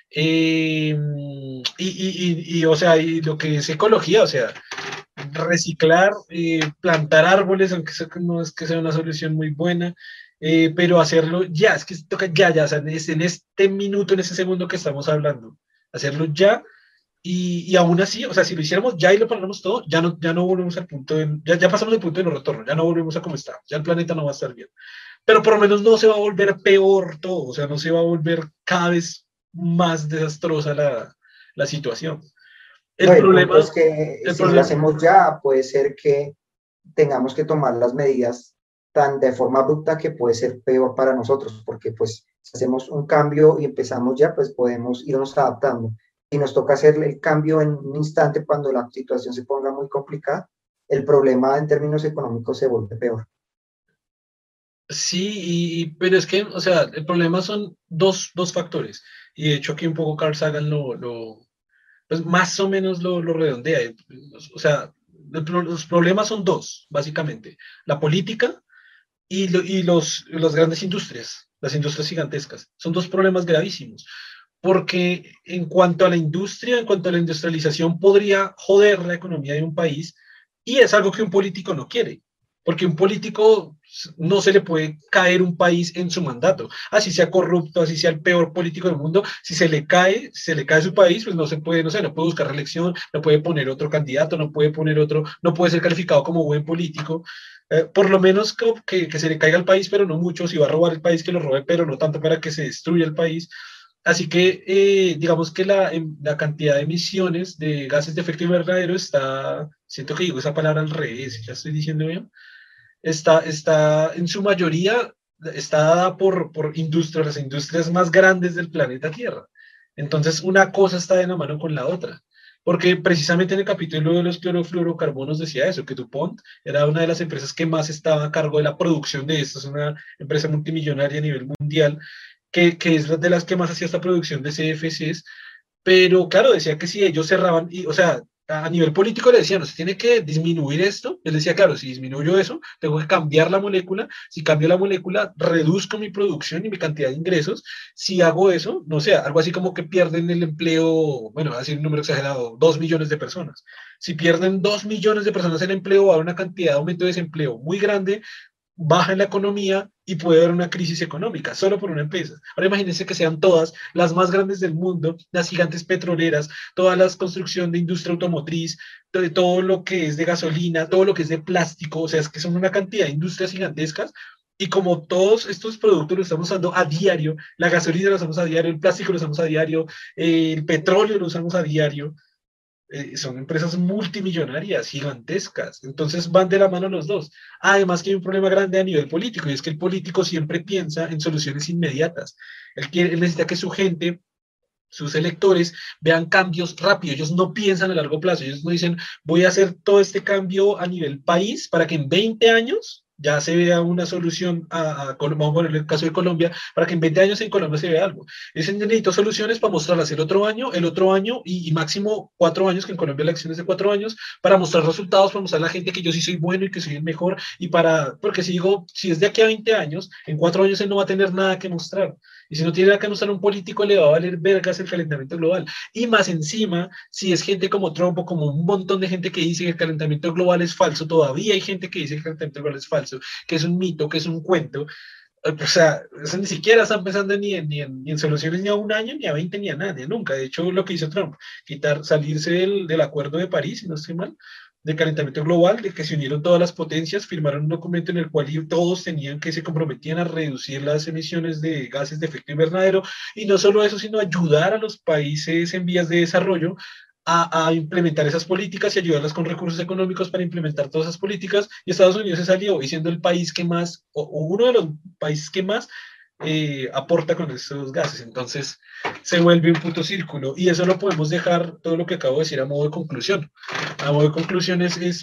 o sea, y lo que es ecología, o sea, reciclar, plantar árboles, aunque no es que sea una solución muy buena, pero hacerlo ya, es que toca ya, o sea, en este minuto, en este segundo que estamos hablando, hacerlo ya, y aún así, o sea, si lo hiciéramos ya y lo paramos todo, ya no volvemos al punto ya pasamos el punto de no retorno, ya no volvemos a como está, ya el planeta no va a estar bien, pero por lo menos no se va a volver peor todo, o sea, no se va a volver cada vez más desastrosa la situación. No, El el punto problema, es que el si no lo problema, hacemos ya, puede ser que tengamos que tomar las medidas tan de forma abrupta que puede ser peor para nosotros, porque pues si hacemos un cambio y empezamos ya, pues podemos irnos adaptando. Si nos toca hacer el cambio en un instante cuando la situación se ponga muy complicada, el problema en términos económicos se vuelve peor. sí, pero es que, o sea, el problema son dos factores. Y de hecho aquí un poco Carl Sagan pues más o menos lo redondea. O sea, los problemas son dos, básicamente. La política y las grandes industrias. las industrias gigantescas. Son dos problemas gravísimos, porque en cuanto a la industria, en cuanto a la industrialización, podría joder la economía de un país y es algo que un político no quiere, porque un político no se le puede caer un país en su mandato, así sea corrupto, así sea el peor político del mundo, si se le cae su país, pues no se puede, no sé, no puede buscar reelección, no puede poner otro candidato, no puede poner otro, no puede ser calificado como buen político. Por lo menos que se le caiga al país, pero no mucho, si va a robar el país, que lo robe, pero no tanto para que se destruya el país. Así que digamos que la cantidad de emisiones de gases de efecto invernadero está, siento que digo esa palabra al revés, ya estoy diciendo bien, está en su mayoría, está dada por industrias, las industrias más grandes del planeta Tierra. Entonces, una cosa está de la mano con la otra. Porque precisamente en el capítulo de los clorofluorocarbonos decía eso, que DuPont era una de las empresas que más estaba a cargo de la producción de esto, es una empresa multimillonaria a nivel mundial, que es de las que más hacía esta producción de CFCs, pero claro, decía que si ellos cerraban, y, o sea, a nivel político le decían, no, se tiene que disminuir esto. Él decía, claro, si disminuyo eso, tengo que cambiar la molécula. Si cambio la molécula, reduzco mi producción y mi cantidad de ingresos. Si hago eso, no sé, algo así como que pierden el empleo, bueno, va a decir un número exagerado, 2 millones de personas. Si pierden 2 millones de personas el empleo, va a haber una cantidad de aumento de desempleo muy grande, baja en la economía y puede haber una crisis económica solo por una empresa. Ahora imagínense que sean todas las más grandes del mundo, las gigantes petroleras, toda la construcción de industria automotriz, todo lo que es de gasolina, todo lo que es de plástico, o sea, es que son una cantidad de industrias gigantescas. Y como todos estos productos los estamos usando a diario, la gasolina lo usamos a diario, el plástico lo usamos a diario, el petróleo lo usamos a diario, son empresas multimillonarias, gigantescas, entonces van de la mano los dos. Además que hay un problema grande a nivel político, y es que el político siempre piensa en soluciones inmediatas. Él necesita que su gente, sus electores, vean cambios rápidos. Ellos no piensan a largo plazo. Ellos no dicen, voy a hacer todo este cambio a nivel país para que en 20 años ya se vea una solución vamos a poner el caso de Colombia, para que en 20 años en Colombia se vea algo. Dicen, necesito soluciones para mostrarlas el otro año y máximo 4 años, que en Colombia la elección es de 4 años, para mostrar resultados, para mostrar a la gente que yo sí soy bueno y que soy el mejor, porque si digo, si es de aquí a 20 años, en 4 años él no va a tener nada que mostrar. Y si no tiene nada que mostrar un político, le va a valer vergas el calentamiento global. Y más encima, si es gente como Trump o como un montón de gente que dice que el calentamiento global es falso, todavía hay gente que dice que el calentamiento global es falso, que es un mito, que es un cuento. O sea, eso ni siquiera están pensando ni en soluciones ni a un año, ni a 20, ni a nada, ni a nunca. De hecho, lo que hizo Trump, salirse del acuerdo de París, si no estoy mal, de calentamiento global, de que se unieron todas las potencias, firmaron un documento en el cual todos tenían que se comprometían a reducir las emisiones de gases de efecto invernadero, y no solo eso, sino ayudar a los países en vías de desarrollo a implementar esas políticas y ayudarlas con recursos económicos para implementar todas esas políticas. Y Estados Unidos se salió y siendo el país que más, o uno de los países que más aporta con esos gases. Entonces se vuelve un puto círculo, y eso lo podemos dejar, todo lo que acabo de decir, a modo de conclusión. A modo de conclusión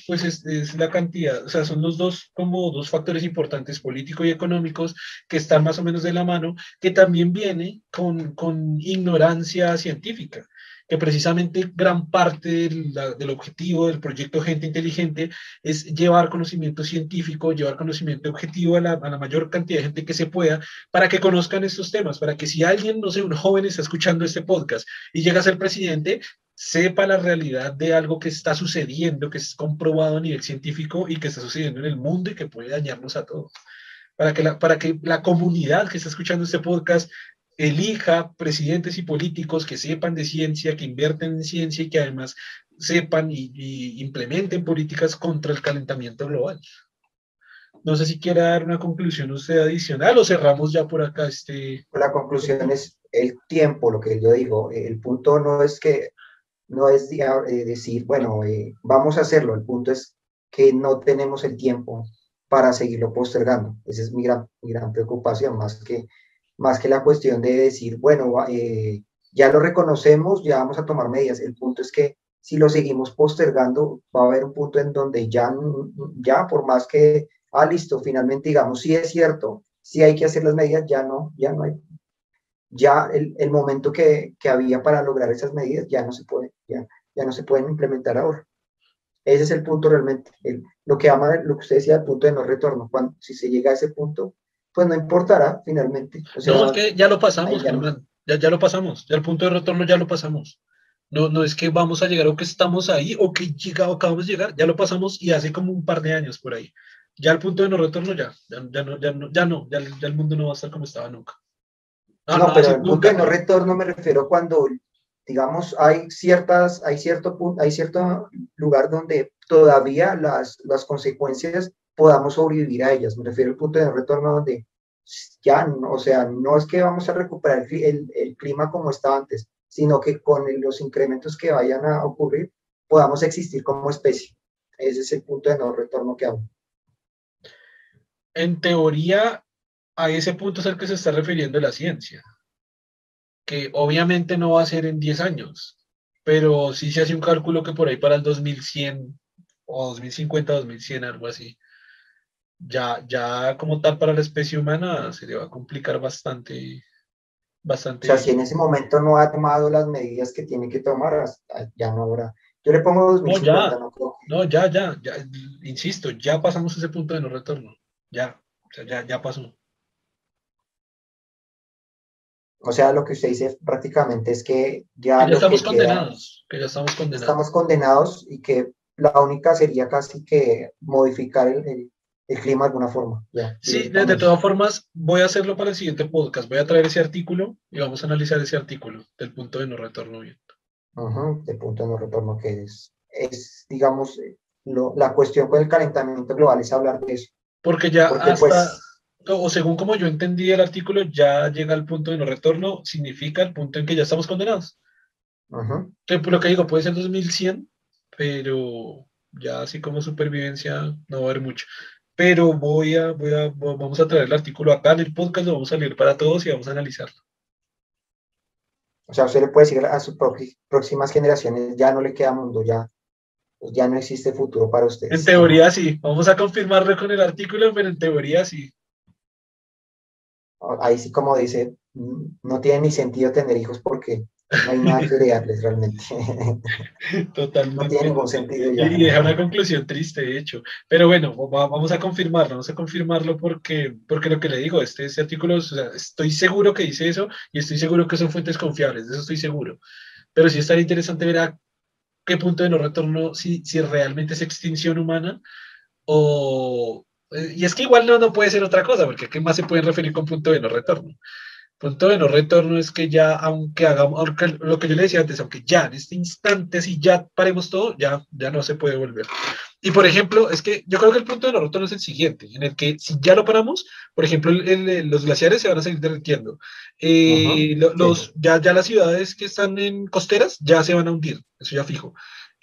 es la cantidad, o sea, son los dos, como dos factores importantes, políticos y económicos, que están más o menos de la mano, que también viene con ignorancia científica, que precisamente gran parte del objetivo del proyecto Gente Inteligente es llevar conocimiento científico, llevar conocimiento objetivo a la mayor cantidad de gente que se pueda, para que conozcan estos temas, para que si alguien, no sé, un joven está escuchando este podcast y llega a ser presidente, sepa la realidad de algo que está sucediendo, que es comprobado a nivel científico y que está sucediendo en el mundo y que puede dañarnos a todos. Para que la comunidad que está escuchando este podcast elija presidentes y políticos que sepan de ciencia, que invierten en ciencia y que además sepan y implementen políticas contra el calentamiento global. No sé si quiera dar una conclusión usted adicional o cerramos ya por acá este. La conclusión es el tiempo, lo que yo digo. El punto no es que, no es decir, bueno, vamos a hacerlo. El punto es que no tenemos el tiempo para seguirlo postergando. Esa es mi gran preocupación, más que la cuestión de decir, bueno, ya lo reconocemos, ya vamos a tomar medidas. El punto es que si lo seguimos postergando, va a haber un punto en donde ya por más que, listo, finalmente digamos, sí es cierto, sí hay que hacer las medidas, ya no hay, ya el momento que había para lograr esas medidas ya no se puede, ya no se pueden implementar ahora. Ese es el punto realmente, lo que usted decía, el punto de no retorno. Si se llega a ese punto, pues no importará finalmente. O No, es sea, que ya lo ahí pasamos, ya no. Germán. Ya lo pasamos. Ya el punto de retorno ya lo pasamos. No, no es que vamos a llegar o que estamos ahí o que acabamos de llegar, ya lo pasamos y hace como un par de años por ahí. Ya el punto de no retorno ya el mundo no va a estar como estaba nunca. No, no No, va a pero decir el punto nunca, de no pero retorno me refiero cuando, digamos, hay cierto punto, hay cierto lugar donde todavía las consecuencias podamos sobrevivir a ellas. Me refiero al punto de no retorno donde ya, o sea, no es que vamos a recuperar el clima como estaba antes, sino que con los incrementos que vayan a ocurrir podamos existir como especie. Ese es el punto de no retorno que hago. en teoría a ese punto es al que se está refiriendo la ciencia, que obviamente no va a ser en 10 años, pero sí se hace un cálculo que por ahí para el 2100 o 2050, 2100, algo así, ya como tal para la especie humana se le va a complicar bastante, O sea, bastante. si en ese momento no ha tomado las medidas que tiene que tomar, ya no habrá. Yo le pongo No, 2050, no creo. no, insisto, ya pasamos ese punto de no retorno, o sea, ya pasó. O sea, lo que usted dice prácticamente es que Que ya ya lo estamos que queda, condenados, que ya estamos estamos condenados. condenados y que la única sería casi que modificar el clima de alguna forma, ya, Sí, de directamente. todas formas, voy a hacerlo para el siguiente podcast. Voy a traer ese artículo y vamos a analizar ese artículo del punto de no retorno bien. Ujú, de punto de no retorno que digamos, la cuestión con el calentamiento global es hablar de eso. Porque ya Porque hasta, pues, o según como yo entendí el artículo, ya llega al punto de no retorno, significa el punto en que ya estamos condenados. ujú. Que por lo que digo, puede ser 2100, pero ya así como supervivencia no va a haber mucho. Pero vamos a traer el artículo acá en el podcast, lo vamos a leer para todos y vamos a analizarlo. O sea, usted le puede decir a sus próximas generaciones, ya no le queda mundo, ya no existe futuro para En ustedes. teoría sí, vamos a confirmarlo con el artículo, pero en teoría sí. Ahí sí, como dice, no tiene ni sentido tener hijos porque no hay nada que heredarles realmente. No tiene Totalmente. ningún sentido ya. Y deja una conclusión triste, de hecho. Pero bueno, vamos a confirmarlo porque lo que le digo, este artículo, o sea, estoy seguro que dice eso y estoy seguro que son fuentes confiables, de eso estoy seguro. Pero sí estaría interesante ver a qué punto de no retorno, si realmente es extinción humana o... Y es que igual no puede ser otra cosa, porque ¿qué más se puede referir con punto de no retorno? Punto de no retorno es que ya, aunque hagamos, aunque lo que yo le decía antes, aunque ya en este instante, si ya paremos todo, ya no se puede volver. Y por ejemplo, es que yo creo que el punto de no retorno es el siguiente, en el que si ya lo paramos, por ejemplo, los glaciares se van a seguir derritiendo. Ujú, sí. Ya las ciudades que están en costeras ya se van a hundir, eso ya fijo.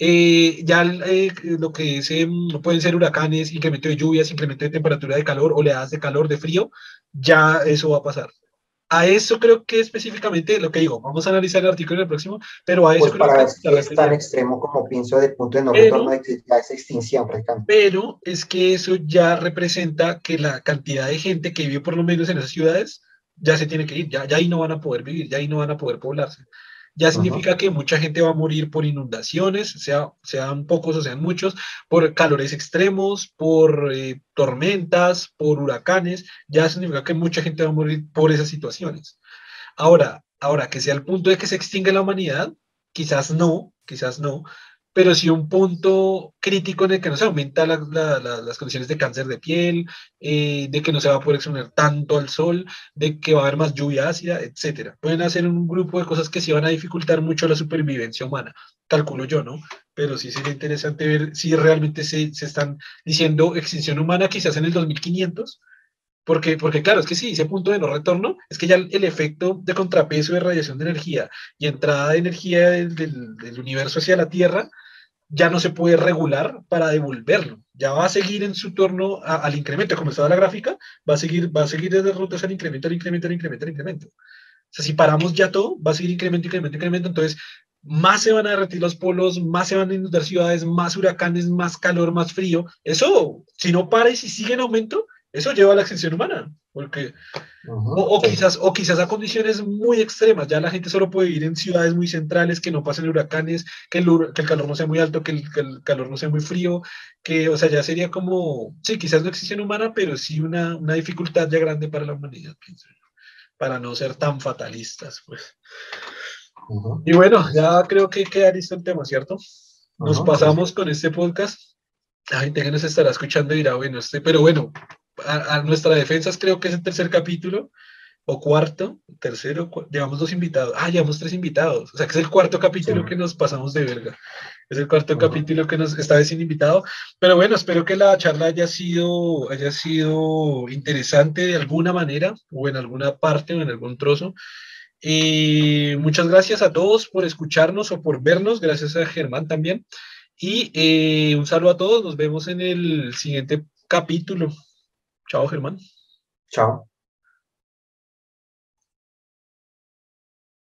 Lo que es, pueden ser huracanes, incremento de lluvias, incremento de temperatura de calor, oleadas de calor, de frío, ya eso va a pasar. A eso creo que específicamente lo que digo, vamos a analizar el artículo en el próximo, pero a eso Pues creo para que ver se está si es tan refiriendo. extremo como pienso de punto de no retorno Pero, de que ya es extinción prácticamente. pero es que eso ya representa que la cantidad de gente que vive por lo menos en esas ciudades ya se tiene que ir, ya ahí no van a poder vivir, ya ahí no van a poder poblarse. Ya Ujú. significa que mucha gente va a morir por inundaciones, sean pocos o sean muchos, por calores extremos, por tormentas, por huracanes, ya significa que mucha gente va a morir por esas situaciones. Ahora, que sea el punto de que se extingue la humanidad, quizás no, pero sí un punto crítico en el que no se aumenta las condiciones de cáncer de piel, de que no se va a poder exponer tanto al sol, de que va a haber más lluvia ácida, etcétera. Pueden hacer un grupo de cosas que sí van a dificultar mucho la supervivencia humana, calculo yo, ¿no? Pero sí sería interesante ver si realmente se están diciendo extinción humana quizás en el 2500 porque claro, es que sí, ese punto de no retorno es que ya el efecto de contrapeso de radiación de energía y entrada de energía del universo hacia la Tierra ya no se puede regular para devolverlo. Ya va a seguir en su torno al incremento, como estaba la gráfica, va a seguir desde rutas al incremento, al incremento, al incremento, al incremento. O sea, si paramos ya todo, va a seguir incremento, incremento, incremento. Entonces, más se van a derretir los polos, más se van a inundar ciudades, más huracanes, más calor, más frío. Eso, si no para y si sigue en aumento, Eso lleva a la extinción humana, porque Ujú, sí, o quizás a condiciones muy extremas. Ya la gente solo puede vivir en ciudades muy centrales, que no pasen huracanes, que el calor no sea muy alto, que el calor no sea muy frío, o sea, ya sería como, sí, quizás no extinción humana, pero sí una dificultad ya grande para la humanidad, pienso yo, para no ser tan fatalistas, pues. ujú, Y bueno, ya creo que queda listo el tema, ¿cierto? Nos ujú, sí, sí. pasamos con este podcast. La gente que nos estará escuchando dirá, bueno, pero bueno, a nuestra defensa creo que es el tercer capítulo o cuarto, tercero, llevamos dos invitados. Ah, llevamos tres invitados. O sea que es el cuarto Sí, capítulo que nos pasamos de verga. Es el cuarto ujú. capítulo que nos esta vez sin invitado. Pero bueno, espero que la charla haya sido interesante de alguna manera, o en alguna parte, o en algún trozo. Y muchas gracias a todos por escucharnos o por vernos. Gracias a Germán también. Y un saludo a todos. Nos vemos en el siguiente capítulo. Chao, Germán. Chao.